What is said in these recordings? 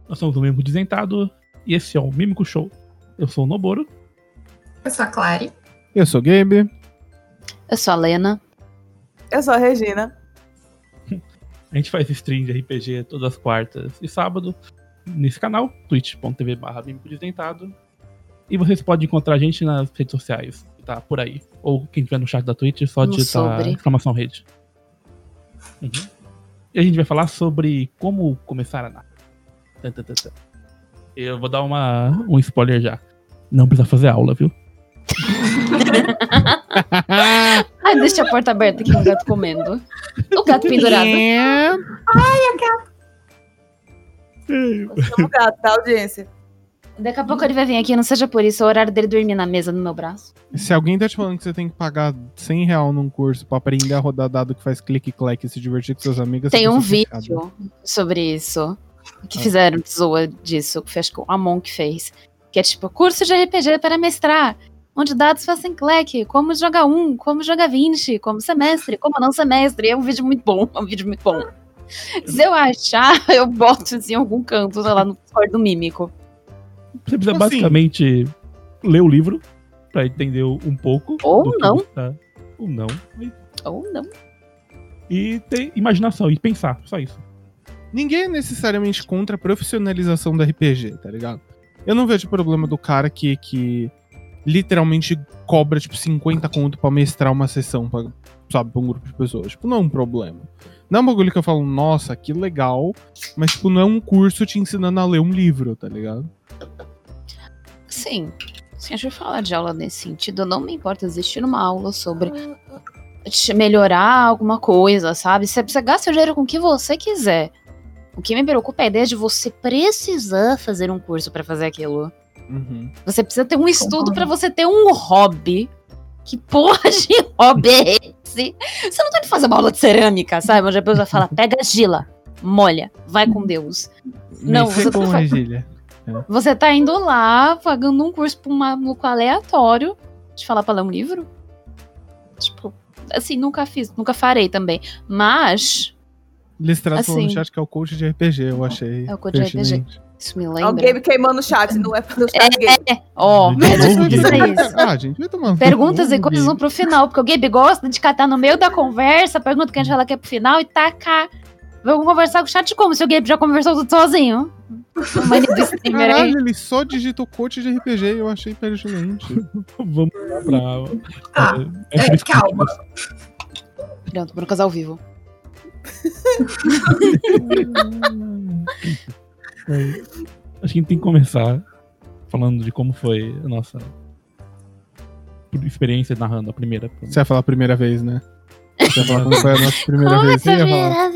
Nós somos o Mímico Desdentado e esse é o Mímico Show. Eu sou o Noboro. Eu sou a Clary. Eu sou o Gabe. Eu sou a Lena. Eu sou a Regina. A gente faz stream de RPG todas as quartas e sábado nesse canal, twitch.tv/Mímico Desdentado. E vocês podem encontrar a gente nas redes sociais, que tá por aí. Ou quem tiver no chat da Twitch, só digitar exclamação rede. Uhum. E a gente vai falar sobre como começar a narrar. Eu vou dar um spoiler já. Não precisa fazer aula, viu? Ai, deixa a porta aberta aqui, o gato comendo. O gato pendurado. Ai, o gato. Eu sou o gato da audiência. Daqui a pouco ele vai vir aqui, não seja por isso, é o horário dele dormir na mesa no meu braço. Se alguém tá te falando que você tem que pagar R$100 num curso pra aprender a rodar dado que faz clique-clack e se divertir com seus amigos... Tem um vídeo sobre isso, que fizeram zoa disso, que acho que o Amon que fez. Que é tipo, curso de RPG para mestrar, onde dados fazem clack, como jogar 1, como jogar 20, como semestre, como não semestre. É um vídeo muito bom, Se eu achar, eu boto assim, em algum canto, sei lá, no Discord do Mímico. Você precisa basicamente ler o livro pra entender um pouco. Ou não. Ou não. Ou não. E ter imaginação e pensar, só isso. Ninguém é necessariamente contra a profissionalização do RPG, tá ligado? Eu não vejo problema do cara que literalmente cobra, tipo, 50 conto pra mestrar uma sessão, pra um grupo de pessoas. Tipo, não é um problema. Não é um bagulho que eu falo, nossa, que legal, mas, tipo, não é um curso te ensinando a ler um livro, tá ligado? Sim, a gente vai falar de aula nesse sentido. Eu não me importa existir uma aula sobre melhorar alguma coisa, sabe? Você gasta o dinheiro com o que você quiser. O que me preocupa é a ideia de você precisar fazer um curso pra fazer aquilo. Uhum. Você precisa ter um estudo pra você ter um hobby. Que porra de hobby é esse? Você não tá indo fazer uma aula de cerâmica, sabe? Onde a pessoa fala, pega a argila, molha, vai com Deus. Não, você com argila. Você tá indo lá, pagando um curso pra um maluco aleatório de falar pra ler um livro? Tipo, assim, nunca farei também. Mas... Listrado falou no chat que é o coach de RPG, eu achei. É o coach de RPG. Isso me lembra. O Gabe queimando o chat, não é pro chat Gabe. Gente, vai tomar perguntas e coisas vão pro final, porque o Gabe gosta de catar no meio da conversa, pergunta que a gente fala que é pro final e tacar. Vamos conversar com o chat como? Se o Gabe já conversou tudo sozinho. Caralho, ele só digitou coach de RPG, eu achei pertinente. Vamos pra... calma. Pronto, pro casal ao vivo. Acho que a gente tem que começar falando de como foi a nossa experiência narrando a primeira. Você vai falar a primeira vez, né? Você vai falar como foi a nossa primeira vez. Você ia falar.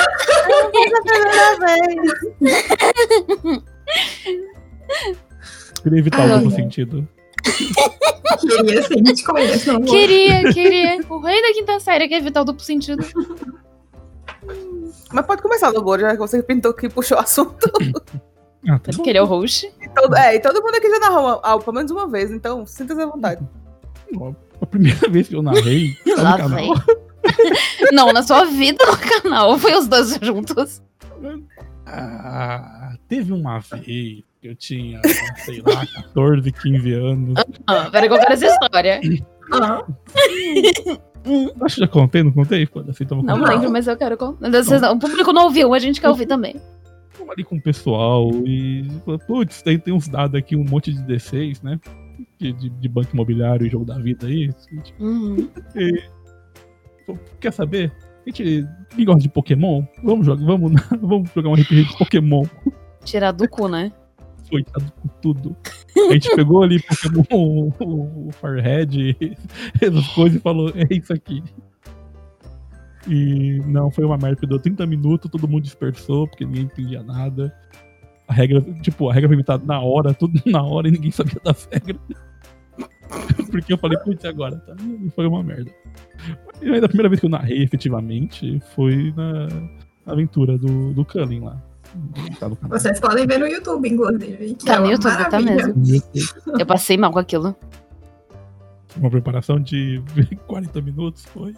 Queria evitar o duplo sentido. Queria, sim, a gente conhece, não. Queria. O rei da quinta série quer evitar o duplo sentido. Mas pode começar, Noboro, já que você pintou que puxou o assunto. Tá porque ele é o host. E todo mundo aqui já narrou pelo menos uma vez, então sinta-se à vontade. A primeira vez que eu narrei lá vem. Não, na sua vida no canal, foi os dois juntos. Teve uma vez que eu tinha, sei lá, 14, 15 anos. Peraí que eu quero essa história. Acho que já contei, não contei? Não lembro, mas eu quero contar. O público não ouviu, a gente quer ouvir também. Vamos ali com o pessoal e... Putz, tem uns dados aqui, um monte de D6, né? De banco imobiliário e jogo da vida aí. E, quer saber? Quem gosta de Pokémon? Vamos jogar um RPG de Pokémon. Tirar do cu, né? Foi com tudo. A gente pegou ali Pokémon, o Firehead, essas coisas e falou, é isso aqui. E não, foi uma merda que deu 30 minutos, todo mundo dispersou, porque ninguém entendia nada. A regra foi inventada na hora, tudo na hora, e ninguém sabia das regras. Porque eu falei, putz, agora, tá? E foi uma merda. E aí, a primeira vez que eu narrei, efetivamente, foi na aventura do Cullen lá. Tá no canal. Vocês podem ver no YouTube, inclusive. Tá no YouTube, tá mesmo. Eu passei mal com aquilo. Uma preparação de 40 minutos, foi.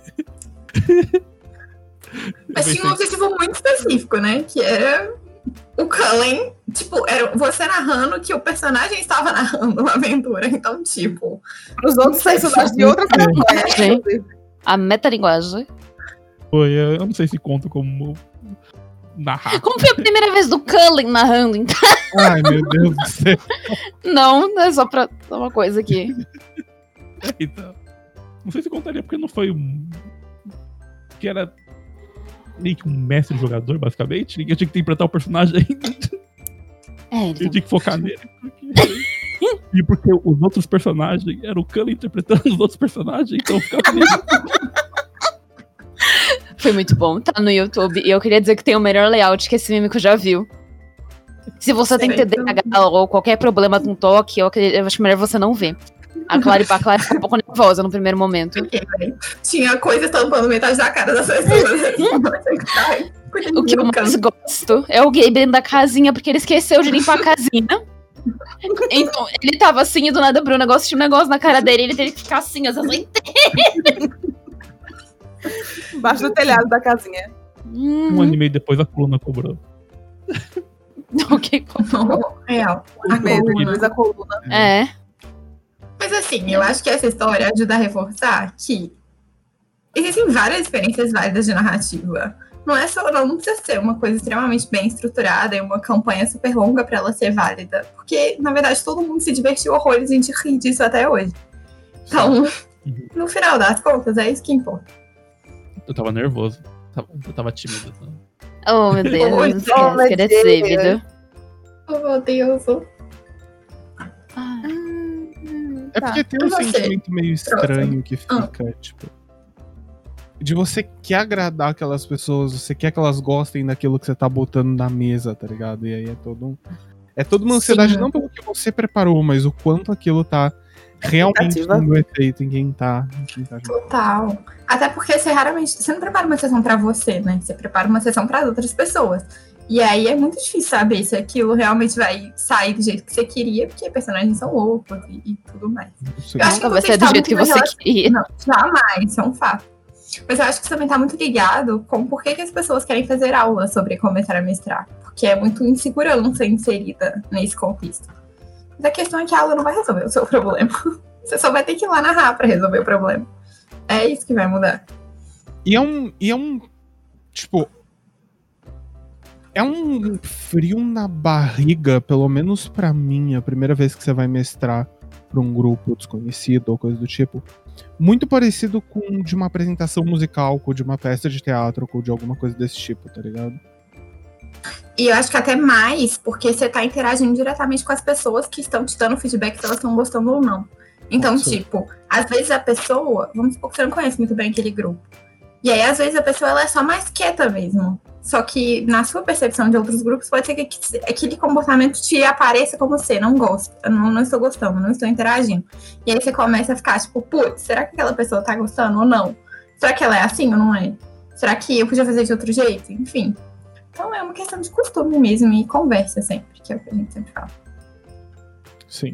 Mas tinha um objetivo muito específico, né? Que era o Cullen Tipo, era você narrando que o personagem estava narrando uma aventura. Então, tipo. Os outros personagens de outra campanha. Gente. A metalinguagem. Foi, eu não sei se conta como narrar. Como foi a primeira vez do Cullen narrando? Então, Ai, meu Deus do céu. não, é só pra dar uma coisa aqui. Então, não sei se contaria porque não foi um. Que era meio que um mestre jogador, basicamente. Eu tinha que interpretar o personagem ainda. É, Eu tinha que focar nele. E porque os outros personagens eram o Cullen interpretando os outros personagens, então eu ficava nele. foi muito bom, tá no YouTube. E eu queria dizer que tem o melhor layout que esse mímico já viu. Se você tem TDAH ou qualquer problema com toque, eu acho melhor você não ver. A Clara ficou um pouco nervosa no primeiro momento. Tinha coisa tampando metade da cara das pessoas. O que eu mais gosto é o Gabe dentro da casinha, porque ele esqueceu de limpar a casinha. Então, ele tava assim e do nada abriu um negócio, tinha um negócio na cara dele, ele teve que ficar assim, às vezes. Embaixo do telhado da casinha. Um ano e meio depois a coluna cobrou. Ok, Real. A coluna. A coluna. é. Mas assim, eu acho que essa história ajuda a reforçar que existem várias experiências válidas de narrativa. Não precisa ser uma coisa extremamente bem estruturada e uma campanha super longa pra ela ser válida. Porque, na verdade, todo mundo se divertiu horrores e a gente ri disso até hoje. Então, no final das contas, é isso que importa. Eu tava nervoso. Eu tava tímido. Oh, meu Deus. Oh, Não esquece que ele é tímido. Oh, meu Deus. É porque tem um E você? sentimento meio estranho que fica, tipo. De você quer agradar aquelas pessoas, você quer que elas gostem daquilo que você tá botando na mesa, tá ligado? E aí é toda uma ansiedade, Sim. não pelo que você preparou, mas o quanto aquilo tá realmente Expectativa. dando efeito em quem tá junto. Total. Até porque você não prepara uma sessão pra você, né? Você prepara uma sessão para outras pessoas. E aí é muito difícil saber se aquilo realmente vai sair do jeito que você queria, porque personagens são loucos e tudo mais. Eu acho Nunca vai você ser do está jeito que muito você relacion- queria. Não, jamais, isso é um fato. Mas eu acho que isso também tá muito ligado com por que as pessoas querem fazer aula sobre começar a mestrar. Porque é muito insegurança inserida nesse contexto. Mas a questão é que a aula não vai resolver o seu problema. Você só vai ter que ir lá narrar pra resolver o problema. É isso que vai mudar. E é um. Tipo. É um frio na barriga, pelo menos pra mim, a primeira vez que você vai mestrar pra um grupo desconhecido ou coisa do tipo. Muito parecido com de uma apresentação musical, com de uma peça de teatro, com de alguma coisa desse tipo, tá ligado? E eu acho que até mais, porque você tá interagindo diretamente com as pessoas que estão te dando feedback se elas estão gostando ou não. Então, Nossa. tipo, às vezes a pessoa, vamos supor que você não conhece muito bem aquele grupo. E aí, às vezes, a pessoa ela é só mais quieta mesmo. Só que, na sua percepção de outros grupos, pode ser que aquele comportamento te apareça como você, não gosta, não estou gostando, não estou interagindo. E aí você começa a ficar, tipo, putz, será que aquela pessoa tá gostando ou não? Será que ela é assim ou não é? Será que eu podia fazer de outro jeito? Enfim. Então é uma questão de costume mesmo e conversa sempre, que é o que a gente sempre fala. Sim.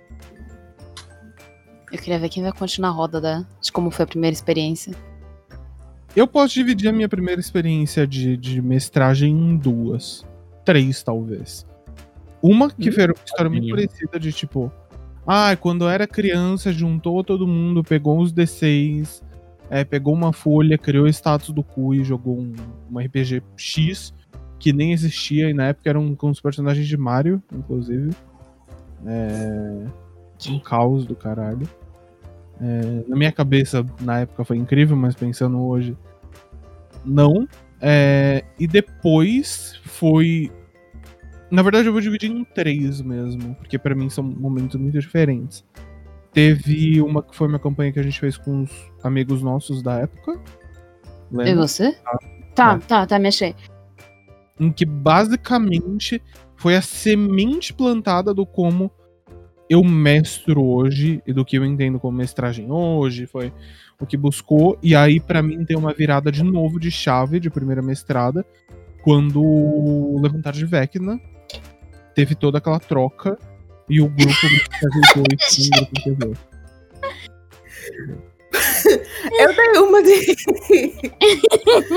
Eu queria ver quem vai continuar a roda de como foi a primeira experiência. Eu posso dividir a minha primeira experiência de mestragem em duas. 3, talvez. Uma que foi uma história muito parecida de tipo... quando eu era criança, juntou todo mundo, pegou os D6, pegou uma folha, criou o status do cu e jogou um RPG X, que nem existia, e na época eram com os personagens de Mario, inclusive. Um caos do caralho. Na minha cabeça, na época foi incrível, mas pensando hoje, não. E depois foi... Na verdade, eu vou dividir em 3 mesmo, porque pra mim são momentos muito diferentes. Teve uma que foi uma campanha que a gente fez com os amigos nossos da época. Lembra? E você? Tá, me achei. Em que basicamente foi a semente plantada do como eu mestro hoje e do que eu entendo como mestragem hoje, foi o que buscou, e aí pra mim tem uma virada de novo de chave de primeira mestrada, quando o Levantar de Vecna teve toda aquela troca e o grupo me ajeitou e o grupo entendeu. Eu tenho uma de...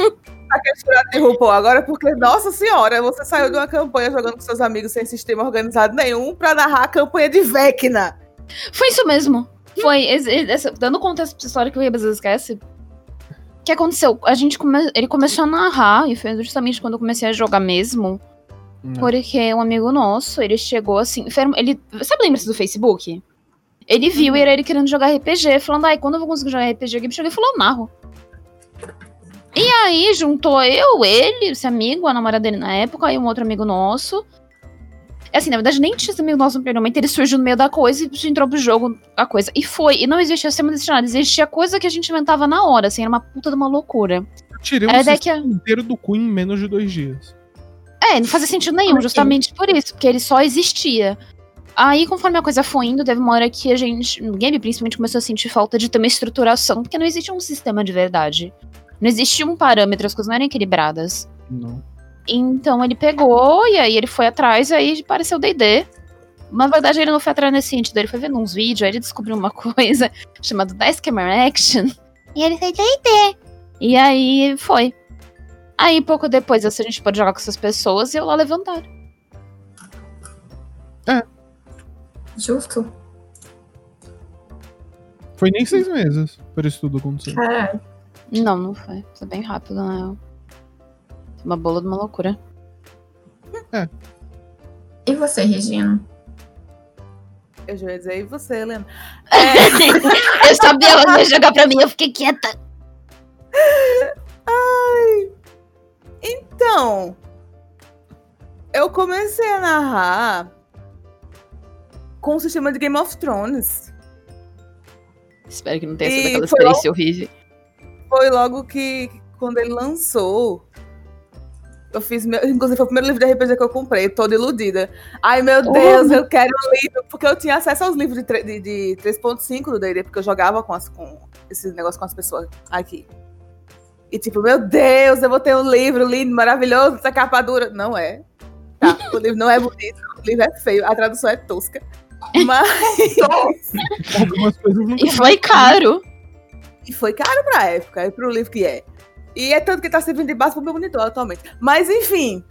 aquele furado de RuPaul agora, porque, nossa senhora, você saiu de uma campanha jogando com seus amigos sem sistema organizado nenhum pra narrar a campanha de Vecna. Foi isso mesmo. Foi. Dando contexto pra essa história que o Rebas esquece. O que aconteceu? Ele começou a narrar, e foi justamente quando eu comecei a jogar mesmo. Porque um amigo nosso, ele chegou assim. Ele, sabe, lembra-se do Facebook? Ele viu e era ele querendo jogar RPG, falando, quando eu vou conseguir jogar RPG? Ele chegou e falou, narro. E aí, juntou ele, esse amigo, a namorada dele na época, e um outro amigo nosso. Assim, na verdade, nem tinha esse amigo nosso no primeiro momento, ele surgiu no meio da coisa e entrou pro jogo a coisa. E foi. E não existia sistema destinado, existia coisa que a gente inventava na hora, assim, era uma puta de uma loucura. Eu tirei um sistema inteiro do cu em menos de 2 dias. Não fazia sentido nenhum, justamente por isso, porque ele só existia. Aí, conforme a coisa foi indo, teve uma hora que a gente, no game principalmente, começou a sentir falta de ter uma estruturação, porque não existia um sistema de verdade. Não existia um parâmetro, as coisas não eram equilibradas. Não. Então ele pegou, e aí ele foi atrás, e aí apareceu o D&D. Mas na verdade ele não foi atrás nesse sentido, ele foi vendo uns vídeos, aí ele descobriu uma coisa chamada Dice Camera Action. E ele fez D&D. E aí foi. Aí pouco depois, assim, a gente pôde jogar com essas pessoas e eu lá levantar. Justo. Foi nem 6 meses para isso tudo acontecer. Caralho. Não foi. Foi bem rápido, né? Uma bola de uma loucura. E você, Regina? Eu já ia dizer, e você, Helena? Eu sabia que ela ia jogar pra mim, eu fiquei quieta. Então, eu comecei a narrar com o sistema de Game of Thrones. Espero que não tenha sido aquela experiência horrível. Foi logo que, quando ele lançou, eu fiz, inclusive foi o primeiro livro de RPG que eu comprei, toda iludida. Ai, meu Deus, eu quero um livro, porque eu tinha acesso aos livros de 3.5 do D&D, porque eu jogava com esse negócio com as pessoas aqui. E tipo, meu Deus, eu vou ter um livro lindo, maravilhoso, essa capa dura. Não é. Tá, o livro não é bonito, o livro é feio, a tradução é tosca. Mas... Algumas coisas não. E foi caro. E foi caro pra época, e pro livro que é. E é tanto que tá servindo de base pro meu monitor atualmente. Mas enfim.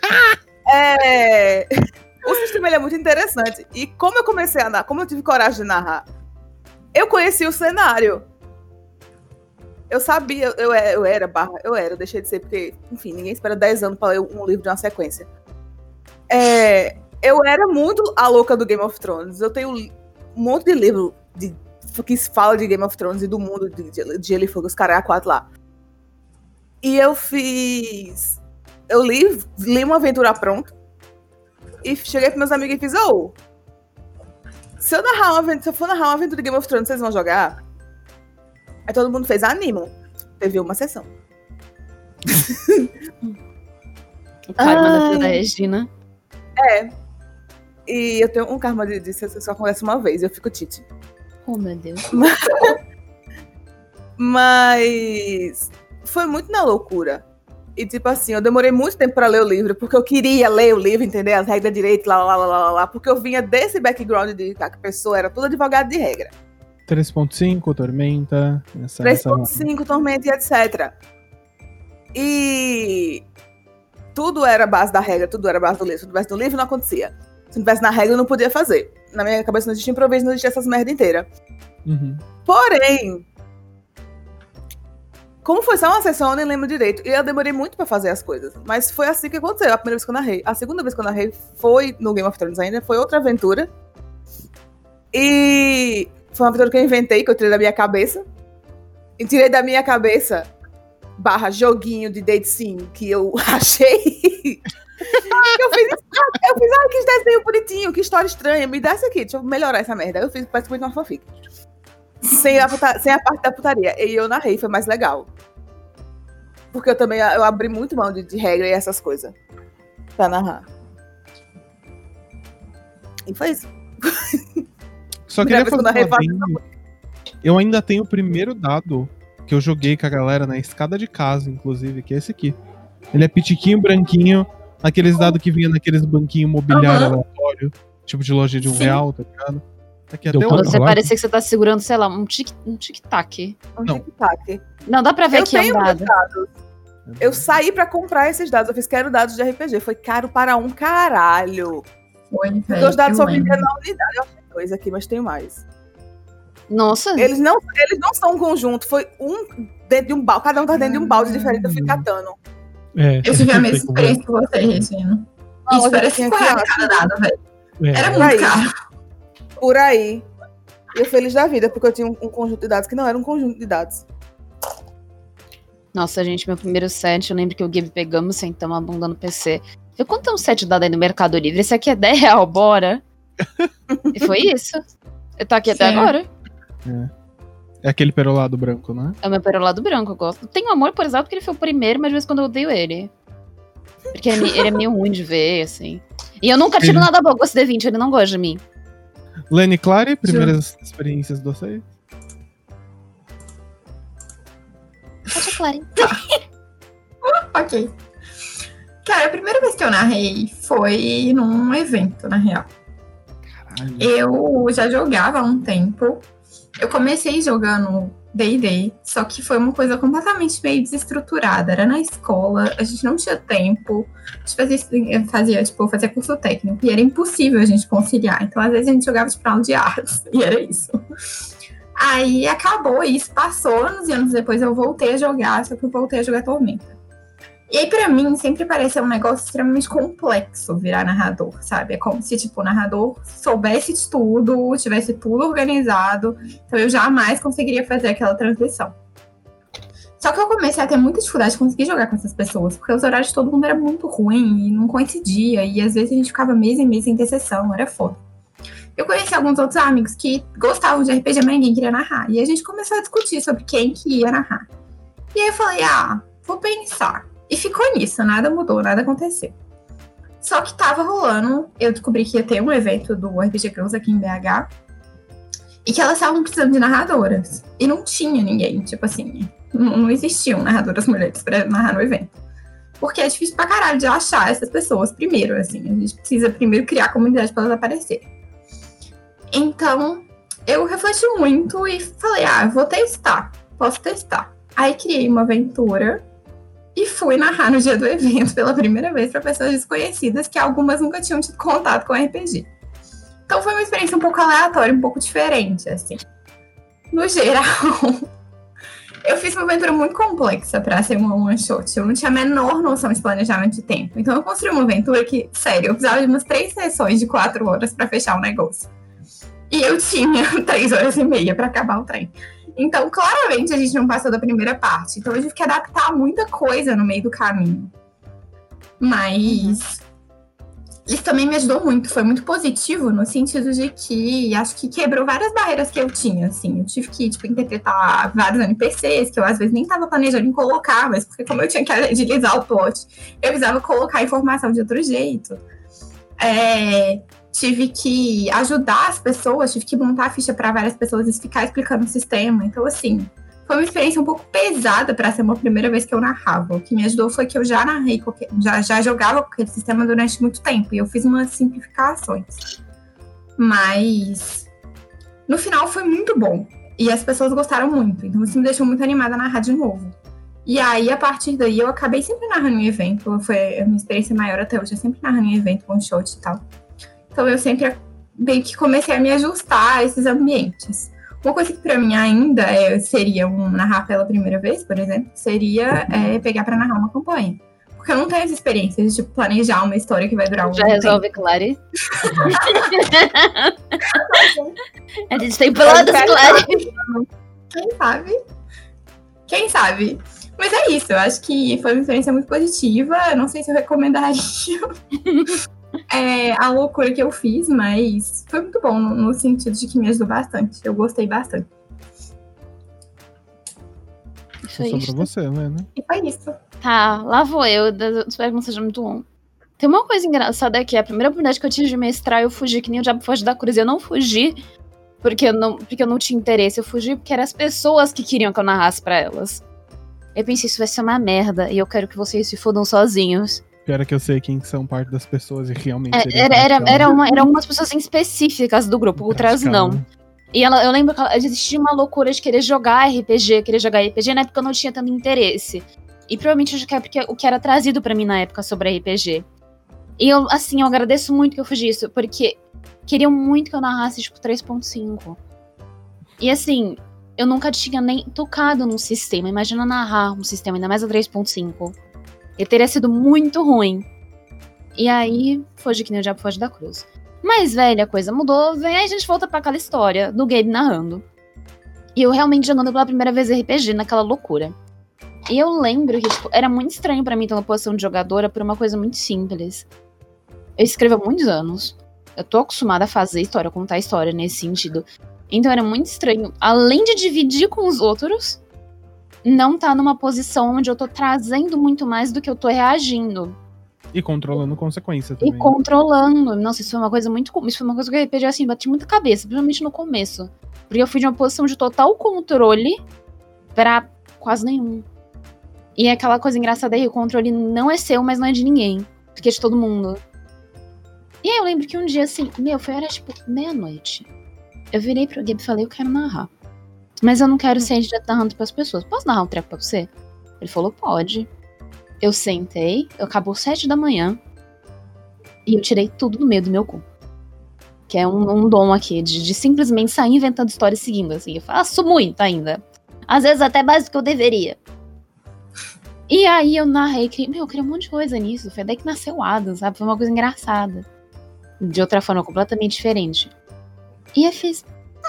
O sistema ele é muito interessante. E como eu comecei a narrar, como eu tive coragem de narrar, eu conheci o cenário. Eu sabia, eu deixei de ser, porque, enfim, ninguém espera 10 anos pra ler um livro de uma sequência. Eu era muito a louca do Game of Thrones. Eu tenho um monte de livro que fala de Game of Thrones e do mundo de Gelo e Fogo, os caras A4 lá. E eu li uma aventura pronta e cheguei pros meus amigos e fiz, se eu for narrar uma aventura de Game of Thrones, vocês vão jogar? Aí todo mundo fez animo. Teve uma sessão. O karma da Regina. E eu tenho um karma de só acontece uma vez, eu fico tite. Oh, meu Deus. Mas foi muito na loucura. E tipo assim, eu demorei muito tempo pra ler o livro, porque eu queria ler o livro, entender as regras direito, lá, porque eu vinha desse background de que a pessoa era toda advogada de regra. 3.5, Tormenta... 3.5, Tormenta e etc. E tudo era base da regra, tudo era base do livro. Se não tivesse no livro, não acontecia. Se não tivesse na regra, eu não podia fazer. Na minha cabeça não existia improviso, não existia essas merda inteira. Uhum. Porém, como foi só uma sessão, eu nem lembro direito. E eu demorei muito pra fazer as coisas. Mas foi assim que aconteceu, a primeira vez que eu narrei. A segunda vez que eu narrei foi no Game of Thrones ainda, foi outra aventura. E foi uma aventura que eu inventei, que eu tirei da minha cabeça. E tirei da minha cabeça / joguinho de date sim que eu achei. eu fiz, que desenho bonitinho, que história estranha. Me dá isso aqui, deixa eu melhorar essa merda. Eu fiz praticamente uma fanfic. Sem a parte da putaria. E eu narrei, foi mais legal. Porque eu abri muito mão de regra e essas coisas. Pra narrar. E foi isso. Só queria fazer uma adendo. Eu ainda tenho o primeiro dado que eu joguei com a galera na escada de casa, inclusive, que é esse aqui. Ele é pitiquinho, branquinho, aqueles dados que vinha naqueles banquinhos imobiliários aleatório, tipo de loja de R$1, tá ligado? Aqui até você parecia que você tá segurando, sei lá, um tic-tac. Tic-tac. Não, dá pra ver aqui um dado. Eu saí pra comprar esses dados. Eu fiz, quero dados de RPG. Foi caro para um caralho. Foi, Porque velho, os dados eu só vendiam lembro. na unidade. Eu achei 2 aqui, mas tem mais. Nossa, Eles não são um conjunto. Foi um dentro de um balde. Cada um tá dentro de um balde diferente. Eu fui catando. É, Eu tive a sei mesma como é. experiência que você, Regina. Não, Isso eu parece tinha 5 aqui, reais ó. cada dado, velho. É, Era Por aí. muito caro. Por aí. E eu feliz da vida, porque eu tinha um conjunto de dados que não era um conjunto de dados. nossa, gente, meu primeiro set, eu lembro que o Gabe pegamos, sentamos a bunda no PC. Eu quanto é um set dado aí no Mercado Livre? Esse aqui é R$10, bora. E foi isso. Eu tô aqui até Sim. agora. É aquele perolado branco, né? É o meu perolado branco, eu gosto. Tenho amor por exato porque ele foi o primeiro, mas de vez em quando eu odeio ele. Porque ele é meio ruim de ver, assim. E eu nunca tiro nada bom com esse D20, ele não gosta de mim. Lenny Clary, primeiras experiências de vocês? Pode claro. Ok. Cara, a primeira vez que eu narrei foi num evento, na real. Caralho. Eu já jogava há um tempo. Eu comecei jogando D&D, só que foi uma coisa completamente meio desestruturada. Era na escola, a gente não tinha tempo. A gente fazia curso técnico e era impossível a gente conciliar. Então, às vezes, a gente jogava de aula de artes e era isso. Aí acabou isso, passou anos e anos depois eu voltei a jogar, só que eu voltei a jogar Tormenta. E aí, pra mim, sempre pareceu um negócio extremamente complexo virar narrador, sabe? É como se, tipo, o narrador soubesse de tudo, tivesse tudo organizado. Então, eu jamais conseguiria fazer aquela transmissão. Só que eu comecei a ter muita dificuldade de conseguir jogar com essas pessoas, porque os horários de todo mundo era muito ruim e não coincidia. E, às vezes, a gente ficava mês e mês sem ter sessão, era foda. Eu conheci alguns outros amigos que gostavam de RPG, mas ninguém queria narrar. E a gente começou a discutir sobre quem que ia narrar. E aí eu falei, vou pensar. E ficou nisso, nada mudou, nada aconteceu. Só que tava rolando, eu descobri que ia ter um evento do RPG Girls aqui em BH. E que elas estavam precisando de narradoras. E não tinha ninguém, tipo assim, não existiam narradoras mulheres pra narrar no evento. Porque é difícil pra caralho de achar essas pessoas primeiro, assim. A gente precisa primeiro criar a comunidade pra elas aparecerem. Então, eu refleti muito e falei, eu vou testar, posso testar. Aí criei uma aventura e fui narrar no dia do evento pela primeira vez para pessoas desconhecidas, que algumas nunca tinham tido contato com RPG. Então foi uma experiência um pouco aleatória, um pouco diferente, assim. No geral, eu fiz uma aventura muito complexa para ser uma one-shot. Eu não tinha a menor noção de planejamento de tempo. Então eu construí uma aventura que, sério, eu precisava de umas 3 sessões de 4 horas para fechar o negócio. E eu tinha 3 horas e meia para acabar o trem. Então, claramente, a gente não passou da primeira parte. Então, eu tive que adaptar muita coisa no meio do caminho. Mas isso também me ajudou muito. Foi muito positivo no sentido de que acho que quebrou várias barreiras que eu tinha, assim. Eu tive que, interpretar vários NPCs que eu, às vezes, nem estava planejando em colocar. Mas porque como eu tinha que agilizar o plot, eu precisava colocar a informação de outro jeito. Tive que ajudar as pessoas, tive que montar a ficha para várias pessoas e ficar explicando o sistema. Então, assim, foi uma experiência um pouco pesada para ser uma primeira vez que eu narrava. O que me ajudou foi que eu já narrei, já jogava com aquele sistema durante muito tempo. E eu fiz umas simplificações. Mas, no final, foi muito bom. E as pessoas gostaram muito. Então, isso me deixou muito animada a narrar de novo. E aí, a partir daí, eu acabei sempre narrando em evento. Foi a minha experiência maior até hoje. Eu sempre narrando em evento, one shot e tal. Então, eu sempre meio que comecei a me ajustar a esses ambientes. Uma coisa que pra mim ainda seria narrar pela primeira vez, por exemplo, seria pegar pra narrar uma campanha. Porque eu não tenho essa experiência de planejar uma história que vai durar um Já tempo. resolve, Clary. A gente tem planos, Clary. Quem sabe? Quem sabe? Mas é isso, eu acho que foi uma experiência muito positiva. Eu não sei se eu recomendaria a loucura que eu fiz, mas foi muito bom no sentido de que me ajudou bastante. Eu gostei bastante. Só sobrou você, né? E foi isso. Tá, lá vou eu. Espero que não seja muito longo. Tem uma coisa engraçada aqui. A primeira oportunidade que eu tive de mestrar, eu fugi que nem o diabo foge da cruz. Eu não fugi porque eu não tinha interesse. Eu fugi porque eram as pessoas que queriam que eu narrasse pra elas. Eu pensei, isso vai ser uma merda. E eu quero que vocês se fodam sozinhos. Pior é que eu sei quem são parte das pessoas e realmente... Eram algumas pessoas específicas do grupo, outras não. E eu lembro que existia uma loucura de querer jogar RPG. Na época eu não tinha tanto interesse. E provavelmente acho que é porque o que era trazido pra mim na época sobre RPG. E eu agradeço muito que eu fiz isso, porque queriam muito que eu narrasse, tipo, 3.5. E assim, eu nunca tinha nem tocado num sistema. Imagina narrar um sistema, ainda mais a 3.5. E teria sido muito ruim. E aí, foge que nem o diabo foge da cruz. Mas, velho, a coisa mudou. Vem aí a gente volta pra aquela história do Gabe narrando. E eu realmente jogando pela primeira vez RPG naquela loucura. E eu lembro que, tipo, era muito estranho pra mim ter uma posição de jogadora por uma coisa muito simples. Eu escrevo há muitos anos. Eu tô acostumada a fazer história, contar história nesse sentido. Então era muito estranho, além de dividir com os outros, não tá numa posição onde eu tô trazendo muito mais do que eu tô reagindo. E controlando consequência também. E controlando. Nossa, isso foi uma coisa muito... Isso foi uma coisa que eu RPG, assim, bati muita cabeça, principalmente no começo. Porque eu fui de uma posição de total controle pra quase nenhum. E é aquela coisa engraçada aí, o controle não é seu, mas não é de ninguém. Porque é de todo mundo. E aí eu lembro que um dia, assim, era tipo meia-noite. Eu virei pro Gabe e falei, eu quero narrar. Mas eu não quero ser direto narrando pras pessoas. Posso narrar um treco pra você? Ele falou, pode. Eu sentei, acabou 7 da manhã. E eu tirei tudo do meio do meu cu. Que é um dom aqui, de simplesmente sair inventando histórias seguindo, assim. Eu faço muito ainda. Às vezes até mais do que eu deveria. E aí eu narrei, eu queria um monte de coisa nisso. Foi daí que nasceu o Adam, sabe? Foi uma coisa engraçada. De outra forma, completamente diferente. E eu fiz,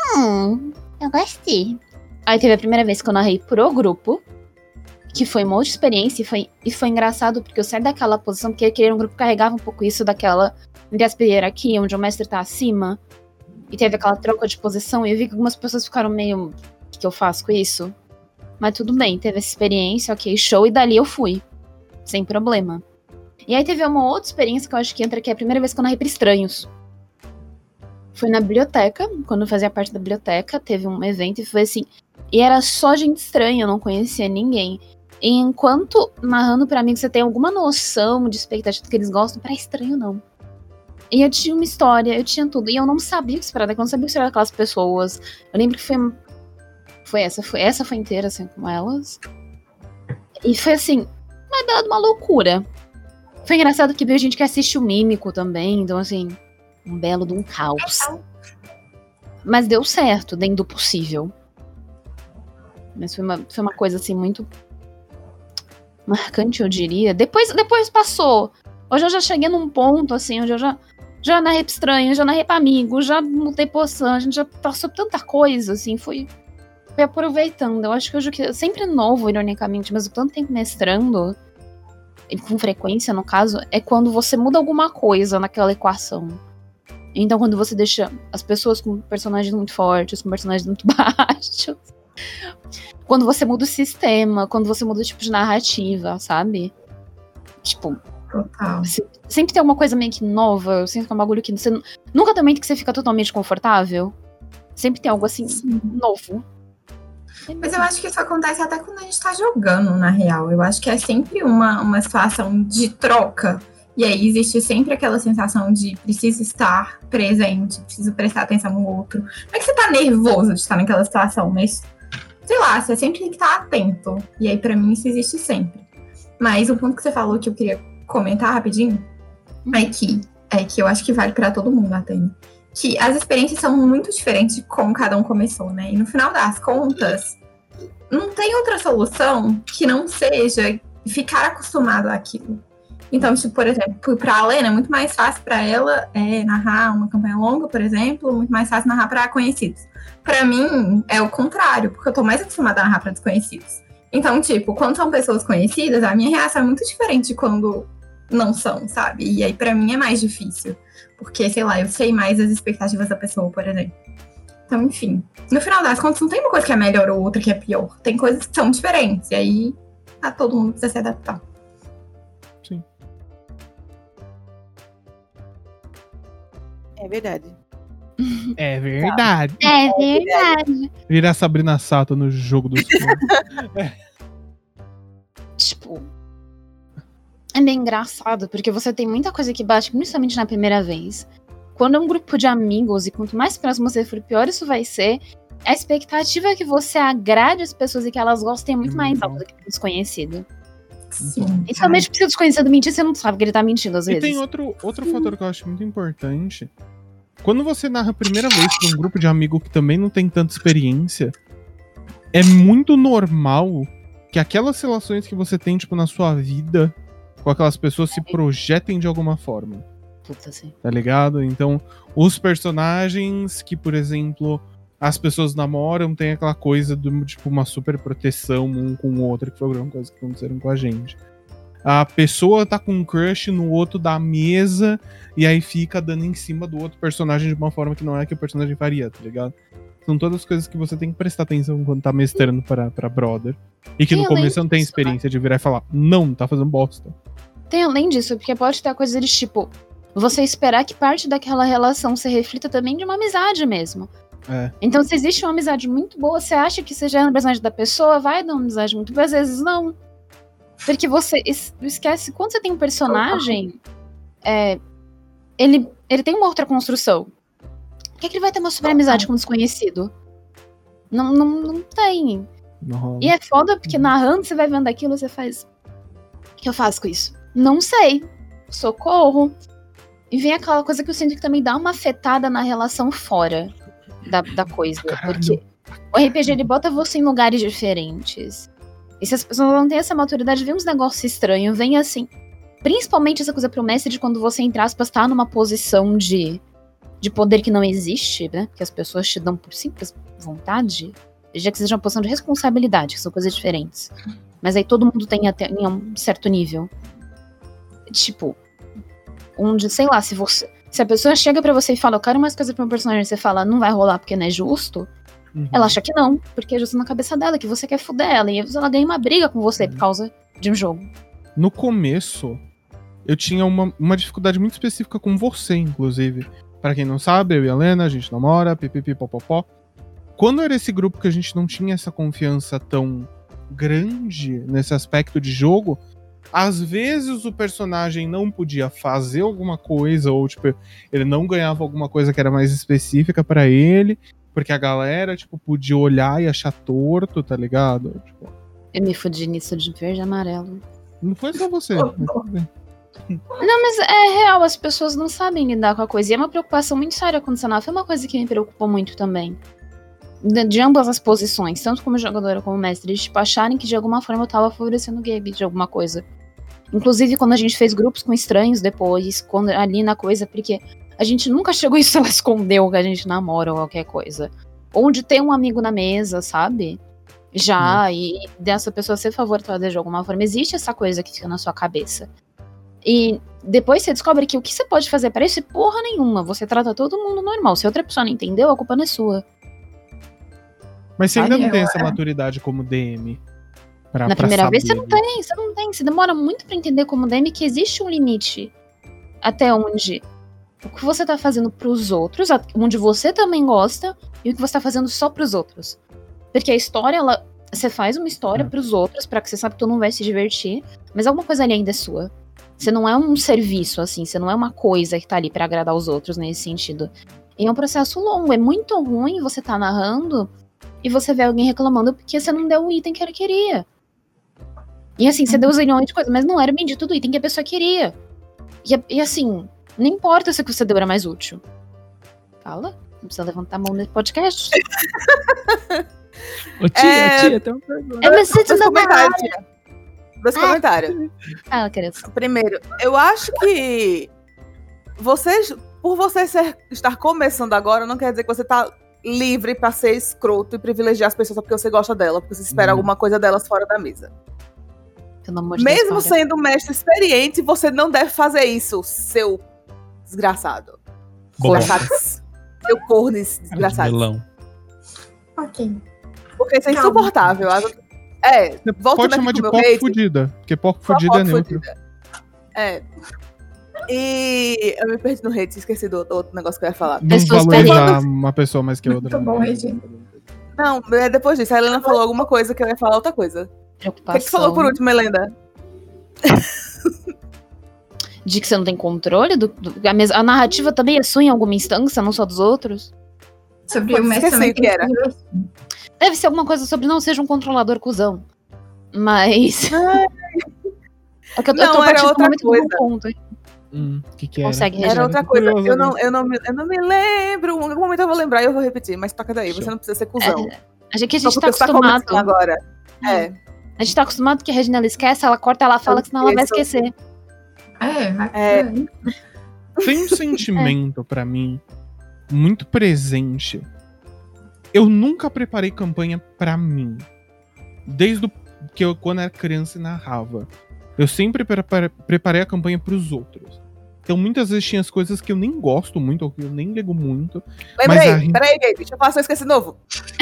eu gostei. Aí teve a primeira vez que eu narrei pro grupo, que foi uma outra experiência, e foi engraçado, porque eu saí daquela posição, porque aquele grupo carregava um pouco isso daquela hierarquia, onde o mestre tá acima, e teve aquela troca de posição, e eu vi que algumas pessoas ficaram meio, o que eu faço com isso? Mas tudo bem, teve essa experiência, ok, show, e dali eu fui, sem problema. E aí teve uma outra experiência que eu acho que entra, que é a primeira vez que eu narrei pra estranhos. Foi na biblioteca, quando eu fazia parte da biblioteca, teve um evento e foi assim, e era só gente estranha, eu não conhecia ninguém. E enquanto narrando pra mim, você tem alguma noção de expectativa que eles gostam, pra estranho não. E eu tinha uma história, eu tinha tudo, e eu não sabia o que esperar, eu não sabia o que esperar daquelas pessoas. Eu lembro que essa foi inteira, assim, com elas. E foi assim, uma bela de uma loucura. Foi engraçado que veio gente que assiste o Mímico também, então assim, um belo de um caos. Mas deu certo, dentro do possível. Mas foi uma coisa assim muito marcante, eu diria. Depois passou. Hoje eu já cheguei num ponto assim, onde eu já narrei pra estranho, já narrei pra amigo, já mudei poção, a gente já passou tanta coisa, assim, fui aproveitando. Eu acho que hoje é sempre novo, ironicamente, mas o tanto tempo mestrando, e com frequência, no caso, é quando você muda alguma coisa naquela equação. Então, quando você deixa as pessoas com personagens muito fortes, com personagens muito baixos, quando você muda o sistema, quando você muda o tipo de narrativa, sabe? Tipo, Total. Sempre tem alguma coisa meio que nova. Eu sinto que é um bagulho que você nunca tem um momento que você fica totalmente confortável. Sempre tem algo assim, novo. Mas eu acho que isso acontece até quando a gente tá jogando, na real. Eu acho que é sempre uma situação de troca. E aí existe sempre aquela sensação de preciso estar presente, preciso prestar atenção no outro. Não é que você tá nervoso de estar naquela situação, mas, sei lá, você sempre tem que estar atento. E aí, pra mim, isso existe sempre. Mas o ponto que você falou que eu queria comentar rapidinho é que eu acho que vale pra todo mundo até. Que as experiências são muito diferentes de como cada um começou, né? E no final das contas, não tem outra solução que não seja ficar acostumado àquilo. Então, tipo, por exemplo, pra Lena é muito mais fácil pra ela narrar uma campanha longa, por exemplo, muito mais fácil narrar pra conhecidos. Pra mim, é o contrário, porque eu tô mais acostumada a narrar pra desconhecidos. Então, tipo, quando são pessoas conhecidas, a minha reação é muito diferente de quando não são, sabe? E aí, pra mim, é mais difícil. Porque, sei lá, eu sei mais as expectativas da pessoa, por exemplo. Então, enfim. No final das contas, não tem uma coisa que é melhor ou outra que é pior. Tem coisas que são diferentes. E aí, todo mundo precisa se adaptar. Sim. É verdade. É verdade. É verdade. Virar Sabrina Sato no jogo dos Tipo, é bem engraçado, porque você tem muita coisa que bate, principalmente na primeira vez. Quando é um grupo de amigos, e quanto mais próximo você for, pior isso vai ser. A expectativa é que você agrade as pessoas e que elas gostem muito mais alta do que o desconhecido. Sim. E somente porque o desconhecido mentir, você não sabe que ele tá mentindo às E vezes. tem outro fator que eu acho muito importante. Quando você narra a primeira vez pra um grupo de amigos que também não tem tanta experiência, é muito normal que aquelas relações que você tem, tipo, na sua vida com aquelas pessoas se projetem de alguma forma. Puta, assim. Tá ligado? Então, os personagens que, por exemplo, as pessoas namoram, tem aquela coisa do, tipo, uma super proteção um com o outro, que foi alguma coisa que aconteceram com a gente. A pessoa tá com um crush no outro da mesa e aí fica dando em cima do outro personagem de uma forma que não é que o personagem faria, tá ligado? São todas as coisas que você tem que prestar atenção quando tá mestrando pra brother. E que Tem no além começo você não tem disso, experiência de virar e falar, não, tá fazendo bosta. Tem além disso, porque pode ter a coisa de tipo, você esperar que parte daquela relação se reflita também de uma amizade mesmo. É. Então, se existe uma amizade muito boa, você acha que seja a personagem da pessoa, vai dar uma amizade muito boa, às vezes não. Porque você esquece, quando você tem um personagem, ele tem uma outra construção. Por que ele vai ter uma super amizade com um desconhecido? Não tem. Não. E é foda porque narrando você vai vendo aquilo e você faz. O que eu faço com isso? Não sei. Socorro. E vem aquela coisa que eu sinto que também dá uma afetada na relação fora da coisa. Caralho. Porque o RPG ele bota você em lugares diferentes. E se as pessoas não têm essa maturidade, vem uns negócios estranhos, vem assim. Principalmente essa coisa pro mestre de quando você, entre aspas, tá numa posição de poder que não existe, né? Que as pessoas te dão por simples vontade. Já que seja uma posição de responsabilidade, que são coisas diferentes. Mas aí todo mundo tem até em um certo nível. Tipo, onde, sei lá, se a pessoa chega pra você e fala, eu quero mais coisa pro meu personagem, você fala, não vai rolar porque não é justo, ela acha que não, porque é justo na cabeça dela, que você quer fuder ela, e ela ganha uma briga com você por causa de um jogo. No começo, eu tinha uma dificuldade muito específica com você, inclusive. Pra quem não sabe, eu e a Helena, a gente namora, pipipipopopó. Quando era esse grupo que a gente não tinha essa confiança tão grande nesse aspecto de jogo, às vezes o personagem não podia fazer alguma coisa, ou tipo, ele não ganhava alguma coisa que era mais específica pra ele, porque a galera, tipo, podia olhar e achar torto, tá ligado? Tipo, Eu me fudi nisso de verde e amarelo. não foi só você. Mas tudo bem. Não, mas é real, as pessoas não sabem lidar com a coisa. E é uma preocupação muito séria quando você narra. Foi uma coisa que me preocupou muito também. De ambas as posições, tanto como jogadora como mestre, de tipo, acharem que de alguma forma eu tava favorecendo o Gabe de alguma coisa. Inclusive, quando a gente fez grupos com estranhos depois, quando ali na coisa, porque a gente nunca chegou isso, ela escondeu que a gente namora ou qualquer coisa. Onde tem um amigo na mesa, sabe? Já, e dessa pessoa ser favorecida de alguma forma. Existe essa coisa que fica na sua cabeça. E depois você descobre que o que você pode fazer para isso é porra nenhuma. Você trata todo mundo normal. Se outra pessoa não entendeu, a culpa não é sua. Mas você ainda não tem Eu- essa maturidade como DM. Na primeira vez você não tem. Você demora muito pra entender como DM que existe um limite até onde o que você tá fazendo pros outros, onde você também gosta, e o que você tá fazendo só pros outros. Porque a história, você faz uma história pros outros, pra que você sabe que tu não vai se divertir, mas alguma coisa ali ainda é sua. Você não é um serviço, assim, você não é uma coisa que tá ali pra agradar os outros nesse sentido. E é um processo longo, é muito ruim você tá narrando e você vê alguém reclamando porque você não deu o item que ela queria. E assim, você deu os milhões de coisas, mas não era bendito do item que a pessoa queria. E assim, não importa se o que você deu era mais útil. Fala, não precisa levantar a mão nesse podcast. Ô, tia, tem uma pergunta. É, mas você Dois não comentários, tia. Dois comentários. Ah, criança. Primeiro, eu acho que por você estar começando agora, não quer dizer que você tá livre pra ser escroto e privilegiar as pessoas só porque você gosta dela, porque você espera alguma coisa delas fora da mesa. Pelo amor de Deus. Mesmo para. sendo um mestre experiente, você não deve fazer isso, seu desgraçado. Desgraçado. Seu corno desgraçado. Melão. Ok. Porque isso é Calma. insuportável. Você volta pode aqui chamar de pro meu porco hate. fudida, porque porco Só fudida é foto neutro. fodida. E eu me perdi no hate, esqueci do outro negócio que eu ia falar. Não Pessoas valorizar uma pessoa mais que a outra. Muito bom, Regina. Não, depois disso, a Helena falou alguma coisa que eu ia falar outra coisa. O Preocupação que tu falou por último, Helena? de que você não tem controle a narrativa também é sua em alguma instância, não só dos outros. Sobre o mestre Esqueci também. o que era. Deve ser alguma coisa sobre não seja um controlador cuzão. Mas É que eu Não, tô era partindo outra muito coisa. do ponto. Que era? Consegue, Era Regina? outra coisa. curioso. Eu não me lembro. Em algum momento eu vou lembrar e eu vou repetir, mas toca daí. Você não precisa ser cuzão. A gente Só tá porque você tá acostumado. começando agora. É. A gente tá acostumado que a Regina ela esquece, ela corta, ela fala, que senão ela vai Isso. esquecer. Vai. É. Tem um sentimento pra mim muito presente. Eu nunca preparei campanha pra mim. Desde que eu, quando era criança e narrava. Eu sempre preparei a campanha pros outros. Então muitas vezes tinha as coisas que eu nem gosto muito, ou que eu nem ligo muito. Lembrei, peraí, Gabe, deixa eu falar se eu esqueci novo.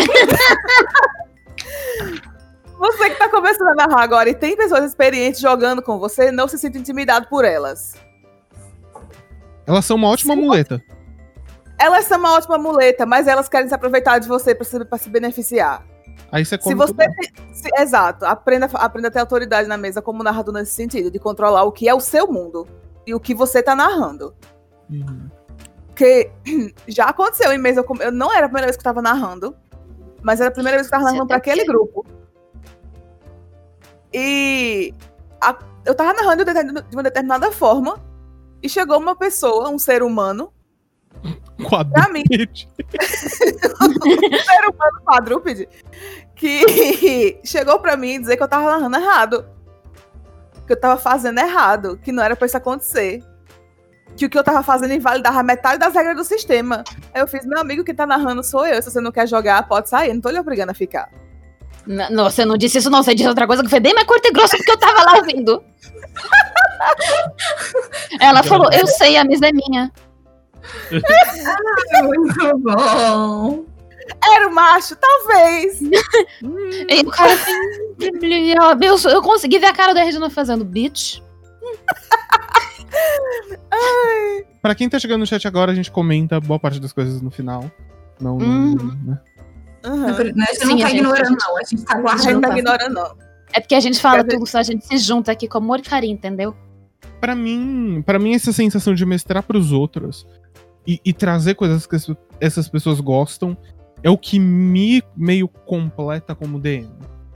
Você que tá começando a narrar agora e tem pessoas experientes jogando com você, não se sinta intimidado por elas. Elas são uma ótima muleta. Elas são uma ótima muleta, mas elas querem se aproveitar de você pra se beneficiar. Aí você come Se você. tudo. Exato. Aprenda a ter autoridade na mesa como narrador nesse sentido, de controlar o que é o seu mundo e o que você tá narrando. Uhum. Porque já aconteceu em mesa. Eu não era a primeira vez que eu tava narrando, mas era a primeira vez que eu tava narrando pra aquele grupo. E eu tava narrando de uma determinada forma e chegou uma pessoa, um ser humano, pra mim. Um ser humano quadrúpede que chegou pra mim dizer que eu tava narrando errado, que eu tava fazendo errado, que não era pra isso acontecer, que o que eu tava fazendo invalidava metade das regras do sistema. Aí eu fiz, meu amigo, quem tá narrando sou eu, se você não quer jogar, pode sair, não tô lhe obrigando a ficar. Não, você não disse isso, não. Você disse outra coisa que foi bem mais curta e grossa porque eu tava lá ouvindo. Ela falou, eu sei, a mesa é minha. Muito bom. Era o macho? Talvez. E o cara assim, eu consegui ver a cara da Regina fazendo bitch. Pra quem tá chegando no chat agora, a gente comenta boa parte das coisas no final. Não, né? Uhum. A gente Sim, não tá ignorando, a gente- não. A gente tá A gente guardando. tá ignorando, não. É porque a gente fala Quer tudo, só a gente se junta aqui com amor e carinho, entendeu? Pra mim, essa sensação de mestrar pros outros e trazer coisas que essas pessoas gostam é o que me meio completa como DM.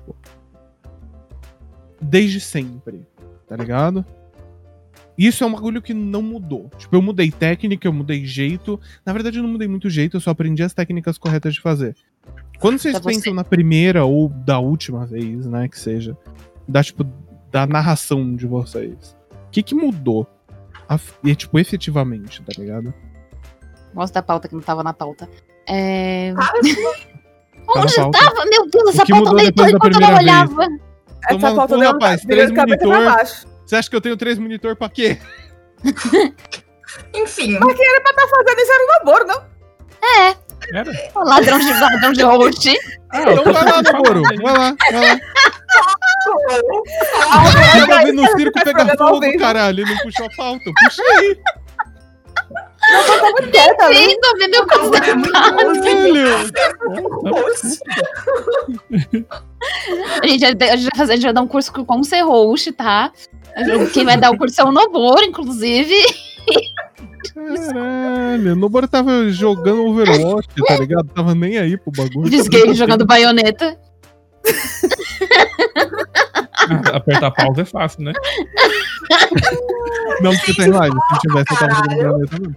Desde sempre, tá ligado? Isso é um bagulho que não mudou. Tipo, eu mudei técnica, eu mudei jeito. Na verdade, eu não mudei muito jeito, eu só aprendi as técnicas corretas de fazer. Quando vocês Pra você. pensam na primeira ou da última vez, né, que seja, da narração de vocês, o que mudou? E, tipo, efetivamente, tá ligado? Mostra a pauta que não tava na pauta. Tá Onde na pauta. tava? Meu Deus, essa que pauta mudou deitou depois da enquanto eu não primeira vez? olhava. Essa pauta deu rapaz, virou 3 de cabeça pra monitor. baixo. Você acha que eu tenho 3 monitor pra quê? Enfim. Mas quem era pra estar fazendo isso era o namoro, não? Era? Ladrão de host. Então vai lá, namoro. Vai lá. Eu tava vendo o circo pegar programa ao fogo, vivo. caralho. Ele não puxou a pauta. Puxa aí. Quieta ali. Sim, tô vendo quantos detalhes. A gente vai dar um curso com como ser host, tá? Quem vai dar o curso é o Nobor, inclusive. Caralho. O Noboro tava jogando Overwatch, tá ligado? Tava nem aí pro bagulho. Desgay jogando baioneta. Apertar pausa é fácil, né? Não, porque tem live. Se tivesse, eu tava jogando planeta mesmo.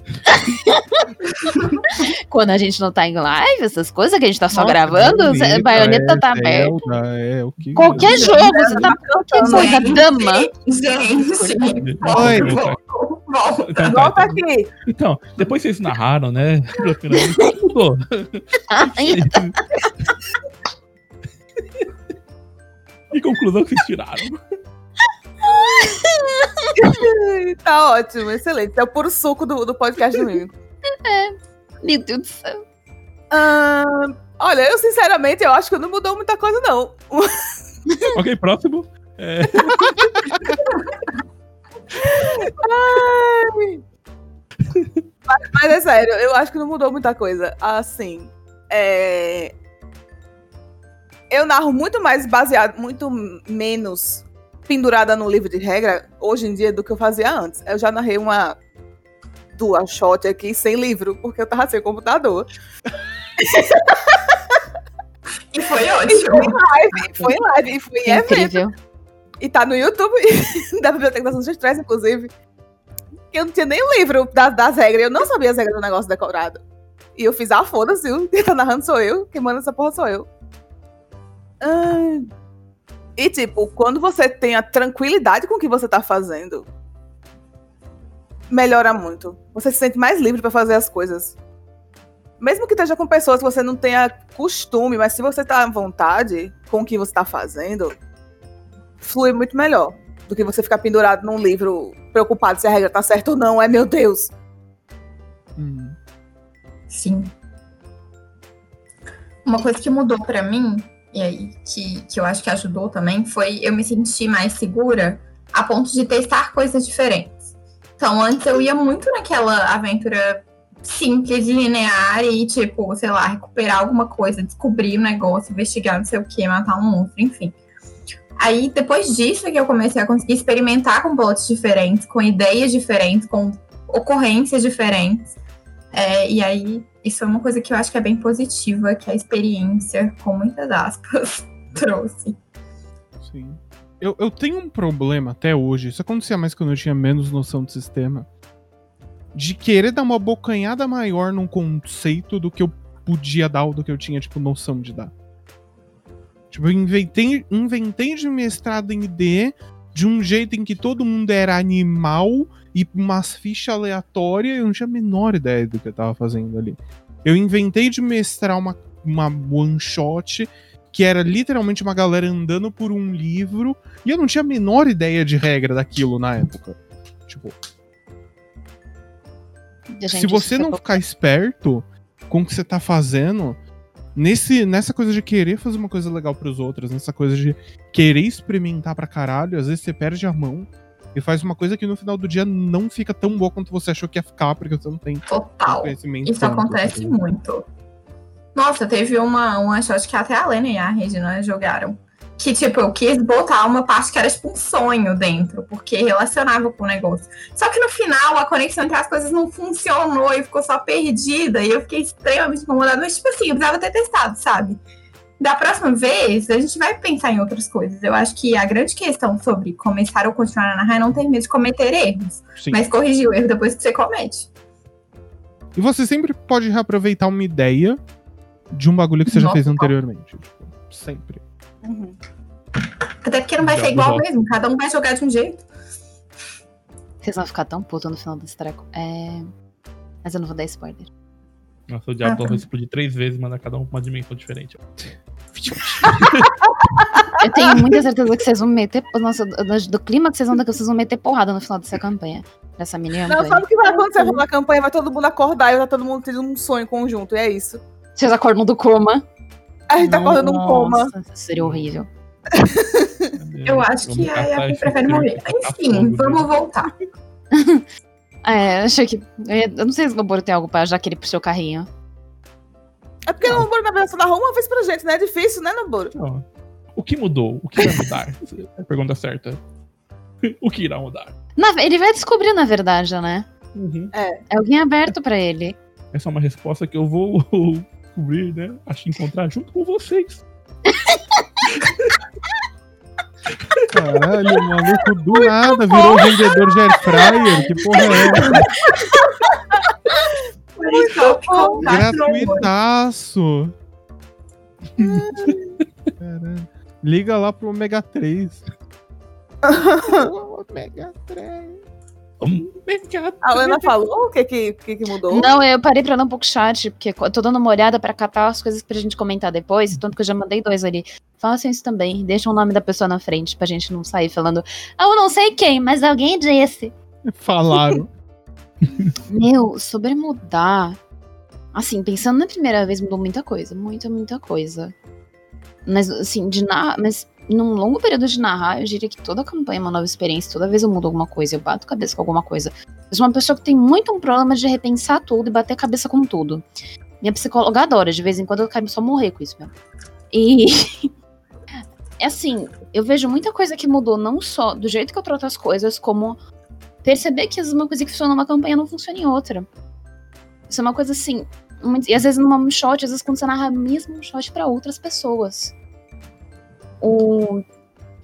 Quando a gente não tá em live, essas coisas que a gente tá só Nossa, gravando, baioneta tá aberto. Zelda, o que... Qualquer jogo, você tá qualquer coisa, dama. Gente. Oi. Então, Volta aqui. Então, depois vocês narraram, né? Mudou. Que conclusão que vocês tiraram? Tá ótimo, excelente. É o puro suco do podcast do Mimico. Meu Deus do céu. Olha, eu sinceramente, eu acho que não mudou muita coisa, não. Ok, próximo. Mas é sério, eu acho que não mudou muita coisa. Assim, eu narro muito mais baseado, muito menos pendurada no livro de regra hoje em dia do que eu fazia antes. Eu já narrei uma dual shot aqui sem livro, porque eu tava sem computador. E foi ótimo. Foi em live, e foi em evento. Incrível. E tá no YouTube, da Biblioteca das Ancestrais, inclusive. Eu não tinha nem livro das regras. Eu não sabia as regras do negócio decorado. E eu fiz, foda-se, quem tá narrando sou eu. Quem manda essa porra sou eu. E, tipo, quando você tem a tranquilidade com o que você tá fazendo, melhora muito. Você se sente mais livre pra fazer as coisas. Mesmo que esteja com pessoas que você não tenha costume, mas se você tá à vontade com o que você tá fazendo, flui muito melhor do que você ficar pendurado num livro preocupado se a regra tá certa ou não. Meu Deus. Sim. Uma coisa que mudou pra mim, e aí que eu acho que ajudou também, foi eu me sentir mais segura a ponto de testar coisas diferentes. Então, antes eu ia muito naquela aventura simples, linear e, tipo, sei lá, recuperar alguma coisa, descobrir um negócio, investigar não sei o que, matar um monstro, enfim. Aí, depois disso, que eu comecei a conseguir experimentar com plots diferentes, com ideias diferentes, com ocorrências diferentes. E aí, isso é uma coisa que eu acho que é bem positiva, que a experiência, com muitas aspas, trouxe. Sim. Eu tenho um problema até hoje, isso acontecia mais quando eu tinha menos noção do sistema, de querer dar uma bocanhada maior num conceito do que eu podia dar ou do que eu tinha, tipo, noção de dar. Tipo, eu inventei de mestrado em ID de um jeito em que todo mundo era animal e umas fichas aleatórias, eu não tinha a menor ideia do que eu tava fazendo ali. Eu inventei de mestrar uma one shot que era literalmente uma galera andando por um livro e eu não tinha a menor ideia de regra daquilo na época. Tipo, se você não ficar esperto com o que você tá fazendo, nessa coisa de querer fazer uma coisa legal pros outros, nessa coisa de querer experimentar pra caralho, às vezes você perde a mão e faz uma coisa que no final do dia não fica tão boa quanto você achou que ia ficar, porque você não tem conhecimento. Isso acontece muito. Nossa, teve uma shot que até a Lena e a Regina jogaram. Que, tipo, eu quis botar uma parte que era, tipo, um sonho dentro, porque relacionava com o negócio. Só que no final, a conexão entre as coisas não funcionou e ficou só perdida. E eu fiquei extremamente incomodada. Mas, tipo assim, eu precisava ter testado, sabe? Da próxima vez, a gente vai pensar em outras coisas. Eu acho que a grande questão sobre começar ou continuar a narrar é não ter medo de cometer erros. Sim. Mas corrigir o erro depois que você comete. E você sempre pode reaproveitar uma ideia de um bagulho que você já fez anteriormente. Tipo, sempre. Uhum. Até porque não vai ser igual mesmo. Cada um vai jogar de um jeito. Vocês vão ficar tão putos no final desse treco. Mas eu não vou dar spoiler. Nossa, o Diablo vai explodir 3 vezes e mandar cada um pra uma dimensão diferente. Eu tenho muita certeza que vocês vão meter. Nossa, do clima que vocês vão meter porrada no final dessa campanha. Dessa mini campanha. Não, sabe o que vai acontecer na campanha? Vai todo mundo acordar e vai todo mundo tendo um sonho conjunto. E é isso. Vocês acordam do coma. A gente tá acordando um coma. Nossa, seria horrível. Eu acho que a Yaku prefere morrer. Enfim, vamos voltar. Achei que. Eu não sei se o Noboro tem algo pra já que ele puxou o carrinho. É porque o Noboro, na verdade, só narrou uma vez pra gente, né? É difícil, né, Noboro? Não. O que mudou? O que vai mudar? É a pergunta certa. O que irá mudar? Ele vai descobrir, na verdade, né? Uhum. É alguém aberto pra ele. Essa é uma resposta que eu vou descobrir, né? Acho encontrar junto com vocês. Caralho, o maluco do nada virou vendedor de air fryer. Que porra é essa? Gratuitaço. Caralho. Liga lá pro Omega 3. Omega 3. A Lena falou o que mudou? Não, eu parei pra ler um pouco o chat, porque eu tô dando uma olhada pra catar as coisas pra gente comentar depois, tanto que eu já mandei 2 ali. Façam isso também, deixam o nome da pessoa na frente pra gente não sair falando eu não sei quem, mas alguém disse. Falaram. Meu, sobre mudar, assim, pensando na primeira vez mudou muita coisa, muita coisa. Mas assim, mas num longo período de narrar, eu diria que toda campanha é uma nova experiência, toda vez eu mudo alguma coisa, eu bato cabeça com alguma coisa. Eu sou uma pessoa que tem muito um problema de repensar tudo e bater cabeça com tudo. Minha psicóloga adora, de vez em quando eu quero só morrer com isso mesmo. E é assim, eu vejo muita coisa que mudou, não só do jeito que eu trato as coisas, como perceber que às vezes uma coisa que funciona numa campanha não funciona em outra. Isso é uma coisa assim, e às vezes numa shot, às vezes quando você narra mesmo um shot pra outras pessoas.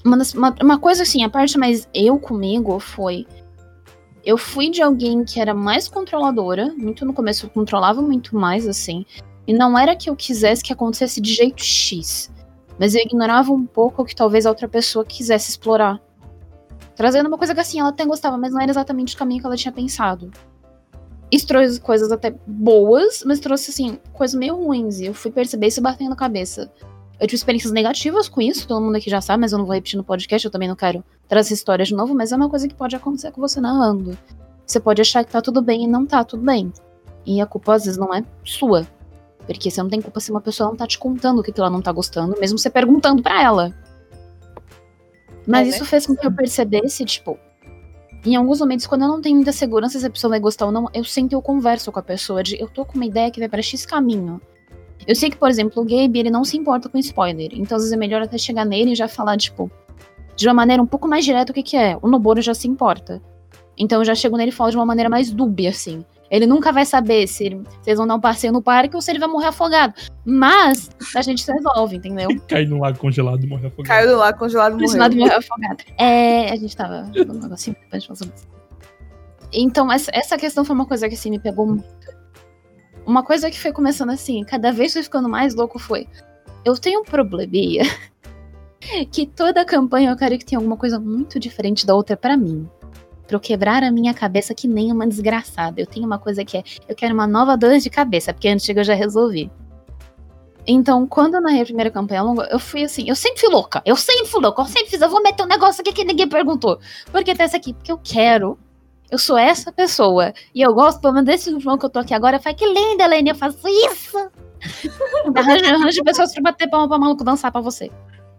Uma coisa assim, a parte mais eu comigo foi... Eu fui de alguém que era mais controladora. Muito no começo eu controlava muito mais, assim. E não era que eu quisesse que acontecesse de jeito X. Mas eu ignorava um pouco o que talvez a outra pessoa quisesse explorar. Trazendo uma coisa que assim, ela até gostava, mas não era exatamente o caminho que ela tinha pensado. Isso trouxe coisas até boas, mas trouxe, assim, coisas meio ruins. E eu fui perceber isso batendo na cabeça. Eu tive experiências negativas com isso, todo mundo aqui já sabe, mas eu não vou repetir no podcast, eu também não quero trazer história de novo, mas é uma coisa que pode acontecer com você narrando. Você pode achar que tá tudo bem e não tá tudo bem. E a culpa, às vezes, não é sua. Porque você não tem culpa se uma pessoa não tá te contando o que ela não tá gostando, mesmo você perguntando pra ela. Mas isso fez com que eu percebesse, tipo... Em alguns momentos, quando eu não tenho muita segurança se a pessoa vai gostar ou não, eu sento e eu converso com a pessoa eu tô com uma ideia que vai pra X caminho. Eu sei que, por exemplo, o Gabe, ele não se importa com spoiler. Então, às vezes é melhor até chegar nele e já falar, tipo... De uma maneira um pouco mais direta o que é. O Noboru já se importa. Então eu já chego nele e falo de uma maneira mais dúbia, assim. Ele nunca vai saber se eles vão dar um passeio no parque ou se ele vai morrer afogado. Mas a gente se resolve, entendeu? Cai no lago congelado e morre afogado. Caiu do lado congelado e morreu. Congelado e morreu afogado. A gente tava no negocinho depois de falar sobre isso. Então essa questão foi uma coisa que assim me pegou muito. Uma coisa que foi começando assim, cada vez foi ficando mais louco foi... Eu tenho um probleminha que toda campanha eu quero que tenha alguma coisa muito diferente da outra pra mim. Pra eu quebrar a minha cabeça que nem uma desgraçada. Eu tenho uma coisa que é... Eu quero uma nova dor de cabeça, porque antiga eu já resolvi. Então, quando eu narrei a primeira campanha longa, eu fui assim... Eu sempre fui louca. Eu sempre fiz... Eu vou meter um negócio aqui que ninguém perguntou. Por que tá essa aqui? Porque eu quero... Eu sou essa pessoa. E eu gosto, pelo menos desse João que eu tô aqui agora. Eu falo, que linda, Helene, eu faço isso. Arranjo pessoas pra bater palma pra maluco dançar pra você.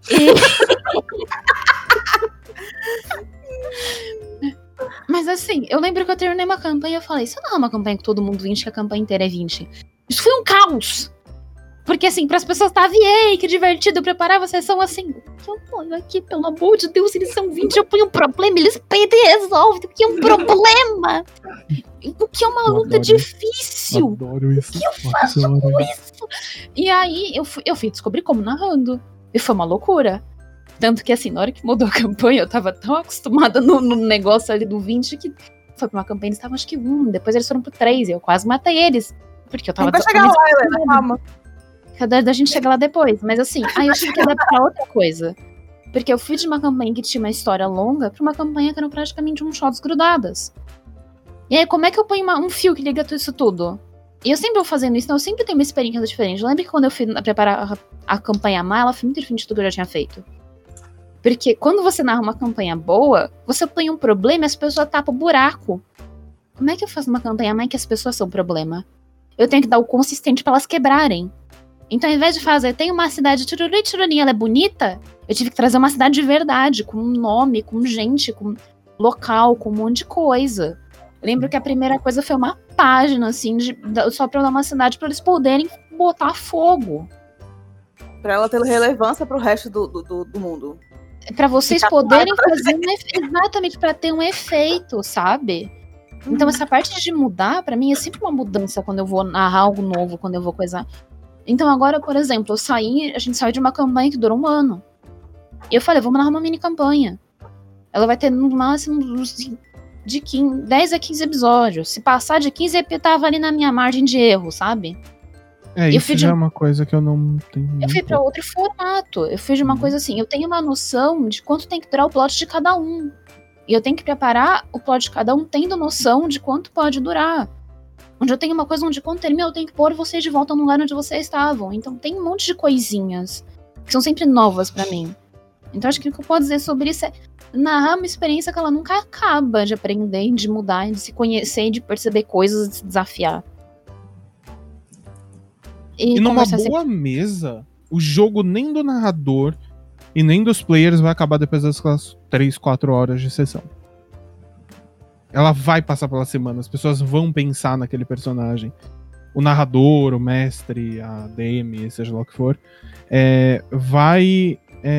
Mas assim, eu lembro que eu terminei uma campanha e eu falei, isso não é uma campanha que todo mundo 20, que a campanha inteira é 20. Isso foi um caos. Porque assim, pras pessoas ei, que divertido, eu preparava a sessão assim, o que eu ponho aqui, pelo amor de Deus, eles são 20, eu ponho um problema, eles pedem e resolvem, o que é um problema? O que é uma luta difícil? Adoro isso. O que eu faço com isso? E aí, eu fui descobrir como narrando. E foi uma loucura. Tanto que assim, na hora que mudou a campanha, eu tava tão acostumada no negócio ali do 20 que foi pra uma campanha, eles estavam acho que 1, depois eles foram pro 3, e eu quase matei eles. Porque eu tava... Vai chegar lá, Helena, calma. Da gente chegar lá depois. Mas assim, aí eu tive que adaptar outra coisa. Porque eu fui de uma campanha que tinha uma história longa pra uma campanha que eram praticamente shots grudadas. E aí, como é que eu ponho um fio que liga tudo isso tudo? E eu sempre vou fazendo isso, então eu sempre tenho uma experiência diferente. Eu lembro que quando eu fui preparar a campanha má, ela foi muito diferente do que eu já tinha feito. Porque quando você narra uma campanha boa, você põe um problema e as pessoas tapam o buraco. Como é que eu faço uma campanha má em que as pessoas são o problema? Eu tenho que dar o consistente pra elas quebrarem. Então, ao invés de fazer, tem uma cidade tirurinha, ela é bonita, eu tive que trazer uma cidade de verdade, com nome, com gente, com local, com um monte de coisa. Eu lembro que a primeira coisa foi uma página, assim, só pra eu dar uma cidade pra eles poderem botar fogo. Pra ela ter relevância pro resto do mundo. Pra vocês poderem fazer exatamente, pra ter um efeito, sabe? Então, essa parte de mudar, pra mim, é sempre uma mudança quando eu vou narrar algo novo, quando eu vou coisar. Então agora, por exemplo, a gente saiu de uma campanha que durou 1 ano. E eu falei, vamos narrar uma mini campanha. Ela vai ter no máximo de 10 a 15 episódios. Se passar de 15, eu tava ali na minha margem de erro, sabe? Isso já é uma coisa que eu não tenho. Eu fui pra outro formato. Eu fiz de uma coisa assim, eu tenho uma noção de quanto tem que durar o plot de cada um. E eu tenho que preparar o plot de cada um tendo noção de quanto pode durar. Onde eu tenho uma coisa onde quando termina eu tenho que pôr vocês de volta no lugar onde vocês estavam. Então tem um monte de coisinhas que são sempre novas pra mim. Então acho que o que eu posso dizer sobre isso é narrar uma experiência que ela nunca acaba de aprender, de mudar, de se conhecer, de perceber coisas, de se desafiar. E numa boa mesa, o jogo nem do narrador e nem dos players vai acabar depois das 3, 4 horas de sessão. Ela vai passar pela semana, as pessoas vão pensar naquele personagem. O narrador, o mestre, a DM, seja lá o que for, vai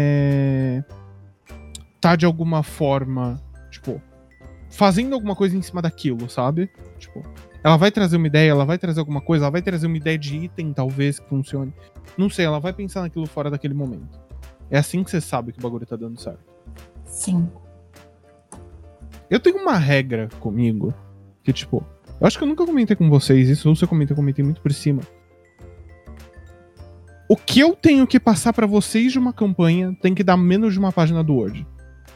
tá de alguma forma, tipo, fazendo alguma coisa em cima daquilo, sabe? Tipo, ela vai trazer uma ideia, ela vai trazer alguma coisa, ela vai trazer uma ideia de item, talvez, que funcione. Não sei, ela vai pensar naquilo fora daquele momento. É assim que você sabe que o bagulho tá dando certo. Sim. Eu tenho uma regra comigo, que tipo, eu acho que eu nunca comentei com vocês isso, ou se eu comentei muito por cima. O que eu tenho que passar pra vocês de uma campanha tem que dar menos de uma página do Word.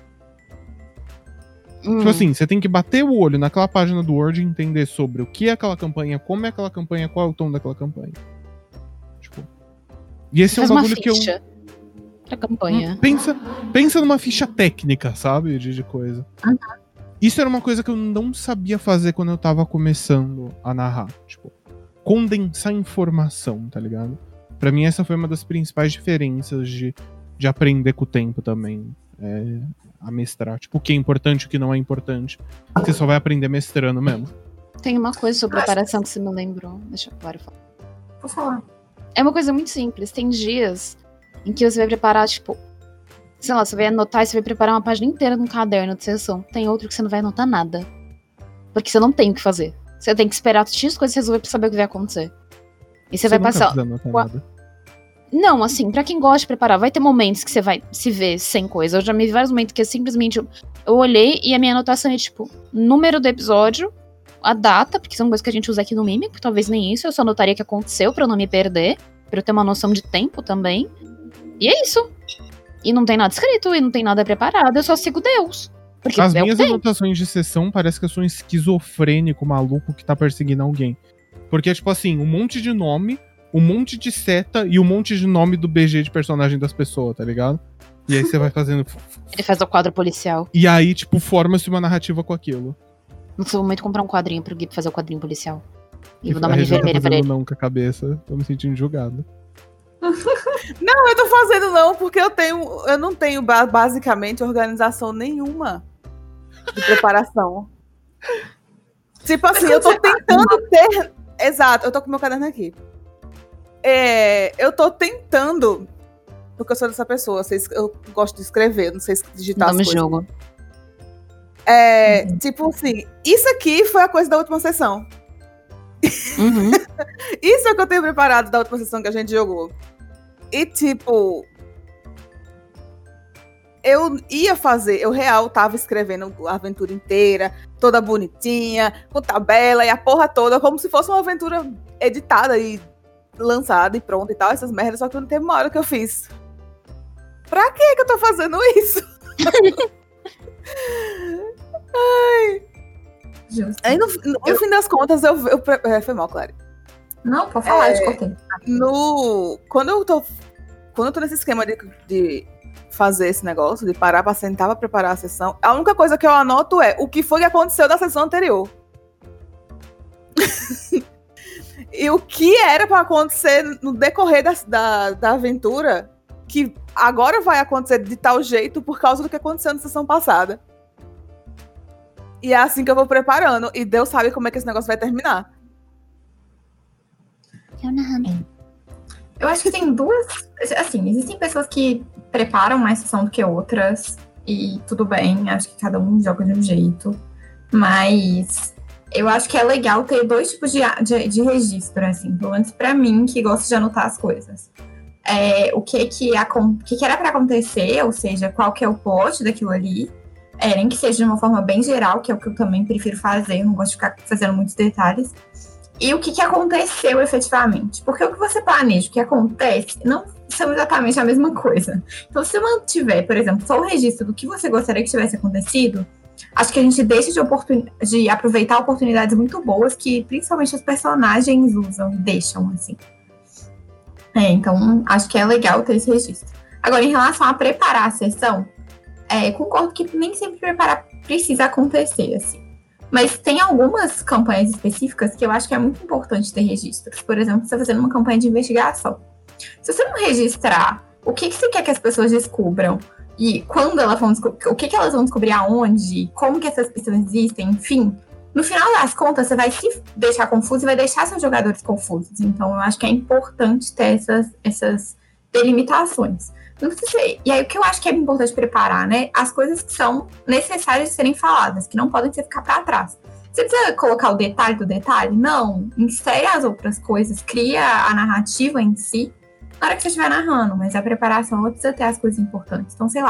Tipo assim, você tem que bater o olho naquela página do Word e entender sobre o que é aquela campanha, como é aquela campanha, qual é o tom daquela campanha. Tipo. E esse é um bagulho que eu. Pra campanha. Pensa numa ficha técnica, sabe? De coisa. Uhum. Isso era uma coisa que eu não sabia fazer quando eu tava começando a narrar. Tipo, condensar informação, tá ligado? Pra mim, essa foi uma das principais diferenças de aprender com o tempo também. A mestrar. Tipo, o que é importante e o que não é importante. Você só vai aprender mestrando mesmo. Tem uma coisa sobre preparação que você me lembrou. Deixa eu agora falar. Vou falar. É uma coisa muito simples. Tem dias em que você vai preparar, tipo, sei lá, você vai anotar e você vai preparar uma página inteira num caderno de sessão. Tem outro que você não vai anotar nada. Porque você não tem o que fazer. Você tem que esperar X coisas resolver pra saber o que vai acontecer. E você vai passar. Nada. Não, assim, pra quem gosta de preparar, vai ter momentos que você vai se ver sem coisa. Eu já me vi vários momentos que simplesmente eu olhei e a minha anotação é tipo, número do episódio, a data, porque são coisas que a gente usa aqui no Mímico, talvez nem isso, eu só anotaria que aconteceu pra eu não me perder, pra eu ter uma noção de tempo também. E é isso. E não tem nada escrito, e não tem nada preparado, eu só sigo Deus. Porque as minhas anotações de sessão parece que eu sou um esquizofrênico maluco que tá perseguindo alguém. Porque é tipo assim, um monte de nome, um monte de seta e um monte de nome do BG de personagem das pessoas, tá ligado? E aí você vai fazendo... Ele faz o quadro policial. E aí, tipo, forma-se uma narrativa com aquilo. Não vou muito comprar um quadrinho pro Gui fazer o quadrinho policial. E vou A dar uma Regina vermelha tá pra ele. não com a cabeça. Tô me sentindo julgado. Não, eu tô fazendo não, porque eu não tenho basicamente organização nenhuma de preparação. Tipo assim, eu tô tentando ter... Exato, eu tô com meu caderno aqui. Eu tô tentando, porque eu sou dessa pessoa, eu gosto de escrever, não sei digitar Nome as coisas. jogo. Tipo assim, isso aqui foi a coisa da última sessão. Uhum. Isso é o que eu tenho preparado da última sessão que a gente jogou. E tipo, eu real tava escrevendo a aventura inteira, toda bonitinha, com tabela e a porra toda, como se fosse uma aventura editada e lançada e pronta e tal, essas merdas, só que não teve uma hora que eu fiz. Pra que eu tô fazendo isso? Ai. Justo. Aí no fim das contas, foi mal, Clary. Não, pode falar, eu te cortei. Quando eu tô nesse esquema de fazer esse negócio, de parar pra sentar pra preparar a sessão, a única coisa que eu anoto é o que foi que aconteceu da sessão anterior. E o que era pra acontecer no decorrer da aventura, que agora vai acontecer de tal jeito por causa do que aconteceu na sessão passada. E é assim que eu vou preparando. E Deus sabe como é que esse negócio vai terminar. Eu acho que tem duas... Assim, existem pessoas que preparam mais sessão do que outras. E tudo bem, acho que cada um joga de um jeito. Mas eu acho que é legal ter dois tipos de registro, assim. Pelo menos pra mim, que gosto de anotar as coisas. O que era pra acontecer, ou seja, qual que é o plot daquilo ali. Nem que seja de uma forma bem geral, que é o que eu também prefiro fazer, eu não gosto de ficar fazendo muitos detalhes. E o que aconteceu efetivamente. Porque o que você planeja, o que acontece, não são exatamente a mesma coisa. Então, se você mantiver, por exemplo, só o registro do que você gostaria que tivesse acontecido, acho que a gente deixa de aproveitar oportunidades muito boas que principalmente os personagens usam e deixam, assim. Então, acho que é legal ter esse registro. Agora, em relação a preparar a sessão, concordo que nem sempre preparar precisa acontecer, assim. Mas tem algumas campanhas específicas que eu acho que é muito importante ter registros. Por exemplo, você está fazendo uma campanha de investigação. Se você não registrar o que você quer que as pessoas descubram e quando elas vão descobrir, o que elas vão descobrir aonde, como que essas pessoas existem, enfim, no final das contas você vai se deixar confuso e vai deixar seus jogadores confusos. Então eu acho que é importante ter essas delimitações. Não sei. E aí o que eu acho que é importante preparar, né? As coisas que são necessárias de serem faladas, que não podem ficar para trás. Você precisa colocar o detalhe do detalhe? Não. Insere as outras coisas, cria a narrativa em si na hora que você estiver narrando, mas a preparação ela precisa ter as coisas importantes. Então, sei lá,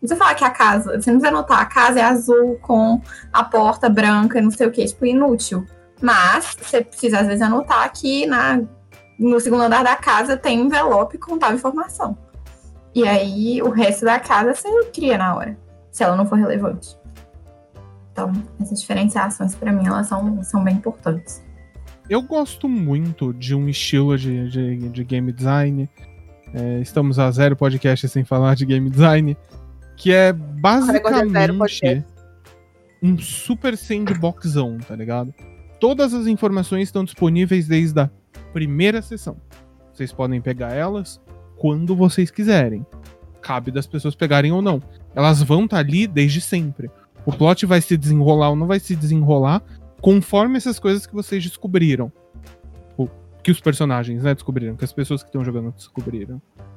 precisa falar que a casa, você não precisa anotar, a casa é azul com a porta branca, não sei o que, tipo, inútil. Mas você precisa, às vezes, anotar que no segundo andar da casa tem um envelope com tal informação. E aí, o resto da casa você cria na hora, se ela não for relevante. Então, essas diferenciações, pra mim, elas são bem importantes. Eu gosto muito de um estilo de game design. Estamos a 0 podcast sem falar de game design. Que é basicamente um super sandboxão, tá ligado? Todas as informações estão disponíveis desde a primeira sessão. Vocês podem pegar elas quando vocês quiserem. Cabe das pessoas pegarem ou não. Elas vão estar ali desde sempre. O plot vai se desenrolar ou não vai se desenrolar conforme essas coisas que vocês descobriram. Que os personagens, né, descobriram. Que as pessoas que estão jogando descobriram.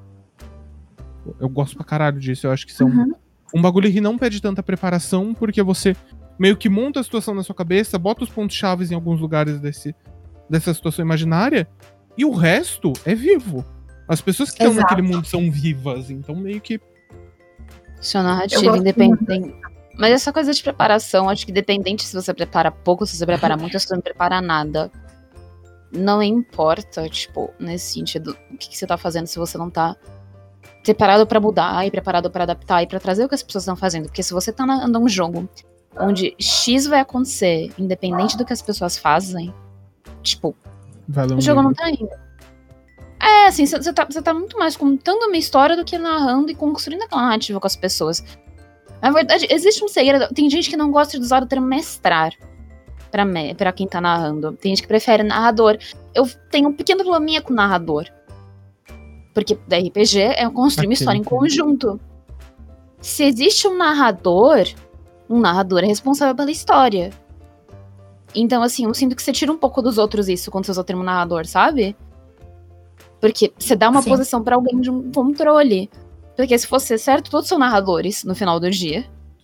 Eu gosto pra caralho disso. Eu acho que isso é um bagulho que não pede tanta preparação, porque você meio que monta a situação na sua cabeça, bota os pontos-chave em alguns lugares dessa situação imaginária, e o resto é vivo. As pessoas que estão naquele mundo são vivas, então meio que... Sua narrativa independente. Mas essa coisa de preparação, acho que dependente se você prepara pouco, se você prepara muito, se você não prepara nada. Não importa, tipo, nesse sentido, o que você tá fazendo se você não tá preparado pra mudar e preparado pra adaptar e pra trazer o que as pessoas estão fazendo. Porque se você tá andando um jogo onde X vai acontecer, independente do que as pessoas fazem, tipo, o jogo não tá indo. Assim, você tá muito mais contando uma história do que narrando e construindo aquela narrativa com as pessoas. Na verdade, existe um segredo. Tem gente que não gosta de usar o termo mestrar pra quem tá narrando. Tem gente que prefere narrador. Eu tenho um pequeno probleminha com narrador. Porque da RPG é construir uma história em conjunto. Se existe um narrador é responsável pela história. Então, assim, eu sinto que você tira um pouco dos outros isso quando você usa o termo narrador, sabe? Porque você dá uma posição pra alguém de um controle. Porque se fosse certo, todos são narradores no final do dia.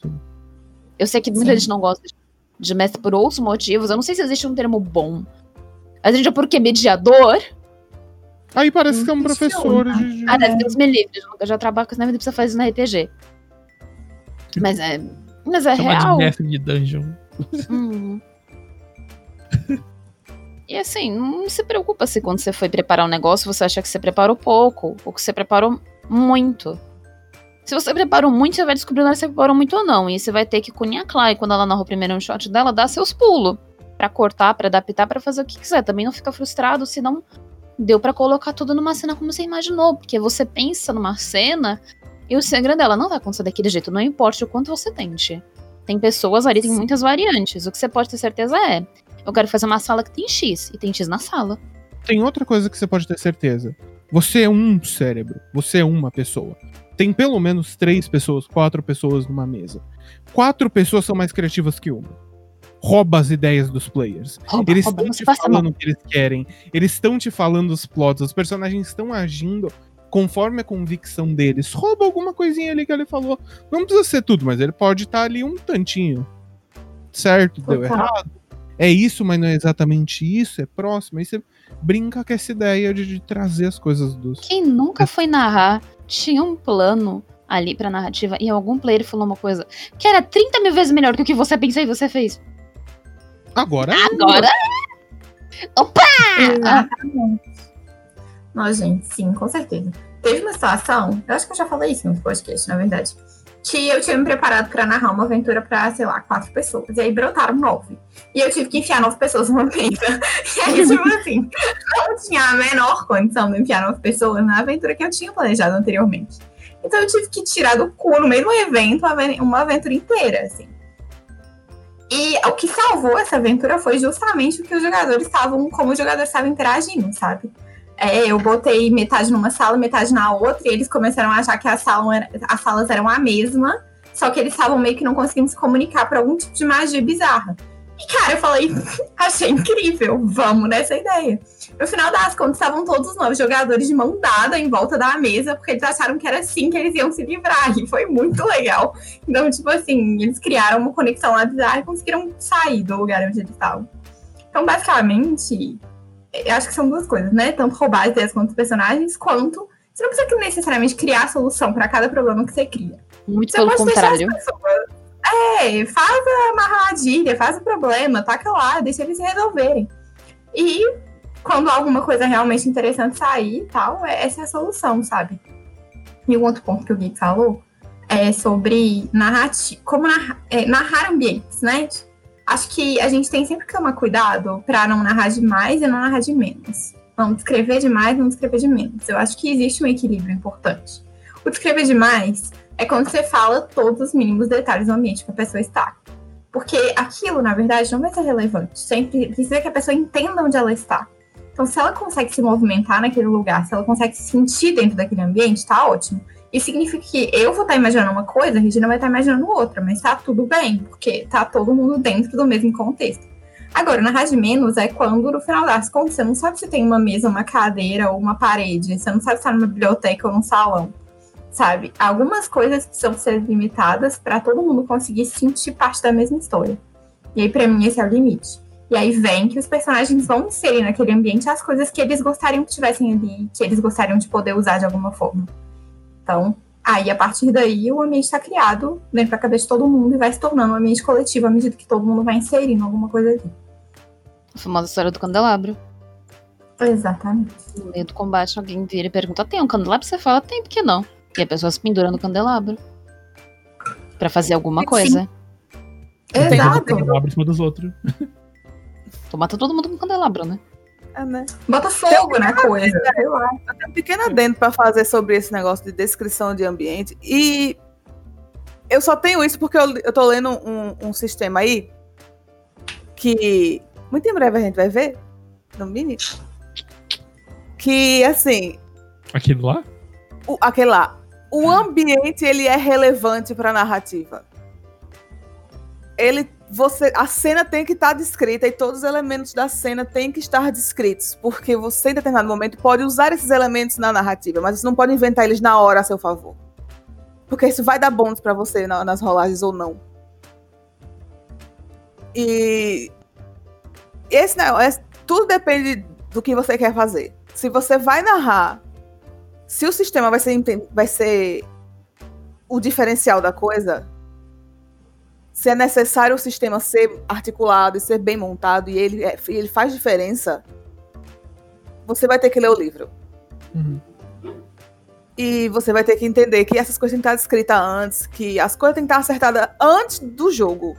Eu sei que muita gente não gosta de mestre por outros motivos. Eu não sei se existe um termo bom. A gente é porque mediador. Aí parece que é um professor Deus me livre. Eu já trabalho com isso na vida, precisa fazer isso na RPG. Mas é real. De mestre de dungeon. E assim, não se preocupa se quando você foi preparar um negócio, você acha que você preparou pouco, ou que você preparou muito. Se você preparou muito, você vai descobrir se você preparou muito ou não. E você vai ter que cunhar a Clay, quando ela narrou o primeiro shot dela, dar seus pulos. Pra cortar, pra adaptar, pra fazer o que quiser. Também não fica frustrado se não deu pra colocar tudo numa cena como você imaginou. Porque você pensa numa cena e o segredo dela não vai acontecer daquele jeito. Não importa o quanto você tente. Tem pessoas ali, tem muitas variantes. O que você pode ter certeza é: eu quero fazer uma sala que tem X, e tem X na sala. Tem outra coisa que você pode ter certeza. Você é um cérebro. Você é uma pessoa. Tem pelo menos 3 pessoas, 4 pessoas numa mesa. 4 pessoas são mais criativas que uma. Rouba as ideias dos players. Eles estão te falando o que eles querem. Eles estão te falando os plots. Os personagens estão agindo conforme a convicção deles. Rouba alguma coisinha ali que ele falou. Não precisa ser tudo, mas ele pode estar ali um tantinho. Certo? Deu errado. É isso, mas não é exatamente isso. É próximo. Aí você brinca com essa ideia de trazer as coisas dos... Quem nunca foi narrar tinha um plano ali pra narrativa e algum player falou uma coisa que era 30 mil vezes melhor do que você pensou e você fez. Agora? Opa! Exatamente. Não, gente, sim, com certeza. Teve uma situação, eu acho que eu já falei isso no podcast, na verdade, que eu tinha me preparado pra narrar uma aventura pra, sei lá, 4 pessoas. E aí brotaram 9. E eu tive que enfiar 9 pessoas numa mesa. E aí, tipo assim, não tinha a menor condição de enfiar 9 pessoas na aventura que eu tinha planejado anteriormente. Então eu tive que tirar do cu, no meio do evento, uma aventura inteira, assim. E o que salvou essa aventura foi justamente o que os jogadores estavam, como os jogadores estavam interagindo, sabe? Eu botei metade numa sala, metade na outra, e eles começaram a achar que as salas eram a mesma, só que eles estavam meio que não conseguindo se comunicar por algum tipo de magia bizarra. E, cara, eu falei, achei incrível, vamos nessa ideia. No final das contas, estavam todos os 9 jogadores de mão dada em volta da mesa, porque eles acharam que era assim que eles iam se livrar, e foi muito legal. Então, tipo assim, eles criaram uma conexão lá bizarra e conseguiram sair do lugar onde eles estavam. Então, basicamente, eu acho que são 2 coisas, né? Tanto roubar as ideias quanto os personagens, quanto você não precisa necessariamente criar a solução para cada problema que você cria. Muito Você pelo pode deixar as contrário. pessoas. Faz a armadilha, faz o problema, taca lá, deixa eles resolverem. E quando alguma coisa realmente interessante sair e tal, essa é a solução, sabe? E um outro ponto que o Gui falou é sobre como narrar ambientes, né? Acho que a gente tem sempre que tomar cuidado para não narrar demais e não narrar de menos. Não descrever demais, não descrever de menos. Eu acho que existe um equilíbrio importante. O descrever demais é quando você fala todos os mínimos detalhes do ambiente que a pessoa está. Porque aquilo, na verdade, não vai ser relevante. Sempre precisa que a pessoa entenda onde ela está. Então, se ela consegue se movimentar naquele lugar, se ela consegue se sentir dentro daquele ambiente, tá ótimo. Isso significa que eu vou estar imaginando uma coisa, a Regina vai estar imaginando outra, mas tá tudo bem, porque tá todo mundo dentro do mesmo contexto. Agora, narrar de menos é quando, no final das contas, você não sabe se tem uma mesa, uma cadeira ou uma parede, você não sabe se tá numa biblioteca ou num salão, sabe? Algumas coisas precisam ser limitadas para todo mundo conseguir sentir parte da mesma história. E aí, pra mim, esse é o limite. E aí vem que os personagens vão inserir naquele ambiente as coisas que eles gostariam que tivessem ali, que eles gostariam de poder usar de alguma forma. Então, aí, a partir daí, o ambiente está criado dentro da cabeça de todo mundo e vai se tornando um ambiente coletivo à medida que todo mundo vai inserindo alguma coisa ali. A famosa história do candelabro. Exatamente. No meio do combate, alguém vira e pergunta: tem um candelabro? Você fala: tem, por que não? E a pessoa se pendura no candelabro pra fazer alguma coisa. Exato. Abre em cima dos outros. Então mata todo mundo com candelabro, né? É, né? Bota fogo na coisa. Sei lá. Eu tenho um pequeno adendo pra fazer sobre esse negócio de descrição de ambiente. E eu só tenho isso porque eu tô lendo um sistema aí que muito em breve a gente vai ver no mini. Que, assim, Aquilo lá? aquele lá. O ambiente, ele é relevante pra narrativa. A cena tem que estar descrita e todos os elementos da cena têm que estar descritos, porque você, em determinado momento, pode usar esses elementos na narrativa, mas você não pode inventar eles na hora a seu favor. Porque isso vai dar bônus pra você nas rolagens ou não. E tudo depende do que você quer fazer. Se você vai narrar, se o sistema vai ser o diferencial da coisa, se é necessário o sistema ser articulado e ser bem montado e ele faz diferença, você vai ter que ler o livro. Uhum. E você vai ter que entender que essas coisas têm que estar descritas antes, que as coisas têm que estar acertadas antes do jogo.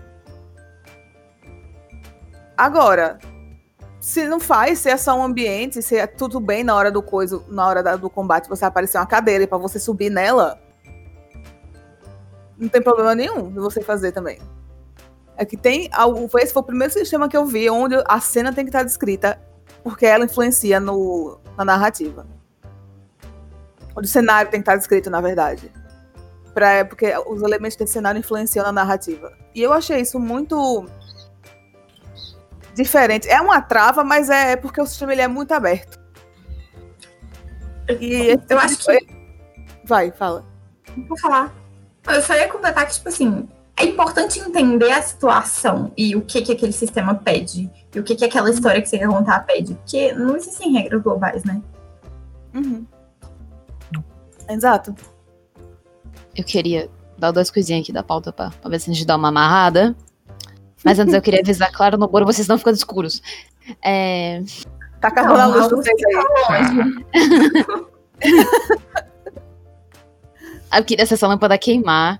Agora, se não faz, se é só um ambiente, se é tudo bem na hora do combate, você aparecer uma cadeira e pra você subir nela, não tem problema nenhum de você fazer também. É que esse foi o primeiro sistema que eu vi onde a cena tem que estar descrita porque ela influencia na narrativa. Onde o cenário tem que estar descrito, na verdade. Porque os elementos desse cenário influenciam na narrativa. E eu achei isso muito diferente. É uma trava, mas é porque o sistema ele é muito aberto. E Eu acho que... Vai, fala. Vou falar. Eu só ia completar que, tipo assim, é importante entender a situação e o que aquele sistema pede. E o que aquela história que você quer contar pede. Porque não existem regras globais, né? Uhum. Exato. Eu queria dar 2 coisinhas aqui da pauta pra ver se a gente dá uma amarrada. Mas antes eu queria avisar, claro, no Boro, vocês estão ficando escuros. Tá acabando a luz de vocês aí. Aqui dessa lâmpada queimar.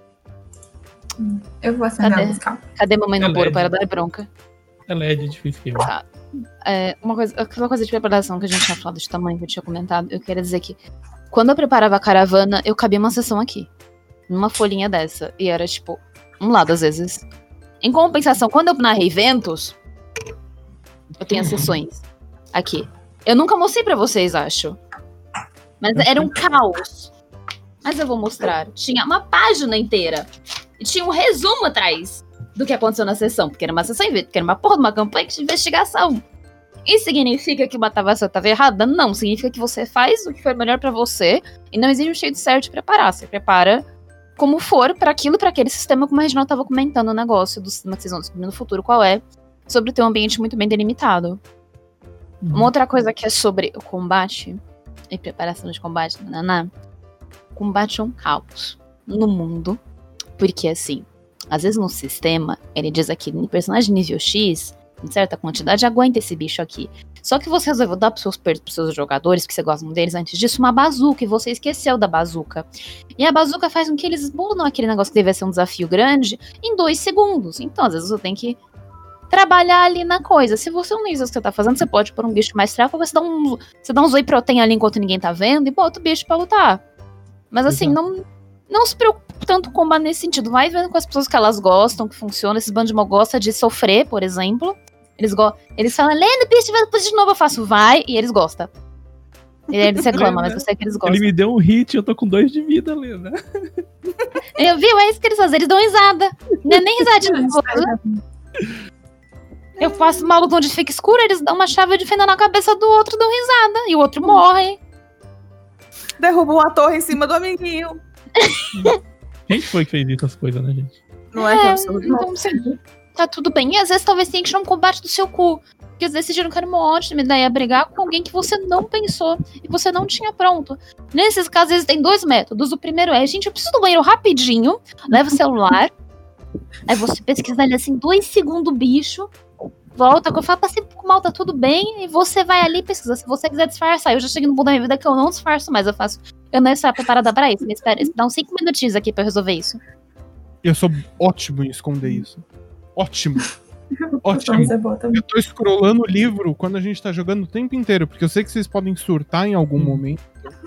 Eu vou acender a luz, calma. Cadê mamãe no É Boro LED. para dar bronca? É LED, é difícil queimar. Tá. Aquela coisa de preparação que a gente tinha falado de tamanho, que eu tinha comentado, eu queria dizer que quando eu preparava a caravana, eu cabia uma sessão aqui. Numa folhinha dessa. E era, tipo, um lado às vezes. Em compensação, quando eu narrei Ventos, eu tenho as sessões aqui. Eu nunca mostrei pra vocês, acho. Mas era um caos. Mas eu vou mostrar. Tinha uma página inteira. E tinha um resumo atrás do que aconteceu na sessão. Porque era uma sessão, porque era uma porra de uma campanha de investigação. Isso significa que uma tavação estava errada? Não. Significa que você faz o que for melhor pra você. E não existe um jeito certo de preparar. Você prepara como for pra aquele sistema, como a Reginaldo estava comentando o negócio do sistema que vocês vão descobrir no futuro qual é. Sobre ter um ambiente muito bem delimitado. Uma outra coisa que é sobre o combate e preparação de combate, combate é um caos. no mundo. Porque, assim, às vezes no sistema, ele diz aqui, no personagem nível X, em certa quantidade, aguenta esse bicho aqui. Só que você resolveu dar pros seus jogadores, que você gosta deles antes disso, uma bazuca, e você esqueceu da bazuca. E a bazuca faz com que eles burlam aquele negócio que deveria ser um desafio grande em 2 segundos. Então, às vezes, você tem que trabalhar ali na coisa. Se você não usa o que você tá fazendo, você pode pôr um bicho mais fraco, você dá um whey protein ali enquanto ninguém tá vendo, e bota o bicho pra lutar. Mas assim, não se preocupe tanto com combater nesse sentido. Vai vendo com as pessoas que elas gostam, que funciona. Esses bandos de mal gostam de sofrer, por exemplo. Eles falam, Lena, bicho, vai de novo. Eu faço, vai, e eles gostam. E aí eles reclamam, mas eu sei que eles gostam. Ele me deu um hit, eu tô com 2 de vida, Lena. Eu vi, é isso que eles fazem, eles dão risada. Não é nem risadinha. Eu faço uma luta onde fica escuro, eles dão uma chave de fenda na cabeça do outro, dão risada. E o outro morre. Derruba uma torre em cima do amiguinho. Quem foi que fez essas coisas, né, gente? Não é que absurdo. Então, tá tudo bem. E às vezes talvez tenha que tirar um combate do seu cu. Porque às vezes decidiram que era uma ótima ideia brigar com alguém que você não pensou e você não tinha pronto. Nesses casos, existem 2 métodos. O primeiro é, gente, eu preciso do banheiro rapidinho. Leva o celular. Aí você pesquisa ali assim, 2 segundos o bicho. Volta, que eu falo, passei pouco mal, tá tudo bem. E você vai ali e pesquisa. Se você quiser disfarçar, eu já cheguei no ponto da minha vida que eu não disfarço mais. Eu não estou preparada pra isso. Me espera, dá uns 5 minutinhos aqui pra eu resolver isso. Eu sou ótimo em esconder isso. Ótimo. Ótimo. Eu tô scrollando o livro quando a gente tá jogando o tempo inteiro, porque eu sei que vocês podem surtar em algum momento.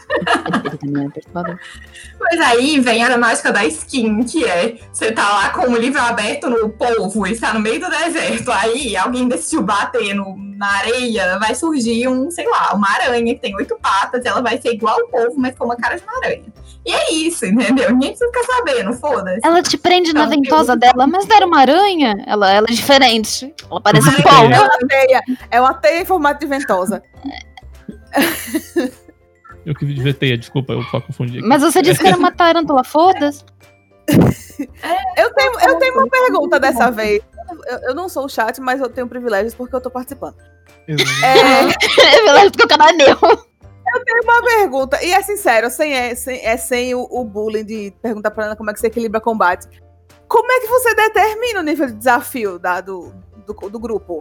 Mas aí vem a mágica da skin, que é você tá lá com o livro aberto no polvo e está no meio do deserto. Aí alguém decidiu bater na areia, vai surgir sei lá, uma aranha que tem 8 patas, ela vai ser igual ao polvo, mas com uma cara de uma aranha. E é isso, entendeu? Ninguém precisa ficar sabendo, foda-se. Ela te prende na ventosa dela, mas não era uma aranha? Ela é diferente. Ela parece um polvo. É uma teia em formato de ventosa. Eu que devia ter, desculpa, eu só confundi aqui. Mas você disse que era uma tarântula, foda-se. Eu tenho uma pergunta dessa vez. Eu não sou o chat, mas eu tenho privilégios porque eu tô participando. Privilégio porque o canal é meu. Eu tenho uma pergunta, e é sincero, sem o bullying de perguntar pra ela como é que você equilibra combate. Como é que você determina o nível de desafio do grupo?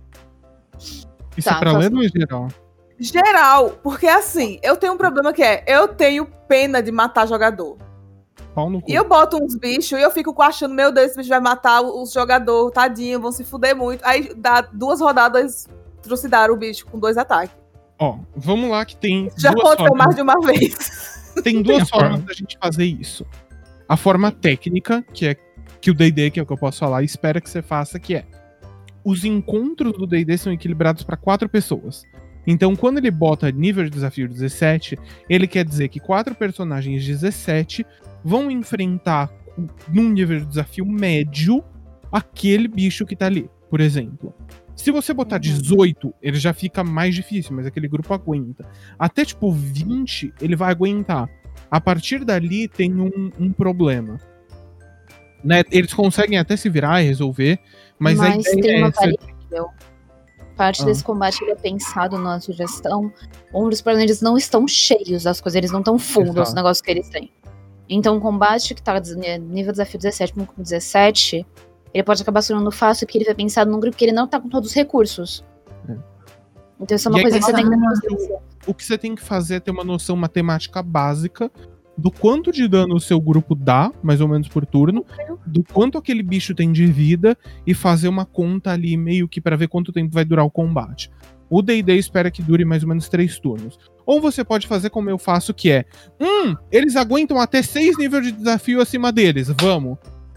Isso é pra ler ou é geral? Geral, porque assim, eu tenho um problema que eu tenho pena de matar jogador. Pau no cu. E eu boto uns bichos e eu fico achando, meu Deus, esse bicho vai matar os jogadores, tadinho, vão se fuder muito. Aí dá 2 rodadas, trucidaram o bicho com 2 ataques. Ó, vamos lá que tem Já aconteceu mais de uma vez. Tem 2 formas da gente fazer isso. A forma técnica, que o D&D, que é o que eu posso falar, espera que você faça, que é os encontros do D&D são equilibrados para 4 pessoas. Então, quando ele bota nível de desafio 17, ele quer dizer que 4 personagens 17 vão enfrentar, num nível de desafio médio, aquele bicho que tá ali, por exemplo. Se você botar 18, ele já fica mais difícil, mas aquele grupo aguenta. Até, 20, ele vai aguentar. A partir dali, tem um problema. Né? Eles conseguem até se virar e resolver, mas a ideia tem uma é... variável. Parte desse combate ele é pensado na sugestão onde os personagens não estão cheios das coisas, eles não estão fundos dos negócios que eles têm. Então o combate que tá nível desafio 17 com 17, ele pode acabar se tornando fácil porque ele foi pensado num grupo que ele não tá com todos os recursos. Então isso é uma coisa que você tem que ter. O que você tem que fazer é ter uma noção matemática básica do quanto de dano o seu grupo dá, mais ou menos por turno, do quanto aquele bicho tem de vida e fazer uma conta ali meio que pra ver quanto tempo vai durar o combate. O D&D espera que dure mais ou menos 3 turnos. Ou você pode fazer como eu faço, que é eles aguentam até 6 níveis de desafio acima deles, vamos.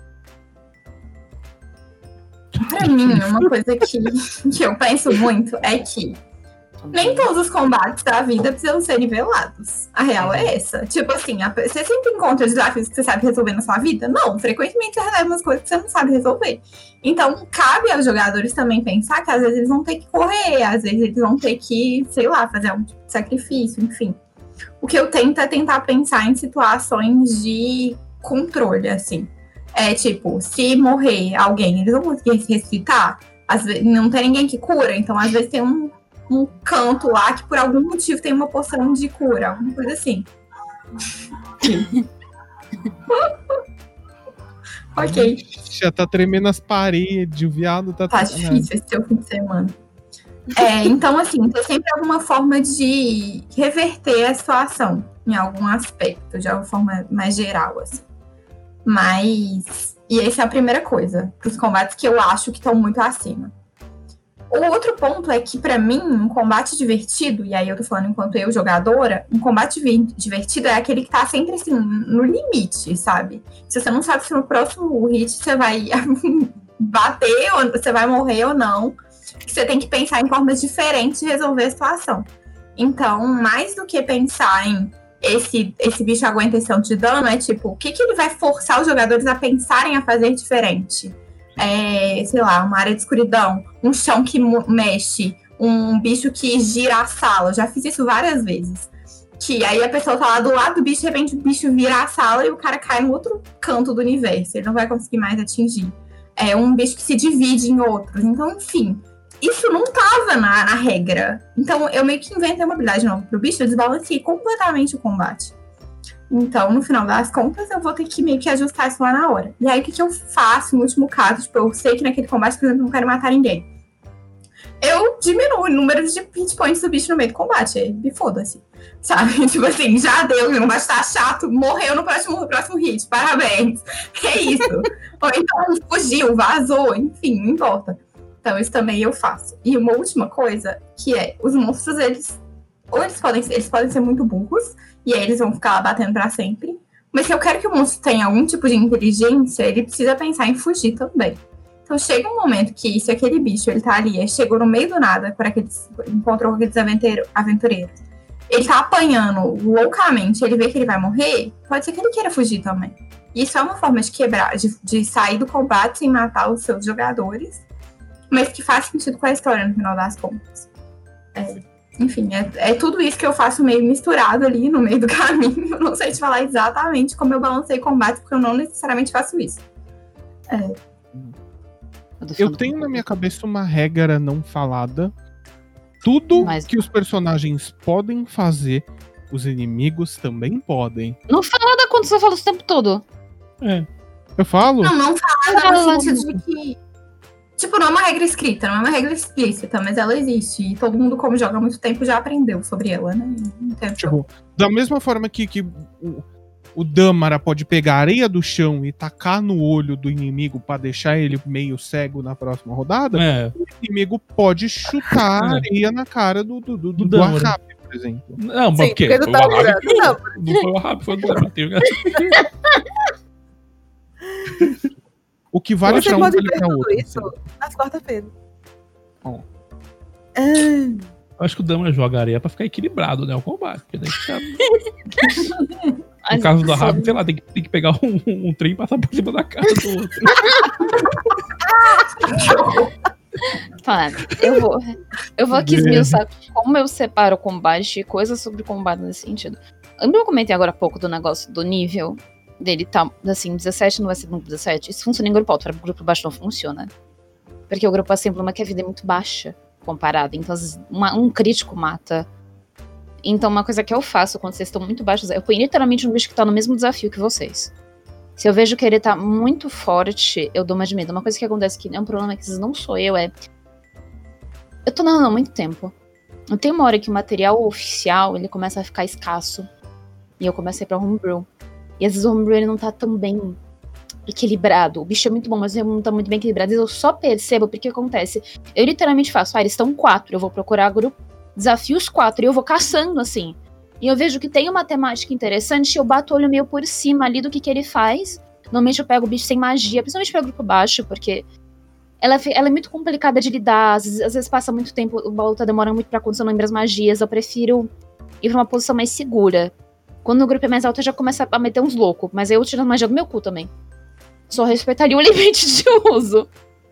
Pra mim, uma coisa que eu penso muito é que nem todos os combates da vida precisam ser nivelados. A real é essa. Tipo assim, você sempre encontra desafios que você sabe resolver na sua vida? Não, frequentemente você releva umas coisas que você não sabe resolver. Então, cabe aos jogadores também pensar que às vezes eles vão ter que correr, às vezes eles vão ter que, sei lá, fazer um tipo de sacrifício, enfim. O que eu tento é tentar pensar em situações de controle, assim. É tipo, se morrer alguém, eles vão conseguir se ressuscitar? Às vezes, não tem ninguém que cura, então às vezes tem um canto lá que por algum motivo tem uma poção de cura, alguma coisa assim. Ok. Já tá tremendo as paredes, o viado tá... Tá difícil esse seu fim de semana. Então, assim, tem sempre alguma forma de reverter a situação em algum aspecto, de alguma forma mais geral, assim. Mas... E essa é a primeira coisa, pros combates que eu acho que estão muito acima. O outro ponto é que, pra mim, um combate divertido, e aí eu tô falando enquanto eu, jogadora, um combate divertido é aquele que tá sempre, assim, no limite, sabe? Se você não sabe se no próximo hit você vai bater, ou você vai morrer ou não, você tem que pensar em formas diferentes de resolver a situação. Então, mais do que pensar em esse bicho aguenta esse tanto de dano, é tipo, o que ele vai forçar os jogadores a pensarem a fazer diferente? Sei lá, uma área de escuridão, um chão que mexe, um bicho que gira a sala. Eu já fiz isso várias vezes. Que aí a pessoa tá lá do lado do bicho, de repente o bicho vira a sala e o cara cai no outro canto do universo. Ele não vai conseguir mais atingir. Um bicho que se divide em outros. Então, enfim, isso não tava na regra. Então, eu meio que inventei uma habilidade nova pro bicho, eu desbalanceei completamente o combate. Então, no final das contas, eu vou ter que meio que ajustar isso lá na hora. E aí, o que eu faço no último caso? Tipo, eu sei que naquele combate, por exemplo, eu não quero matar ninguém. Eu diminuo o número de hit points do bicho no meio do combate. Me foda-se. Sabe? Tipo assim, já deu, o combate tá chato, morreu no próximo hit. Parabéns. É isso. Ou então fugiu, vazou, enfim, não importa. Então, isso também eu faço. E uma última coisa, que é, os monstros, eles podem ser muito burros, e aí eles vão ficar lá batendo pra sempre. Mas se eu quero que o monstro tenha algum tipo de inteligência, ele precisa pensar em fugir também. Então chega um momento que, se aquele bicho, ele tá ali, chegou no meio do nada, encontrou aqueles aventureiros, ele tá apanhando loucamente, ele vê que ele vai morrer, pode ser que ele queira fugir também. Isso é uma forma de quebrar, de sair do combate sem matar os seus jogadores, mas que faz sentido com a história no final das contas. Enfim, é tudo isso que eu faço meio misturado ali no meio do caminho. Eu não sei te falar exatamente como eu balancei combate, porque eu não necessariamente faço isso. Eu tenho na minha cabeça uma regra não falada. Tudo que os personagens podem fazer, os inimigos também podem. Não falada quando você fala isso o tempo todo. Eu falo? Não falada no sentido de que... Tipo, não é uma regra escrita, não é uma regra explícita, mas ela existe. E todo mundo, como joga há muito tempo, já aprendeu sobre ela, né? Tipo, da mesma forma que o Dâmara pode pegar a areia do chão e tacar no olho do inimigo pra deixar ele meio cego na próxima rodada, o inimigo pode chutar a areia na cara do Wahab, por exemplo. Não, mas porque não foi o Wahab, foi o Dâmara. O que vale você pra um pode vale ver pra tudo outro. isso nas quarta-feira. Acho que o Dama joga areia pra ficar equilibrado, né? O combate. Porque daí fica... No caso do Wahab, sei lá, tem que pegar um trem e passar por cima da cara do outro. Fala, eu vou aqui esmiuçar como eu separo o combate e coisas sobre o combate nesse sentido. Eu comentei agora há pouco do negócio do nível dele tá, assim, 17 não vai ser grupo 17. Isso funciona em grupo alto, para grupo baixo não funciona. Porque o grupo assim, o problema é que a vida é muito baixa comparada. Então, um crítico mata. Então, uma coisa que eu faço quando vocês estão muito baixos é eu ponho literalmente um bicho que tá no mesmo desafio que vocês. Se eu vejo que ele tá muito forte, eu dou mais de medo. Uma coisa que acontece que é um problema que não sou eu, eu tô narrando há muito tempo. Eu tenho uma hora que o material oficial, ele começa a ficar escasso. E eu começo a ir pra homebrew. E às vezes o homebrew ele não tá tão bem equilibrado. O bicho é muito bom, mas ele não tá muito bem equilibrado. Às vezes eu só percebo porque acontece. Eu literalmente faço, eles estão 4, eu vou procurar grupo, desafio os 4, e eu vou caçando, assim. E eu vejo que tem uma temática interessante, eu bato o olho meio por cima ali do que ele faz. Normalmente eu pego o bicho sem magia, principalmente pra grupo baixo, porque ela é muito complicada de lidar, às vezes passa muito tempo, o baú tá demorando muito pra acontecer, eu não lembro as magias, eu prefiro ir pra uma posição mais segura. Quando o grupo é mais alto, eu já começo a meter uns loucos. Mas aí eu tiro a magia do meu cu também. Só respeitaria o limite de uso.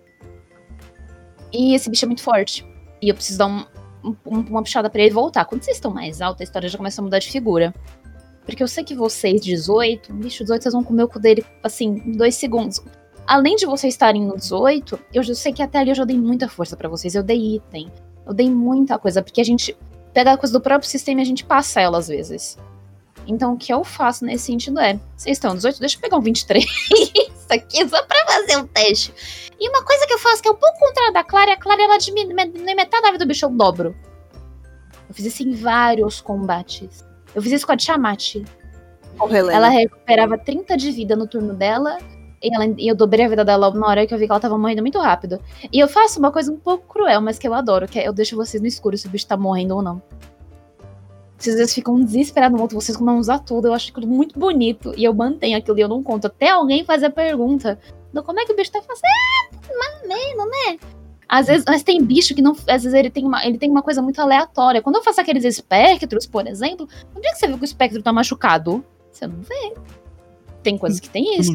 E esse bicho é muito forte. E eu preciso dar uma puxada pra ele voltar. Quando vocês estão mais altos, a história já começa a mudar de figura. Porque eu sei que vocês, 18, bicho 18, vocês vão comer o cu dele, assim, em 2 segundos. Além de vocês estarem no 18, eu já sei que até ali eu já dei muita força pra vocês. Eu dei item. Eu dei muita coisa. Porque a gente pega a coisa do próprio sistema e a gente passa ela às vezes. Então, o que eu faço nesse sentido é, vocês estão 18, deixa eu pegar um 23 isso aqui só pra fazer um teste. E uma coisa que eu faço que é um pouco contrário da Clara, a Clara, ela diminui metade da vida do bicho, eu dobro. Eu fiz isso em vários combates. Eu fiz isso com a Tiamat. Ela recuperava 30 de vida no turno dela, e eu dobrei a vida dela na hora que eu vi que ela tava morrendo muito rápido. E eu faço uma coisa um pouco cruel, mas que eu adoro, que é eu deixo vocês no escuro se o bicho tá morrendo ou não. Vocês às vezes ficam desesperados no outro, vocês não usar tudo, eu acho aquilo muito bonito, e eu mantenho aquilo e eu não conto. Até alguém fazer a pergunta, como é que o bicho tá fazendo? Mais ou menos, né? Às vezes, mas tem bicho que não. Às vezes ele tem uma coisa muito aleatória. Quando eu faço aqueles espectros, por exemplo, onde é que você viu que o espectro tá machucado? Você não vê. Tem coisas que tem isso.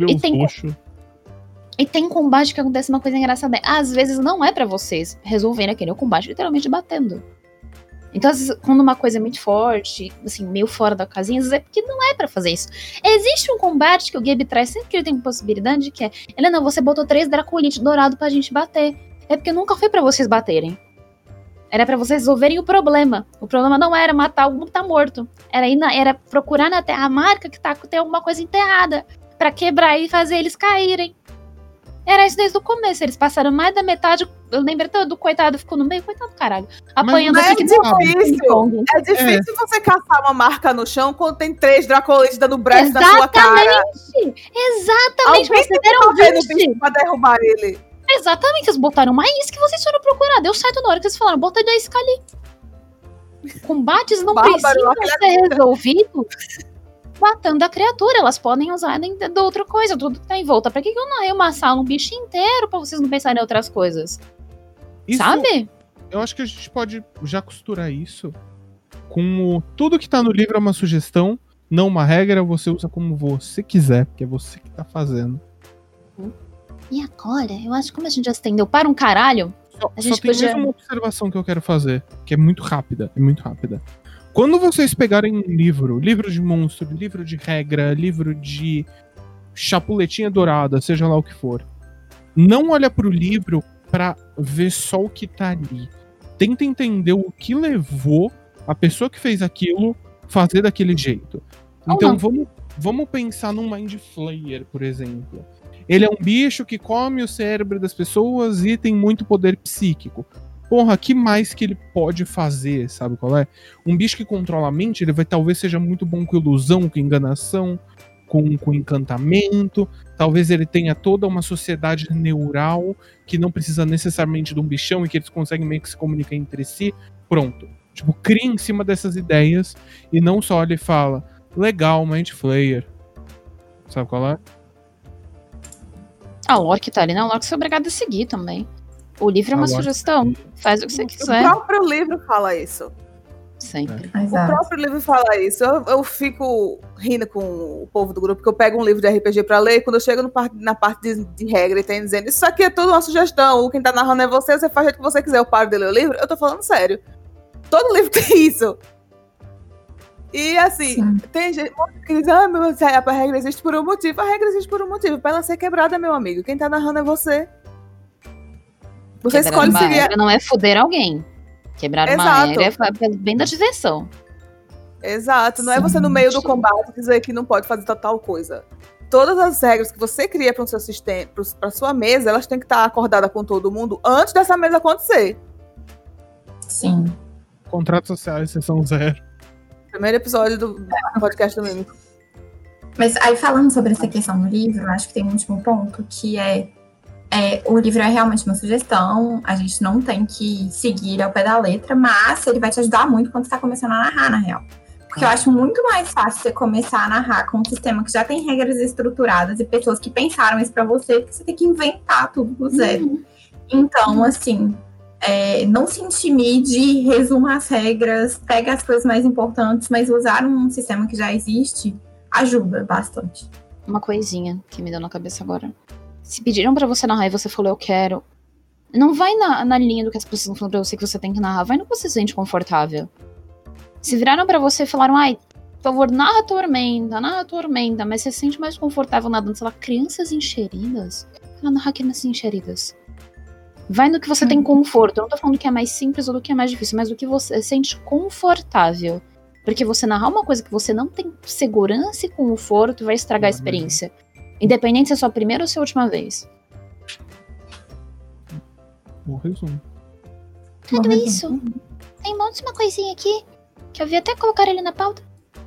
E tem combate que acontece uma coisa engraçada. Às vezes não é pra vocês resolverem aquele combate literalmente batendo. Então, às vezes, quando uma coisa é muito forte, assim, meio fora da casinha, às vezes é porque não é pra fazer isso. Existe um combate que o Gabe traz sempre que ele tem possibilidade, que é: Helena, você botou 3 Dracolite dourado pra gente bater. É porque nunca foi pra vocês baterem. Era pra vocês resolverem o problema. O problema não era matar algum que tá morto. Era procurar na terra a marca que tem alguma coisa enterrada. Pra quebrar e fazer eles caírem. Era isso desde o começo. Eles passaram mais da metade. Eu lembro todo do coitado, ficou no meio. Coitado do caralho. Apanhando aqui. É difícil você caçar uma marca no chão quando tem 3 Dracolites dando breath na sua cara. Exatamente. Alguém Vocês deram 20 pra derrubar ele. Exatamente, vocês botaram uma isca que vocês foram procurar. Deu certo na hora que vocês falaram, bota a isca ali. Combates não precisam ser resolvidos matando a criatura. Elas podem usar de outra coisa, tudo que tá em volta. Pra que eu narrei uma sala, um bicho inteiro, pra vocês não pensarem em outras coisas? Isso, sabe? Eu acho que a gente pode já costurar isso com tudo que tá no livro é uma sugestão, não uma regra, você usa como você quiser, porque é você que tá fazendo. E agora, eu acho que como a gente já se estendeu para um caralho, a gente só tem mais uma observação que eu quero fazer, que é muito rápida. Quando vocês pegarem um livro de monstro, livro de regra, livro de chapuletinha dourada, seja lá o que for, não olha pro livro pra ver só o que tá ali. Tenta entender o que levou a pessoa que fez aquilo fazer daquele jeito. Então vamos pensar num Mind Flayer, por exemplo. Ele é um bicho que come o cérebro das pessoas e tem muito poder psíquico. Porra, que mais que ele pode fazer, sabe qual é? Um bicho que controla a mente, ele talvez seja muito bom com ilusão, com enganação, com encantamento. Talvez ele tenha toda uma sociedade neural que não precisa necessariamente de um bichão e que eles conseguem meio que se comunicar entre si. Pronto. Tipo, cria em cima dessas ideias e não só ele fala, legal, Mind Flayer. Sabe qual é? A lore que tá ali, né? A lore que você é obrigado a seguir também. O livro é uma sugestão. Faz o que você quiser. O próprio livro fala isso. Sempre. O próprio livro fala isso. Eu fico rindo com o povo do grupo, que eu pego um livro de RPG pra ler, e quando eu chego na parte de regra e tem dizendo, isso aqui é tudo uma sugestão, quem tá narrando é você faz o jeito que você quiser, eu paro de ler o livro, eu tô falando sério. Todo livro tem isso. E assim, tem gente que diz, a regra existe por um motivo. A regra existe por um motivo. Pra ela ser quebrada, meu amigo. Quem tá narrando é você. Você escolhe se... regra não é foder alguém. Quebrar uma regra é bem da diversão. Exato. Não é você no meio do combate dizer que não pode fazer tal coisa. Todas as regras que você cria para o seu sistema, para sua mesa, elas têm que estar acordadas com todo mundo antes dessa mesa acontecer. Sim. Contratos sociais, sessão 0. Primeiro episódio do podcast do Mímico. Mas aí, falando sobre essa questão do livro, acho que tem um último ponto, que o livro é realmente uma sugestão, a gente não tem que seguir ao pé da letra, mas ele vai te ajudar muito quando você está começando a narrar, na real. Porque eu acho muito mais fácil você começar a narrar com um sistema que já tem regras estruturadas e pessoas que pensaram isso pra você, porque você tem que inventar tudo do zero. Então, assim... não se intimide, resuma as regras, pega as coisas mais importantes, mas usar um sistema que já existe ajuda bastante. Uma coisinha que me deu na cabeça agora. Se pediram pra você narrar e você falou eu quero, não vai na linha do que as pessoas estão falando pra você que você tem que narrar, vai no que você se sente confortável. Se viraram pra você e falaram, por favor, narra a tormenta, mas você se sente mais confortável nadando, sei lá, crianças encheridas? Ela narra crianças encheridas. Vai no que você tem conforto. Eu não tô falando do que é mais simples ou do que é mais difícil, mas do que você sente confortável. Porque você narrar uma coisa que você não tem segurança e conforto vai estragar a experiência. Independente se é sua primeira ou sua última vez. Bom resumo. Tudo isso. Tem um monte de uma coisinha aqui que eu vi até colocar ele na pauta.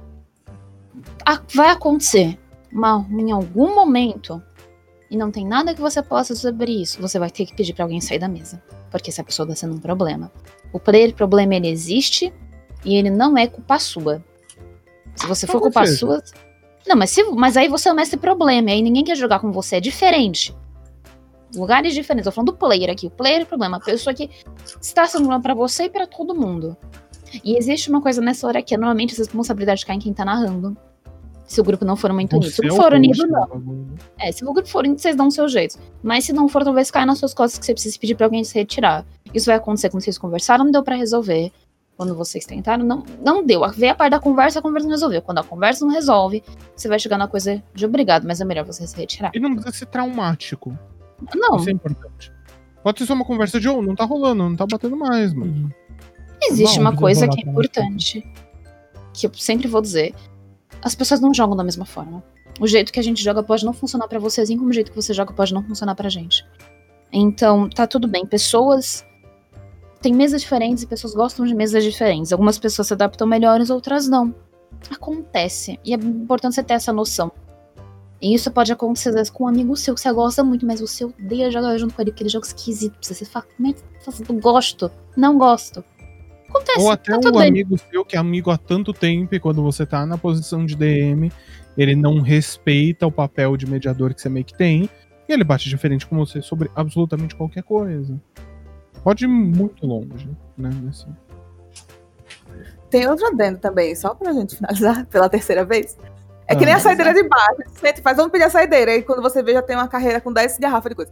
Vai acontecer em algum momento e não tem nada que você possa sobre isso. Você vai ter que pedir pra alguém sair da mesa. Porque essa pessoa tá sendo um problema. O problema ele existe e ele não é culpa sua. Se você for culpa sua... Não, mas aí você é o mestre problema. E aí ninguém quer jogar com você. É diferente. Lugares diferentes. Eu tô falando do player aqui. O player é o problema. A pessoa que está sendo problema pra você e pra todo mundo. E existe uma coisa nessa hora que normalmente as responsabilidades caem em quem tá narrando. Se o grupo não for muito unido. Se o grupo for unido, não. Se o grupo for unido, vocês dão o seu jeito. Mas se não for, talvez caia nas suas costas que você precisa pedir pra alguém se retirar. Isso vai acontecer quando vocês conversaram, não deu pra resolver. Quando vocês tentaram, não deu. Veio a parte da conversa, a conversa não resolveu. Quando a conversa não resolve, você vai chegar na coisa de obrigado, mas é melhor você se retirar. E não precisa ser traumático. Não. Isso é importante. Pode ser só uma conversa de, não tá rolando, não tá batendo mais, mano. Existe uma coisa que é importante, que eu sempre vou dizer. As pessoas não jogam da mesma forma. O jeito que a gente joga pode não funcionar pra você, assim como o jeito que você joga pode não funcionar pra gente. Então, tá tudo bem. Pessoas têm mesas diferentes e pessoas gostam de mesas diferentes. Algumas pessoas se adaptam melhores, outras não. Acontece. E é importante você ter essa noção. E isso pode acontecer às vezes com um amigo seu que você gosta muito, mas você odeia jogar junto com ele, aquele jogo esquisito. Você fala, gosto, não gosto. Acontece. Ou até tá um amigo seu que é amigo há tanto tempo e quando você tá na posição de DM, ele não respeita o papel de mediador que você meio que tem e ele bate diferente com você sobre absolutamente qualquer coisa. Pode ir muito longe, né? Assim. Tem outro adendo também, só pra gente finalizar pela terceira vez. É que nem a saideira de bar. Você faz, vamos pedir a saideira. E quando você vê, já tem uma carreira com 10 garrafas de coisa.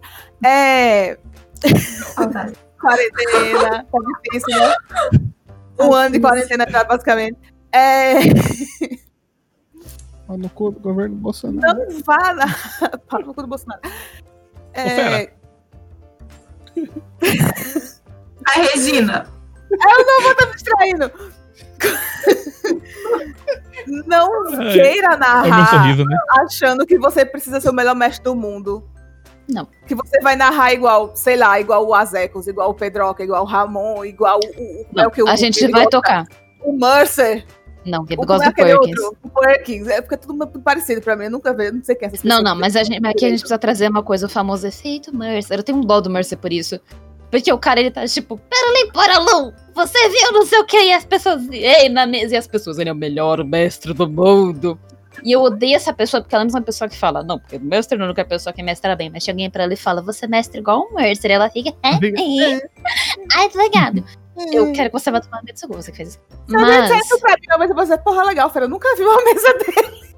Quarentena. Tá difícil, né? Um ano de quarentena já, basicamente. No cu do governo Bolsonaro. Não vá para no cu do Bolsonaro. A Regina. Eu não vou estar me distraindo. Não queira narrar sorriso, né? achando que você precisa ser o melhor mestre do mundo. Não. Que você vai narrar igual, sei lá, igual o Azekos, igual o Pedroca, igual o Ramon, igual o a gente vai tocar. O Mercer. Não, eu gosto do Perkins. O Perkins. É porque é tudo muito parecido pra mim. Eu nunca vi, não sei quem é essa pessoa. Não, mas aqui a gente precisa trazer uma coisa, o famoso efeito Mercer. Eu tenho um dó do Mercer por isso. Porque o cara, ele tá tipo, peraí, Lu, você viu não sei o que, e as pessoas, ei, na mesa, e as pessoas, ele é o melhor mestre do mundo. E eu odeio essa pessoa, porque ela é a mesma pessoa que fala, não, porque o mestre não é a pessoa que mestra bem, mas chega alguém pra ela e fala, você é mestre igual o Mercer, e ela fica, ai, obrigado. Eu quero que você vá tomar medo do seu gol, você que fez isso. Mas... Talvez você, porra, legal, Fera, eu nunca vi uma mesa dele.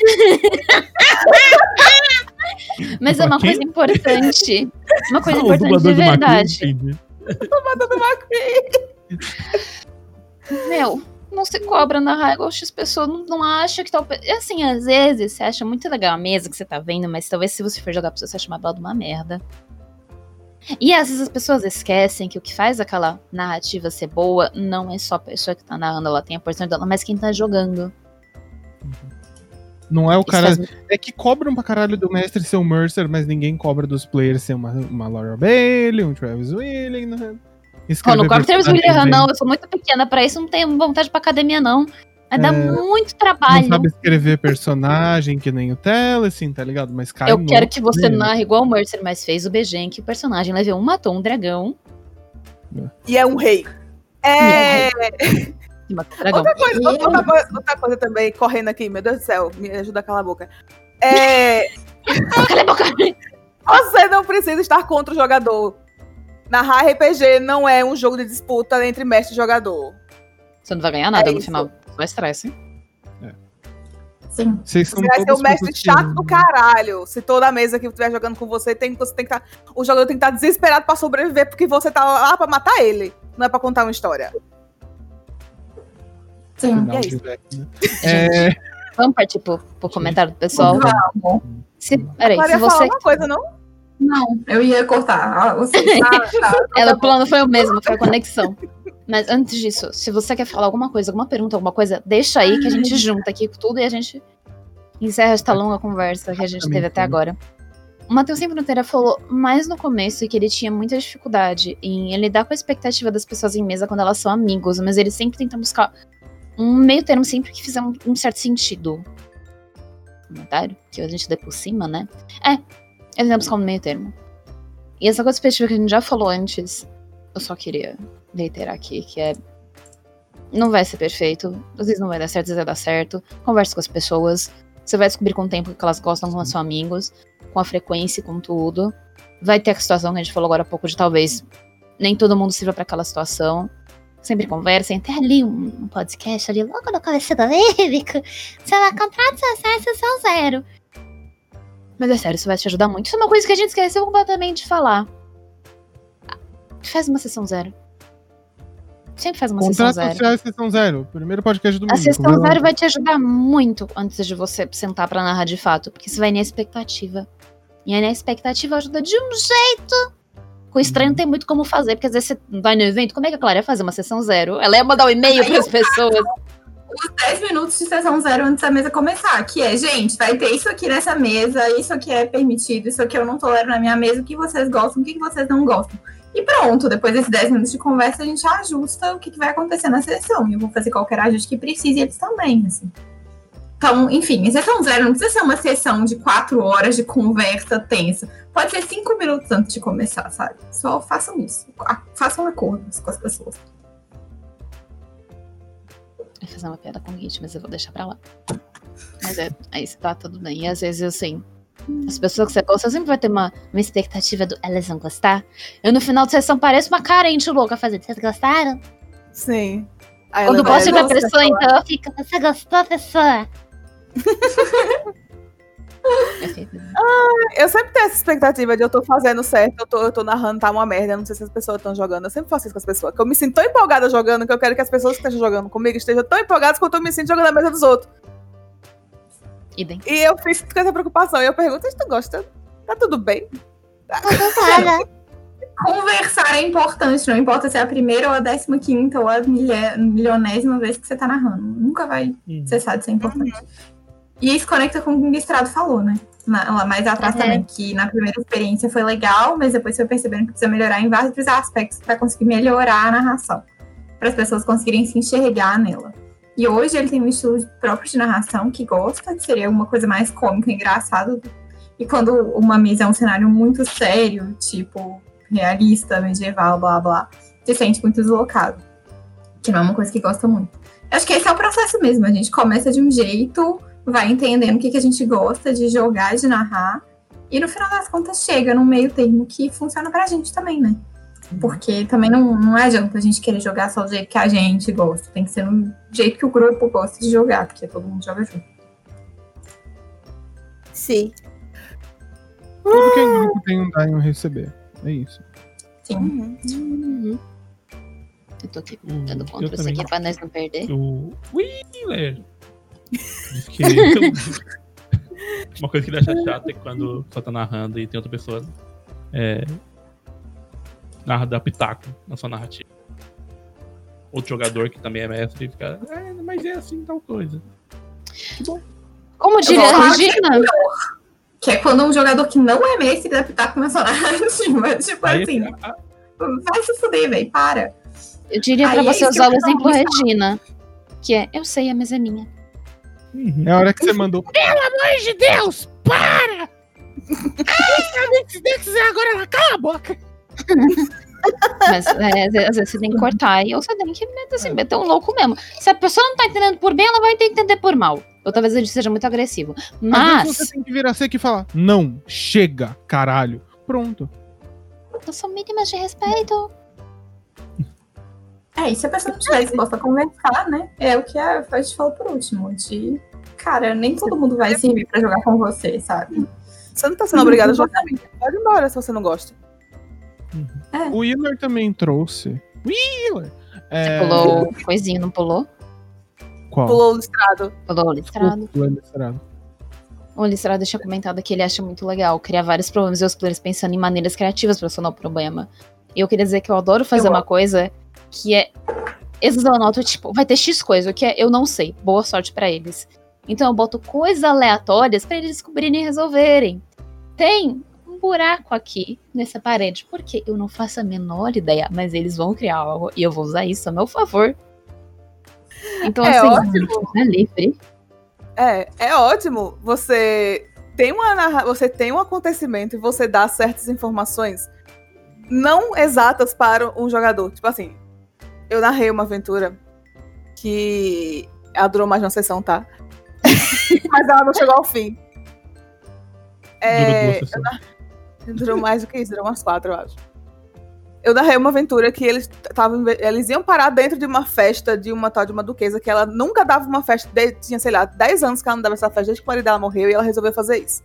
Mas é uma coisa importante. Uma coisa importante de verdade. Dublador do McQueen. Meu, não se cobra na raiva, as pessoas não acham que tal. Assim, às vezes você acha muito legal a mesa que você tá vendo, mas talvez se você for jogar pra você acha uma bela de uma merda. E às vezes as pessoas esquecem que o que faz aquela narrativa ser boa não é só a pessoa que tá narrando, ela tem a porção dela, mas quem tá jogando. Não é o cara. É que cobram pra caralho do mestre ser o Mercer, mas ninguém cobra dos players ser uma Laura Bailey, um Travis Willing, né? Não cobra Travis Willing, não. Eu sou muito pequena pra isso, não tenho vontade pra academia, não. Vai dar muito trabalho. Não sabe escrever personagem que nem o Telesin, tá ligado? Mas cai eu quero que você narre igual o Mercer, mas fez o BG, que o personagem levou matou um dragão. E é um rei. Outra coisa também, correndo aqui, meu Deus do céu, me ajuda a calar a boca. Cala a boca! Você não precisa estar contra o jogador. Narrar RPG não é um jogo de disputa entre mestre e jogador. Você não vai ganhar nada no final. Só estresse. Sim. Você vai ser o mestre chato do caralho. Se toda a mesa que estiver jogando com você tem que estar. O jogador tem que estar desesperado pra sobreviver, porque você tá lá pra matar ele. Não é pra contar uma história. Sim. É isso. Gente, vamos partir pro comentário do pessoal. Vamos. Peraí, se você... falar uma coisa, não? Não, eu ia cortar. O plano foi o mesmo, foi a conexão. Mas antes disso, se você quer falar alguma coisa, alguma pergunta, alguma coisa, deixa aí que a gente junta aqui tudo e a gente encerra esta longa conversa que a gente teve até agora. O Matheus Sem Fronteira falou mais no começo que ele tinha muita dificuldade em lidar com a expectativa das pessoas em mesa quando elas são amigos, mas ele sempre tenta buscar um meio termo sempre que fizer um certo sentido. Comentário que a gente dê por cima, né? Ele tenta buscar um meio termo. E essa coisa expectativa que a gente já falou antes, eu só queria reiterar aqui, que não vai ser perfeito, às vezes não vai dar certo, às vezes vai dar certo. Converse com as pessoas, você vai descobrir com o tempo que elas gostam, como são amigos, com a frequência e com tudo. Vai ter a situação que a gente falou agora há pouco de talvez nem todo mundo sirva pra aquela situação. Sempre conversem, tem ali um podcast ali logo no começo do livro. Você vai comprar a sessão 0. Mas é sério, isso vai te ajudar muito. Isso é uma coisa que a gente esqueceu completamente de falar. Faz uma sessão 0. Sempre faz uma sessão 0. Contratos sociais, sessão 0. Primeiro podcast do mundo. A sessão 0 vai te ajudar muito antes de você sentar pra narrar de fato. Porque você vai na expectativa. E aí na expectativa ajuda de um jeito. Com o estranho não tem muito como fazer. Porque às vezes você vai no evento. Como é que a Clara ia fazer uma sessão 0? Ela ia mandar um e-mail pras pessoas. Os 10 minutos de sessão 0 antes da mesa começar. Que é, gente, vai ter isso aqui nessa mesa. Isso aqui é permitido. Isso aqui eu não tolero na minha mesa. O que vocês gostam, o que vocês não gostam. E pronto, depois desses 10 minutos de conversa, a gente ajusta o que vai acontecer na sessão. E eu vou fazer qualquer ajuste que precise, e eles também, assim. Então, enfim, a sessão 0 não precisa ser uma sessão de 4 horas de conversa tensa. Pode ser 5 minutos antes de começar, sabe? Só façam isso. Façam acordos com as pessoas. Eu ia fazer uma piada com o Git, mas eu vou deixar pra lá. Mas aí tá tudo bem. E às vezes, assim, as pessoas que você gosta sempre vai ter uma expectativa do elas vão gostar. Eu no final de sessão pareço uma carente louca fazendo. Vocês gostaram? Sim. Quando gosto da pessoa, então eu fico. Você gostou, pessoa? Eu sempre tenho essa expectativa de eu tô fazendo certo, eu tô narrando, tá uma merda, eu não sei se as pessoas estão jogando. Eu sempre faço isso com as pessoas, que eu me sinto tão empolgada jogando que eu quero que as pessoas que estejam jogando comigo estejam tão empolgadas quanto eu me sinto jogando na mesa dos outros. Idem. E eu fiz com essa preocupação. E eu pergunto, vocês gostam? Tá tudo bem? Conversar é importante, não importa se é a primeira ou a 15ª ou a milionésima vez que você tá narrando. Nunca vai cessar de ser importante. E isso conecta com o que o Listrado falou, né? Lá mais atrás também, que na primeira experiência foi legal, mas depois foi percebendo que precisa melhorar em vários aspectos para conseguir melhorar a narração, para as pessoas conseguirem se enxergar nela. E hoje ele tem um estilo próprio de narração que gosta, que seria uma coisa mais cômica, engraçada. E quando uma mesa é um cenário muito sério, tipo realista, medieval, blá blá, se sente muito deslocado, que não é uma coisa que gosta muito. Eu acho que esse é o processo mesmo, a gente começa de um jeito, vai entendendo o que a gente gosta de jogar, de narrar, e no final das contas chega num meio termo que funciona pra gente também, né? Porque também não adianta a gente querer jogar só do jeito que a gente gosta, tem que ser no jeito que o grupo gosta de jogar, porque todo mundo joga junto. Sim. Tudo que é grupo tem um dar e um receber. É isso. Sim. Eu tô aqui dando contra isso aqui pra nós não perder. O Wheeler diz que uma coisa que deixa chata é quando você tá narrando e tem outra pessoa narra da pitaco na sua narrativa. Outro jogador que também é mestre e fica, mas é assim tal coisa. Como diria a Regina? Que é quando um jogador que não é mestre dá pitaco na sua narrativa. Tipo aí, assim, vai se fuder, velho, para. Eu diria pra você usar o exemplo Regina, que é, eu sei, a mesa é minha. É a hora que você mandou, pelo amor de Deus, para! Agora ela cala a boca! Mas às vezes você tem que cortar e você tem que meter um louco mesmo. Se a pessoa não tá entendendo por bem, ela vai ter que entender por mal. Ou talvez ele seja muito agressivo. Mas às vezes você tem que virar seco e falar, não, chega, caralho. Pronto. São mínimas de respeito. E se a pessoa não estiver disposta a conversar, né? É o que a gente falou por último. Cara, nem todo mundo vai servir pra jogar com você, sabe? Você não tá sendo obrigado a jogar. Pode ir embora se você não gosta. O Wheeler também trouxe. Wheeler! Você pulou o coisinho, não pulou? Qual? Pulou o listrado. Pulou o listrado. Pulou o listrado. O Listrado tinha comentado que ele acha muito legal criar vários problemas e os players pensando em maneiras criativas pra solucionar o problema. E eu queria dizer que eu adoro fazer uma coisa que é... Esses eu anoto, tipo, vai ter X coisa, o que é, eu não sei. Boa sorte pra eles. Então eu boto coisas aleatórias pra eles descobrirem e resolverem. Tem um buraco aqui nessa parede, porque eu não faço a menor ideia, mas eles vão criar algo e eu vou usar isso a meu favor. Então, É assim, ótimo. é livre. É ótimo. Você tem um acontecimento e você dá certas informações não exatas para um jogador. Tipo assim, eu narrei uma aventura que ela durou mais de uma sessão, tá? Mas ela não chegou ao fim. Durou 2 sessões. Durou mais do que isso, durou umas 4, eu acho. Eu narrei uma aventura que eles iam parar dentro de uma festa de uma tal de uma duquesa, que ela nunca dava uma festa, tinha, sei lá, 10 anos que ela não dava essa festa, desde que o marido dela morreu, e ela resolveu fazer isso.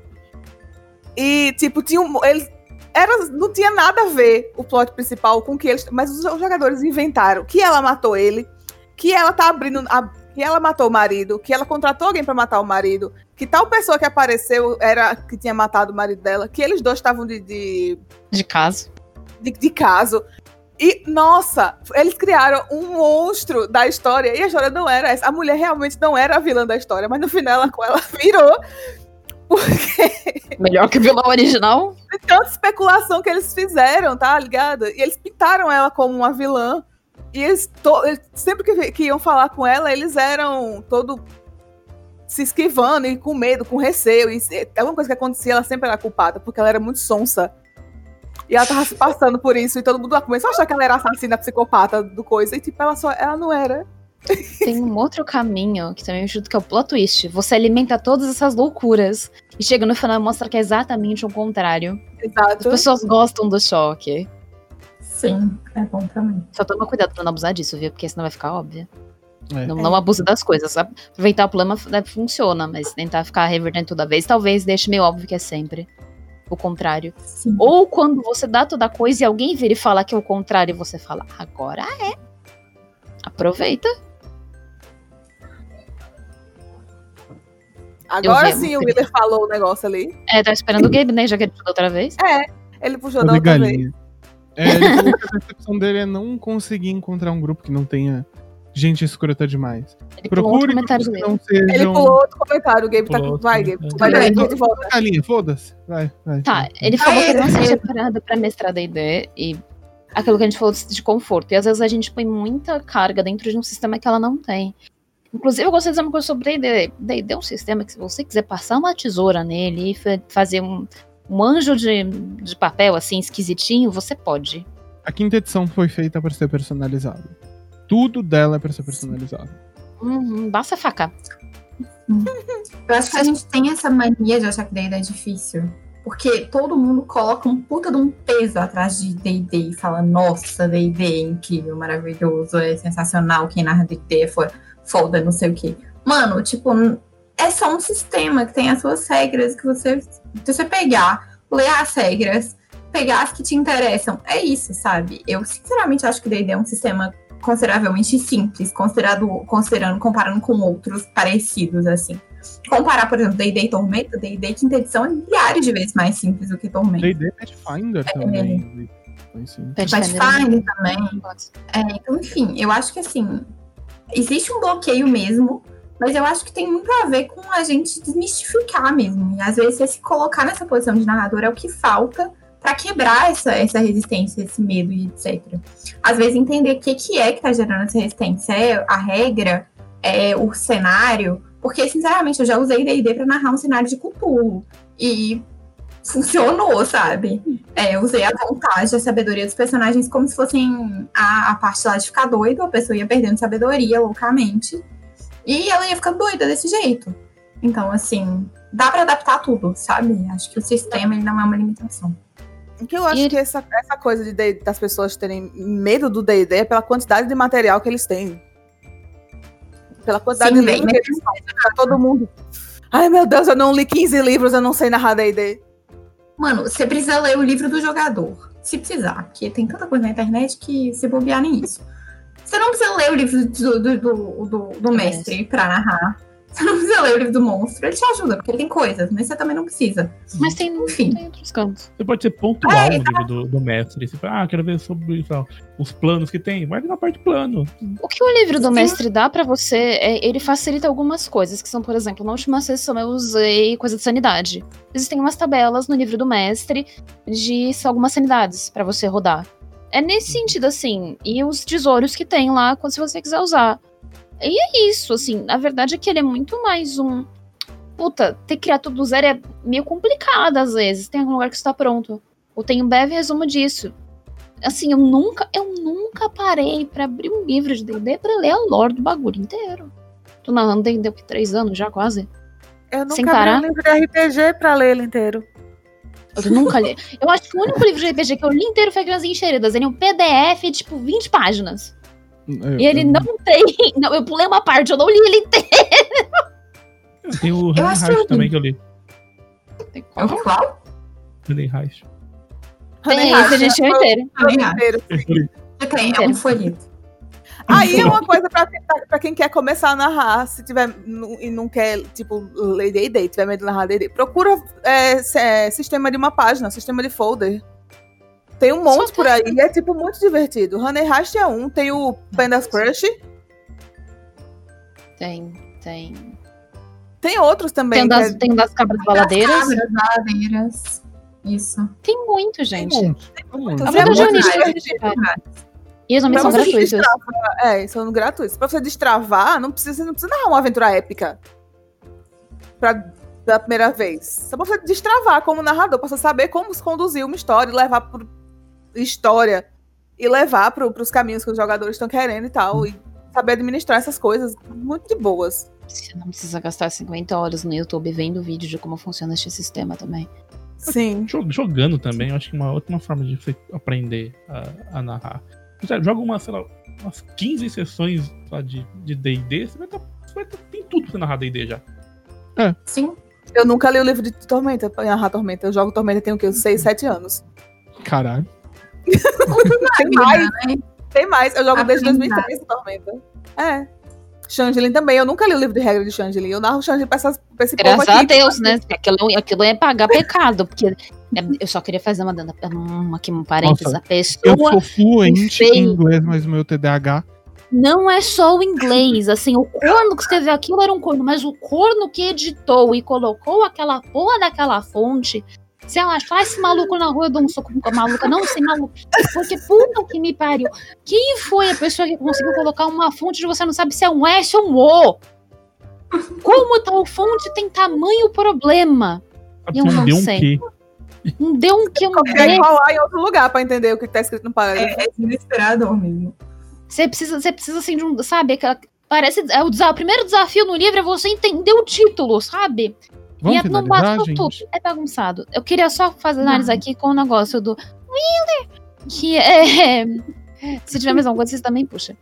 E, tipo, não tinha nada a ver o plot principal com o que eles... Mas os jogadores inventaram que ela matou ele, que ela tá abrindo... que ela matou o marido, que ela contratou alguém pra matar o marido, que tal pessoa que apareceu era que tinha matado o marido dela, que eles dois estavam De caso. de caso. E, nossa, eles criaram um monstro da história, e a história não era essa. A mulher realmente não era a vilã da história, mas no final ela virou. Porque... Melhor que o vilão original. De tanta especulação que eles fizeram, tá ligado? E eles pintaram ela como uma vilã. E eles sempre que iam falar com ela, eles eram todo se esquivando e com medo, com receio. E alguma coisa que acontecia, ela sempre era culpada, porque ela era muito sonsa. E ela tava se passando por isso, e todo mundo lá começou a achar que ela era assassina, psicopata do coisa. E tipo, ela não era. Tem um outro caminho que também eu ajudo, que é o plot twist. Você alimenta todas essas loucuras e chega no final e mostra que é exatamente o contrário. Exato. As pessoas gostam do choque. Sim, é bom também. Só toma cuidado pra não abusar disso, viu? Porque senão vai ficar óbvio. É. Não abuse das coisas. Aproveitar o problema funciona, mas tentar ficar revertendo toda vez, talvez deixe meio óbvio que é sempre o contrário. Sim. Ou quando você dá toda a coisa e alguém vira e fala que é o contrário e você fala, agora é. Aproveita. Agora sim o Willer falou o negócio ali. Tá esperando o Gabe, né? Já que ele puxou outra vez. Ele puxou da outra vez. Ele falou que a percepção dele é não conseguir encontrar um grupo que não tenha gente escrota demais. Ele pulou outro comentário grupos que dele. não sejam... Ele pulou outro comentário, o Gabe tá Pulou aqui. Vai, outro, Gabe. né? Vai ler de volta. Galinha, foda-se. Vai. Tá, ele falou que ele não se tinha preparado pra mestrar D&D e aquilo que a gente falou de conforto. E às vezes a gente põe muita carga dentro de um sistema que ela não tem. Inclusive, eu gostaria de dizer uma coisa sobre D&D. D&D é um sistema que, se você quiser passar uma tesoura nele e fazer um anjo de papel, assim, esquisitinho, você pode. A quinta edição foi feita para ser personalizada. Tudo dela é para ser personalizado. Basta facar. Eu acho que a gente tem essa mania de achar que D&D é difícil. Porque todo mundo coloca um puta de um peso atrás de D&D e fala, nossa, D&D é incrível, maravilhoso, é sensacional, quem narra D&D é foda, não sei o quê. Mano, tipo, é só um sistema que tem as suas regras, que você pegar, ler as regras, pegar as que te interessam, é isso, sabe? Eu sinceramente acho que D&D é um sistema consideravelmente simples, comparando com outros parecidos, assim. Comparar, por exemplo, D&D e Tormenta, D&D quinta edição é milhares de vezes mais simples do que Tormenta. D&D Pathfinder também. Pathfinder também. Então, enfim, eu acho que assim, existe um bloqueio mesmo, mas eu acho que tem muito a ver com a gente desmistificar mesmo. E às vezes você se colocar nessa posição de narrador é o que falta pra quebrar essa resistência, esse medo e etc. Às vezes entender o que é que tá gerando essa resistência, é a regra, é o cenário. Porque, sinceramente, eu já usei D&D pra narrar um cenário de Cthulhu. E funcionou, sabe? Eu usei a vontade, a sabedoria dos personagens como se fossem a parte lá de ficar doido. A pessoa ia perdendo sabedoria loucamente. E ela ia ficando doida desse jeito. Então, assim, dá pra adaptar tudo, sabe? Acho que o sistema ele não é uma limitação. O que eu acho que essa coisa das pessoas terem medo do D&D é pela quantidade de material que eles têm. Pela quantidade de livros que eles têm. Pra todo mundo. Ai, meu Deus, eu não li 15 livros, eu não sei narrar D&D. Mano, você precisa ler o livro do jogador. Se precisar, porque tem tanta coisa na internet que se bobear nem isso. Você não precisa ler o livro do mestre pra narrar. Você não precisa precisa ler o livro do monstro, ele te ajuda, porque ele tem coisas, mas você também não precisa. Mas tem, Enfim. tem outros cantos. Você pode ser pontual no livro do mestre. Você fala, quero ver sobre sei lá, os planos que tem. Vai na parte de plano. O que o livro do mestre dá pra você ele facilita algumas coisas, que são, por exemplo, na última sessão eu usei coisa de sanidade. Existem umas tabelas no livro do mestre de algumas sanidades pra você rodar. É nesse sentido, assim, e os tesouros que tem lá, se você quiser usar. E é isso, assim, a verdade é que ele é muito mais um... Puta, ter que criar tudo do zero é meio complicado às vezes, tem algum lugar que está pronto. Eu tenho um breve resumo disso. Assim, eu nunca parei pra abrir um livro de D&D pra ler a lore do bagulho inteiro. Tô narrando D&D há 3 anos já, quase. Eu Sem nunca parar. abri um livro de RPG pra ler ele inteiro. Eu nunca li. Eu acho que o único livro de RPG que eu li inteiro foi Crianças Encheridas. Ele é um PDF de, tipo, 20 páginas. E ele não tem... Não, eu pulei uma parte, eu não li ele inteiro. Tem o Eu acho Honey Heist que- também que eu li. Tem É o qual? Honey Heist. Tem esse, a gente leu inteiro. Também acho. Inteiro. Tem, é um folheto. Aí é uma coisa pra quem quer começar a narrar, se tiver e não quer, tipo, ler D&D, tiver medo de narrar D&D, procura sistema de uma página, sistema de folder. Tem um monte por aí, é tipo muito divertido. Honey Heist é um, tem o Pandas Crush, Tem. tem outros também. Tem das cabras baladeiras. Cabras, baladeiras. Isso. Tem muito, gente. Muitos, A é verdade é muito nisso. divertido. E eles também Pra são você gratuitos. destravar, são gratuitos. Pra você destravar, você não precisa narrar uma aventura épica da primeira vez. Só pra você destravar como narrador, pra você saber como se conduzir uma história e levar por história e levar pros caminhos que os jogadores estão querendo e tal. E saber administrar essas coisas muito de boas. Você não precisa gastar 50 horas no YouTube vendo vídeo de como funciona este sistema também. Sim. Jogando também, eu acho que uma ótima forma de você aprender a narrar. Sério, joga umas 15 sessões lá, de D&D, você vai tem tudo pra você narrar D&D já. Sim. Eu nunca li o livro de Tormenta, pra narrar Tormenta. Eu jogo Tormenta tem o quê? Uns 6, 7 anos. Caralho. Tem mais. Eu jogo desde Aprendizado. 2003 Tormenta. É. Changeling também. Eu nunca li o livro de regra de Changeling. Eu narro Changeling pra esse povo Graças aqui. a Deus, né? Aquilo é pagar pecado, porque eu só queria fazer um parênteses. Nossa, A pessoa Eu sou fluente Sei. em inglês, mas o meu TDAH. não é só o inglês, assim, o corno que escreveu aquilo era um corno, mas o corno que editou e colocou aquela porra daquela fonte, se eu achar esse maluco na rua, eu dou um soco com a maluca, não sei, maluco, porque puta que me pariu, quem foi a pessoa que conseguiu colocar uma fonte de você não sabe se é um S ou um O? Como tal fonte tem tamanho problema? Eu não Deu sei. quê? Não deu um que um Quer D. rolar em outro lugar pra entender o que tá escrito no parágrafo. É desesperador mesmo. Você precisa assim de um, sabe, parece o primeiro desafio no livro é você entender o título, sabe? Vamos E não finalizar, basta gente? tudo, é bagunçado. Eu queria só fazer análise aqui com o negócio do Willer, que é... Se tiver mais alguma coisa, vocês também puxa.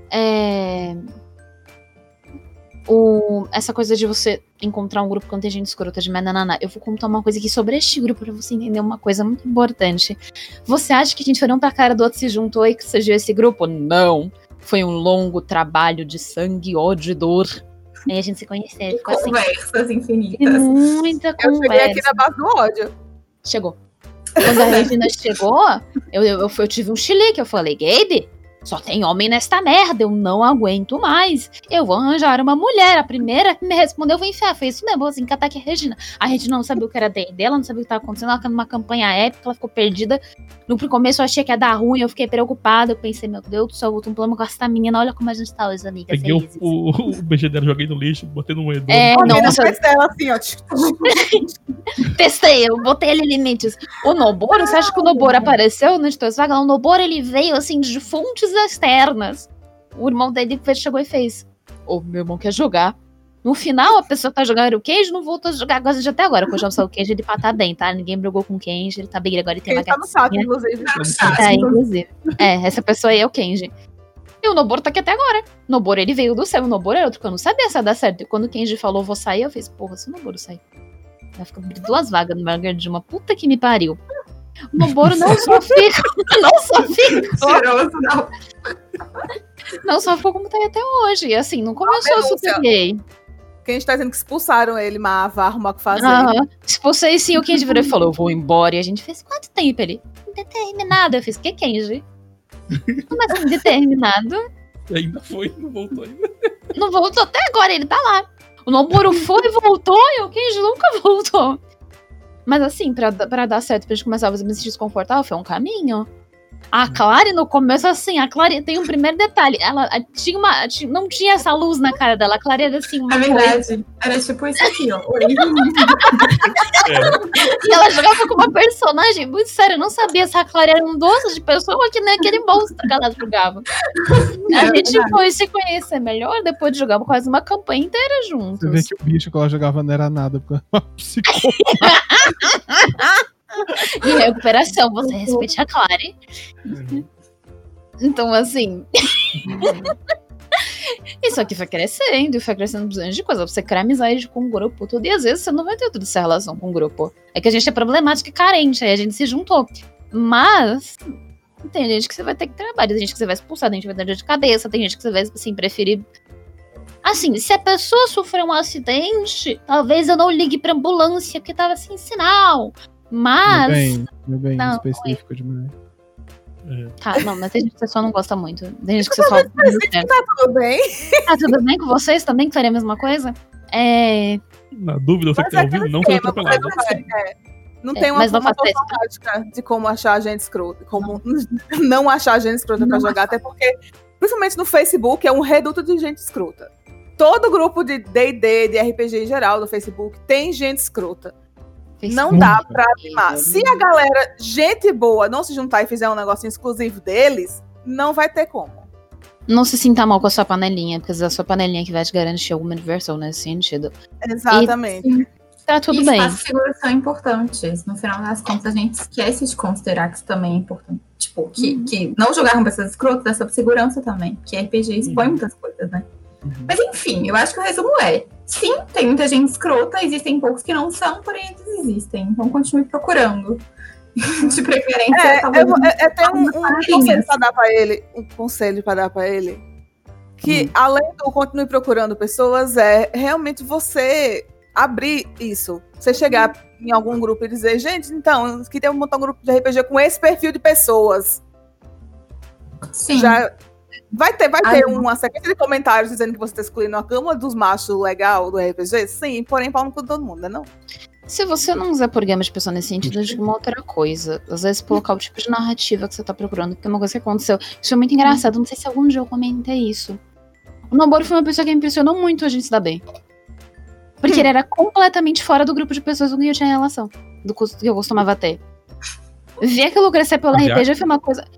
Essa coisa de você encontrar um grupo quando tem gente escrota de nanana. Eu vou contar uma coisa aqui sobre este grupo pra você entender uma coisa muito importante. Você acha que a gente foi um pra cara do outro, se juntou e que surgiu esse grupo? Não. Foi um longo trabalho de sangue, ódio e dor. Aí a gente se conheceu. Ficou assim, Conversas e infinitas. muita Eu cheguei aqui conversa. na base do ódio. Chegou. Quando a Regina chegou, eu tive um chilique. Eu falei, Gabe, só tem homem nesta merda, eu não aguento mais. Eu vou arranjar uma mulher. A primeira que me respondeu foi enfiar. Foi isso mesmo, vou assim, catar aqui a Regina. A Regina não sabia o que era D&D, ela não sabia o que estava acontecendo. Ela estava numa campanha épica, ela ficou perdida. No começo eu achei que ia dar ruim, eu fiquei preocupada. Eu pensei, meu Deus do céu, eu vou ter um problema com essa menina. Olha como a gente tá hoje, amigas. Peguei felizes. o BG dela, joguei no lixo, botei no moedor. A menina Nossa, faz dela assim, ó. testei, eu botei ele limites. O Noboro, você acha que o Noboro apareceu no Editor Saga? O Noboro, ele veio, assim, de fontes externas. O irmão dele chegou e fez. Ô, meu irmão quer jogar. No final, a pessoa que tá jogando era o Kenji, não voltou a jogar gosta de até agora. Quando eu já o Kenji, ele tá bem, tá? Ninguém brigou com o Kenji, ele tá bem, agora ele tem Ele uma tá no saco, gatinha. inclusive. Inclusive. Essa pessoa aí é o Kenji. E o Noboro tá aqui até agora. O Noboro, ele veio do céu. O Noboro era outro que eu não sabia se ia dar certo. E quando o Kenji falou, vou sair, eu fiz, porra, se o Noboro sair. Vai ficar 2 vagas no Margaret de uma puta que me pariu. O Noboro não só fica. Cheiroso, não. Não só ficou como tá aí até hoje. E assim, não começou denúncia. super gay. Quem está dizendo que expulsaram ele, mas vai arrumar o que fazer. Expulsei sim, o Kenji virou e falou, eu vou embora. E a gente fez, quanto tempo ele? Indeterminado. Eu fiz, que Kenji? Como assim, indeterminado? Ainda foi, não voltou ainda. Não voltou até agora, ele tá lá. O Noboru foi e voltou, e o Kenji nunca voltou. Mas assim, pra dar certo, pra gente começar a me sentir desconfortável, foi um caminho. A Clary, no começo, assim, a Clary tem um primeiro detalhe. Ela não tinha essa luz na cara dela. A Clary era assim, uma É verdade. Era tipo isso aqui, ó. Oi. E ela jogava com uma personagem, muito sério, eu não sabia se a Clary era um doce de pessoa que nem aquele monstro que ela jogava. A gente foi se conhecer melhor depois de jogar quase uma campanha inteira juntos. Você vê que o bicho que ela jogava não era nada, porque ela era uma psicóloga. Em recuperação, você respeite a Clary. Então, assim. Isso aqui foi crescendo bastante de coisa. Você cria amizade com um grupo, tudo. E às vezes você não vai ter toda essa relação com o grupo. É que a gente é problemática e carente, aí a gente se juntou. Mas tem gente que você vai ter que trabalhar, tem gente que você vai expulsar, tem gente que vai ter dor de cabeça, tem gente que você vai, assim, preferir. Assim, se a pessoa sofreu um acidente, talvez eu não ligue pra ambulância, porque tava sem sinal. Mas. Meu bem, não, específico demais. Tá, não, mas tem gente que você só não gosta muito. Tem gente que você só. Tá tudo bem? Tá tudo bem com vocês também? Que faria a mesma coisa? Na dúvida, você que tá ouvindo, não foi atropelado. Não tem uma solução prática de como achar a gente escrota. Como não achar a gente escrota pra jogar, até porque, principalmente no Facebook, é um reduto de gente escrota. Todo grupo de D&D, de RPG em geral, do Facebook, tem gente escrota. Não dá pra animar. Se a galera, gente boa, não se juntar e fizer um negocinho exclusivo deles, não vai ter como. Não se sinta mal com a sua panelinha, porque é a sua panelinha que vai te garantir alguma diversão nesse sentido. Exatamente. E tá tudo bem. Espaços seguros são importantes. No final das contas, a gente esquece de considerar que isso também é importante. Tipo, que não jogar com pessoas escrotas é sobre segurança também. Que RPG expõe muitas coisas, né? Mas enfim, eu acho que o resumo é: sim, tem muita gente escrota, existem poucos que não são, porém eles existem. Então continue procurando. De preferência, talvez. Tem um conselho pra dar pra ele. Um conselho pra dar pra ele. Que além do continue procurando pessoas, é realmente você abrir isso. Você chegar em algum grupo e dizer, gente, então, queria montar um grupo de RPG com esse perfil de pessoas. Sim. Já vai ter uma sequência de comentários dizendo que você está excluindo a cama dos machos legal do RPG? Sim, porém pau no cu de todo mundo, não? Se você não usar programa de pessoa nesse sentido, de uma outra coisa. Às vezes colocar o tipo de narrativa que você tá procurando, porque é uma coisa que aconteceu. Isso é muito engraçado, não sei se algum dia eu comentei isso. O Noboru foi uma pessoa que impressionou muito a gente se dar bem. Porque ele era completamente fora do grupo de pessoas com quem eu tinha relação. Do que eu costumava ter. Ver aquilo crescer pelo RPG foi uma coisa...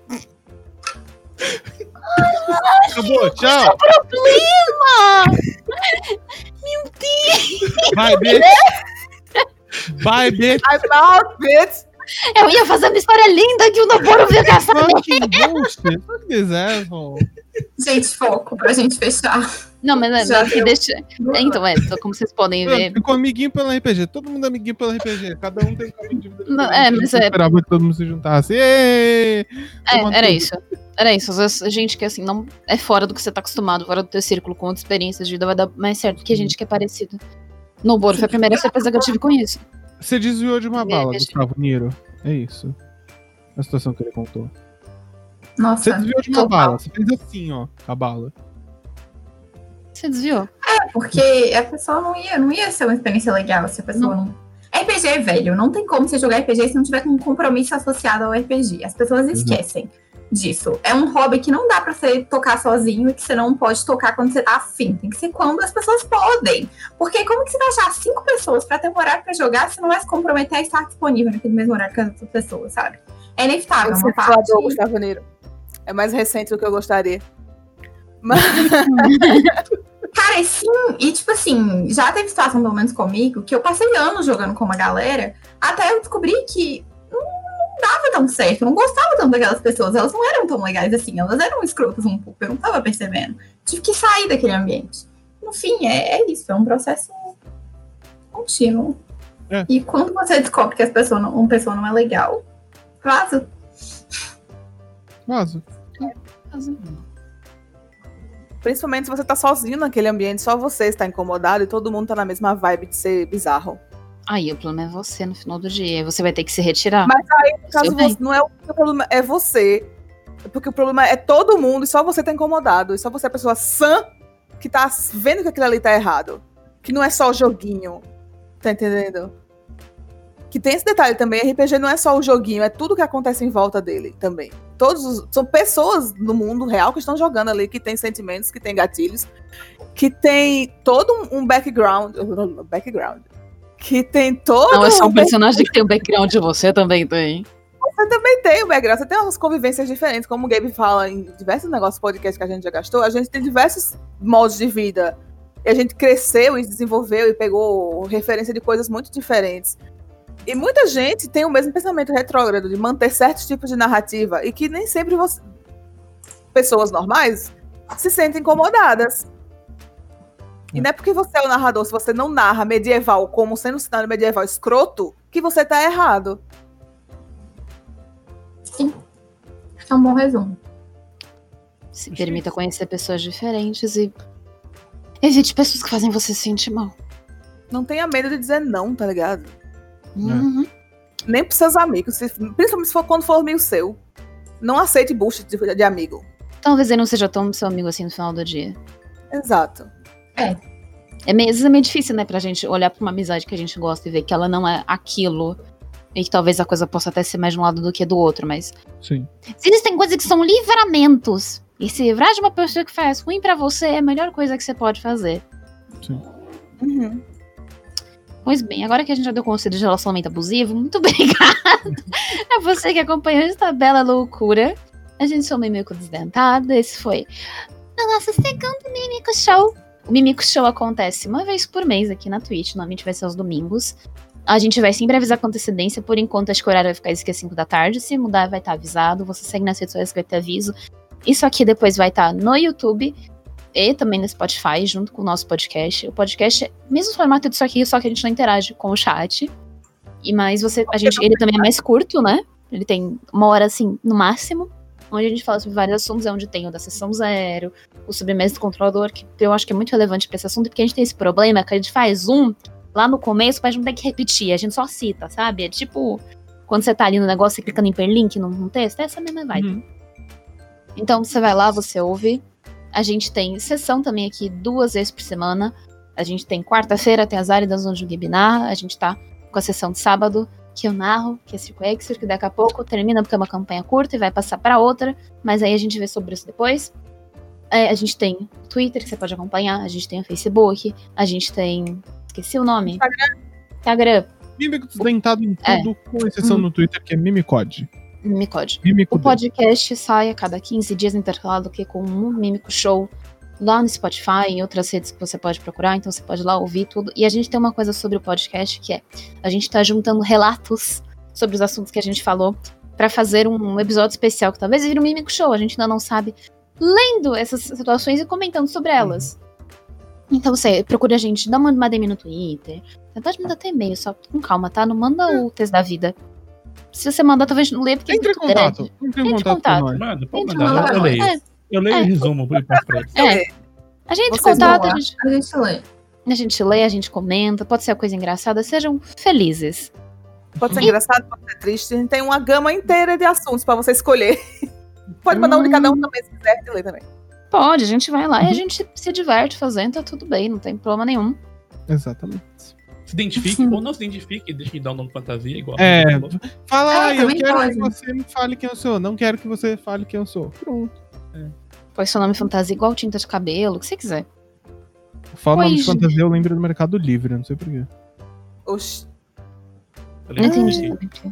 Acabou, tchau! Qual é o problema? Meu Deus! Vai, bitch! Vai, bitch! I'm out, bitch! Eu ia fazer uma história linda que o Noboru veio caçar. Fucking bullshit! Fuck this asshole! Gente, foco pra gente fechar. Não, mas Já aqui deixa... Então, como vocês podem ver... Ficou amiguinho pelo RPG. Todo mundo é amiguinho pelo RPG. Cada um tem um caminho de vida diferente. Não, mas Eu esperava que todo mundo se juntasse. Era isso. Era isso. Às vezes, gente que assim, não é fora do que você tá acostumado, fora do teu círculo, com outras experiências de vida, vai dar mais certo que a gente que é parecido. Noboru foi a primeira surpresa que eu tive com isso. Você desviou de uma bala, Gustavo Niro. É isso. A situação que ele contou. Nossa. Você desviou de uma bala. Você fez assim, ó, a bala. Você desviou? Porque a pessoa não ia ser uma experiência legal se a pessoa não... RPG é velho, não tem como você jogar RPG se não tiver com um compromisso associado ao RPG. As pessoas esquecem disso. É um hobby que não dá pra você tocar sozinho e que você não pode tocar quando você tá afim. Tem que ser quando as pessoas podem. Porque como que você vai achar 5 pessoas pra ter um horário pra jogar se não vai se comprometer a estar disponível naquele mesmo horário que as outras pessoas, sabe? É inevitável. Esse uma parte... Gustavo Niro. É mais recente do que eu gostaria. Mas... Cara, sim, e tipo assim, já teve situação, pelo menos comigo, que eu passei anos jogando com uma galera, até eu descobri que não dava tão certo, eu não gostava tanto daquelas pessoas, elas não eram tão legais assim, elas eram escrotas um pouco, eu não tava percebendo. Tive que sair daquele ambiente. No fim, é isso, é um processo contínuo. É. E quando você descobre que uma pessoa não é legal, vaza. Vaza. Principalmente se você tá sozinho naquele ambiente, só você está incomodado e todo mundo tá na mesma vibe de ser bizarro. Aí o problema é você no final do dia. Você vai ter que se retirar. Mas aí, no caso, Seu bem. você, não é o problema, é você. Porque o problema é todo mundo e só você tá incomodado. E só você é a pessoa sã que tá vendo que aquilo ali tá errado. Que não é só o joguinho. Tá entendendo? Que tem esse detalhe também, RPG não é só o joguinho, é tudo que acontece em volta dele também. São pessoas no mundo real que estão jogando ali, que tem sentimentos, que tem gatilhos, que tem todo um background, que tem todo... Não é só um personagem que tem um background, você também tem. Você também tem o background, você tem umas convivências diferentes, como o Gabe fala em diversos negócios podcast que a gente já gastou, a gente tem diversos modos de vida. E a gente cresceu e desenvolveu e pegou referência de coisas muito diferentes. E muita gente tem o mesmo pensamento retrógrado de manter certos tipos de narrativa e que nem sempre pessoas normais se sentem incomodadas. E não é porque você é o narrador, se você não narra medieval como sendo um cenário medieval escroto, que você tá errado. Sim. É um bom resumo. Se permita conhecer pessoas diferentes e evite pessoas que fazem você se sentir mal. Não tenha medo de dizer não, tá ligado? Uhum. Nem pros seus amigos, principalmente se for quando for amigo seu. Não aceite bullshit de amigo. Talvez ele não seja tão seu amigo assim no final do dia. Exato. Às vezes é meio difícil, né, pra gente olhar pra uma amizade que a gente gosta e ver que ela não é aquilo. E que talvez a coisa possa até ser mais de um lado do que do outro, mas... Sim. Se existem coisas que são livramentos, e se livrar de uma pessoa que faz ruim pra você é a melhor coisa que você pode fazer. Sim. Uhum. Pois bem, agora que a gente já deu conselho de relacionamento abusivo, muito obrigada a você que acompanhou esta bela loucura. A gente foi meio desdentada. Esse foi o nosso segundo Mímico Show. O Mímico Show acontece uma vez por mês aqui na Twitch, normalmente vai ser aos domingos. A gente vai sempre avisar com antecedência, por enquanto acho que o horário vai ficar às 5 da tarde. Se mudar, vai estar avisado. Você segue nas redes sociais que vai ter aviso. Isso aqui depois vai estar no YouTube e também no Spotify, junto com o nosso podcast. O podcast é o mesmo formato disso aqui, só que a gente não interage com o chat. Mas ele também é mais curto, né? Ele tem 1 hora, assim, no máximo, onde a gente fala sobre vários assuntos, onde tem o da sessão 0, o sobre mesa do controlador, que eu acho que é muito relevante pra esse assunto, porque a gente tem esse problema que a gente faz lá no começo, mas não tem que repetir, a gente só cita, sabe? É tipo, quando você tá ali no negócio, você clicando em hiperlink num texto, essa mesma vibe. Uhum. Então você vai lá, você ouve. A gente tem sessão também aqui 2 vezes por semana. A gente tem quarta-feira, tem as áreas onde o Gabe narra. A gente tá com a sessão de sábado, que eu narro, que é Circo Extra, que daqui a pouco termina porque é uma campanha curta e vai passar pra outra. Mas aí a gente vê sobre isso depois. A gente tem o Twitter, que você pode acompanhar. A gente tem o Facebook. A gente tem... Esqueci o nome. Instagram. Mímico desdentado em tudo, com exceção no Twitter, que é Mimicode. Mimicode. Mímico O podcast sai a cada 15 dias intercalado aqui com um Mímico Show lá no Spotify, em outras redes que você pode procurar, então você pode ir lá ouvir tudo. E a gente tem uma coisa sobre o podcast, que é, a gente tá juntando relatos sobre os assuntos que a gente falou pra fazer um episódio especial, que talvez vire um Mímico Show, a gente ainda não sabe, lendo essas situações e comentando sobre elas. Então você procura a gente, dá uma DM no Twitter, você pode mandar até e-mail, só com calma, tá? Não manda o texto da vida. Se você mandar, talvez não lê, porque Entre em contato. Entre em contato com nós. Mano, pode Entre mandar, eu leio. Eu leio e resumo pra frente. A gente Vocês contata, vão a gente lê. A gente lê, a gente comenta, pode ser uma coisa engraçada, sejam felizes. Pode ser engraçado, pode ser triste. A gente tem uma gama inteira de assuntos pra você escolher. Pode mandar um de cada um também, se quiser, e ler também. Pode, a gente vai lá e a gente se diverte fazendo, tá tudo bem, não tem problema nenhum. Exatamente. Se identifique ou não se identifique, deixa de dar um nome fantasia igual. Fala, eu também quero pode. que você me fale quem eu sou. Não quero que você fale quem eu sou. Pronto. Põe seu nome fantasia igual tinta de cabelo, o que você quiser. Fala o nome de Pois. fantasia, eu lembro do Mercado Livre, eu não sei porquê. Oxi. Não entendi.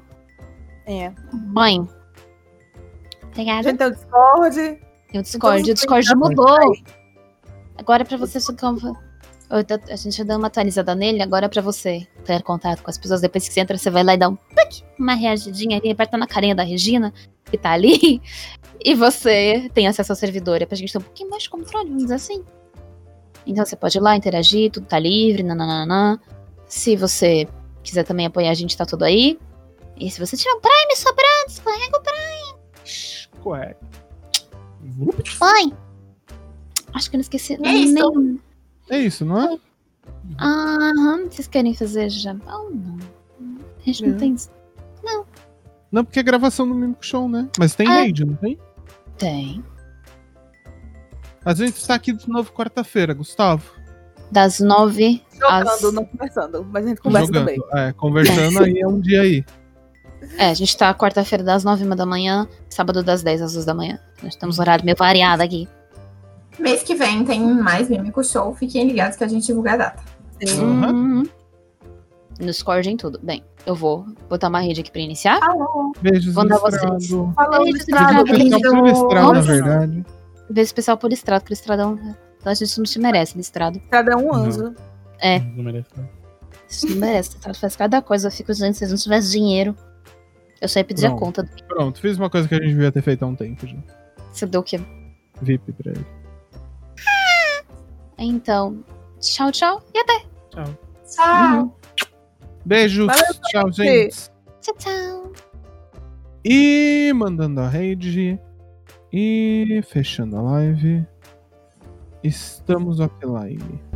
Mãe. A Obrigada. gente tem o Discord. Tem o Discord. O Então, Discord tem- mudou. Agora é pra você a gente dá uma atualizada nele, agora é pra você ter contato com as pessoas. Depois que você entra, você vai lá e dá uma reagidinha ali, aperta na carinha da Regina, que tá ali, e você tem acesso ao servidor. É pra gente ter um pouquinho mais de controle, vamos dizer assim. Então você pode ir lá, interagir, tudo tá livre, nananana. Se você quiser também apoiar a gente, tá tudo aí. E se você tiver um Prime sobrando, escorrega o Prime. Correto. Mãe, Acho que eu não esqueci É isso. nenhum. É isso, não é? Aham, vocês querem fazer Jabão? Não. A gente não tem. Não, porque é gravação do Mímico Show, né? Mas tem raid, não tem? Tem. A gente está aqui de novo quarta-feira, Gustavo. Das 9 às. Jogando, não conversando. Mas a gente conversa Jogando. também. Conversando aí é um dia aí. A gente tá quarta-feira das 9h da manhã, sábado das 10 às 2 da manhã. Nós temos horário meio variado aqui. Mês que vem tem mais Mímico Show. Fiquem ligados que a gente divulga a data. Uhum. No Discord em tudo. Bem, eu vou botar uma rede aqui pra iniciar. Alô. Beijos, Vou dar Listrado. vocês. Falou, Beijo, Listrado. Listrado. Beijo pro Listrado, na Nossa. verdade. Beijo especial pro Listrado, que o Listradão. Então a gente não te merece, Listrado. Cada um anjo. Não merece, não. A gente não merece. Listrado faz cada coisa. Eu fico, gente, se a gente tivesse dinheiro, eu só ia pedir a Pronto. conta. Pronto, fiz uma coisa que a gente devia ter feito há um tempo já. Você deu o quê? VIP pra ele. Então, tchau, tchau e até. Tchau. Beijos, Valeu, tchau, gente. gente. Tchau, tchau. E mandando a raid. E fechando a live. Estamos offline.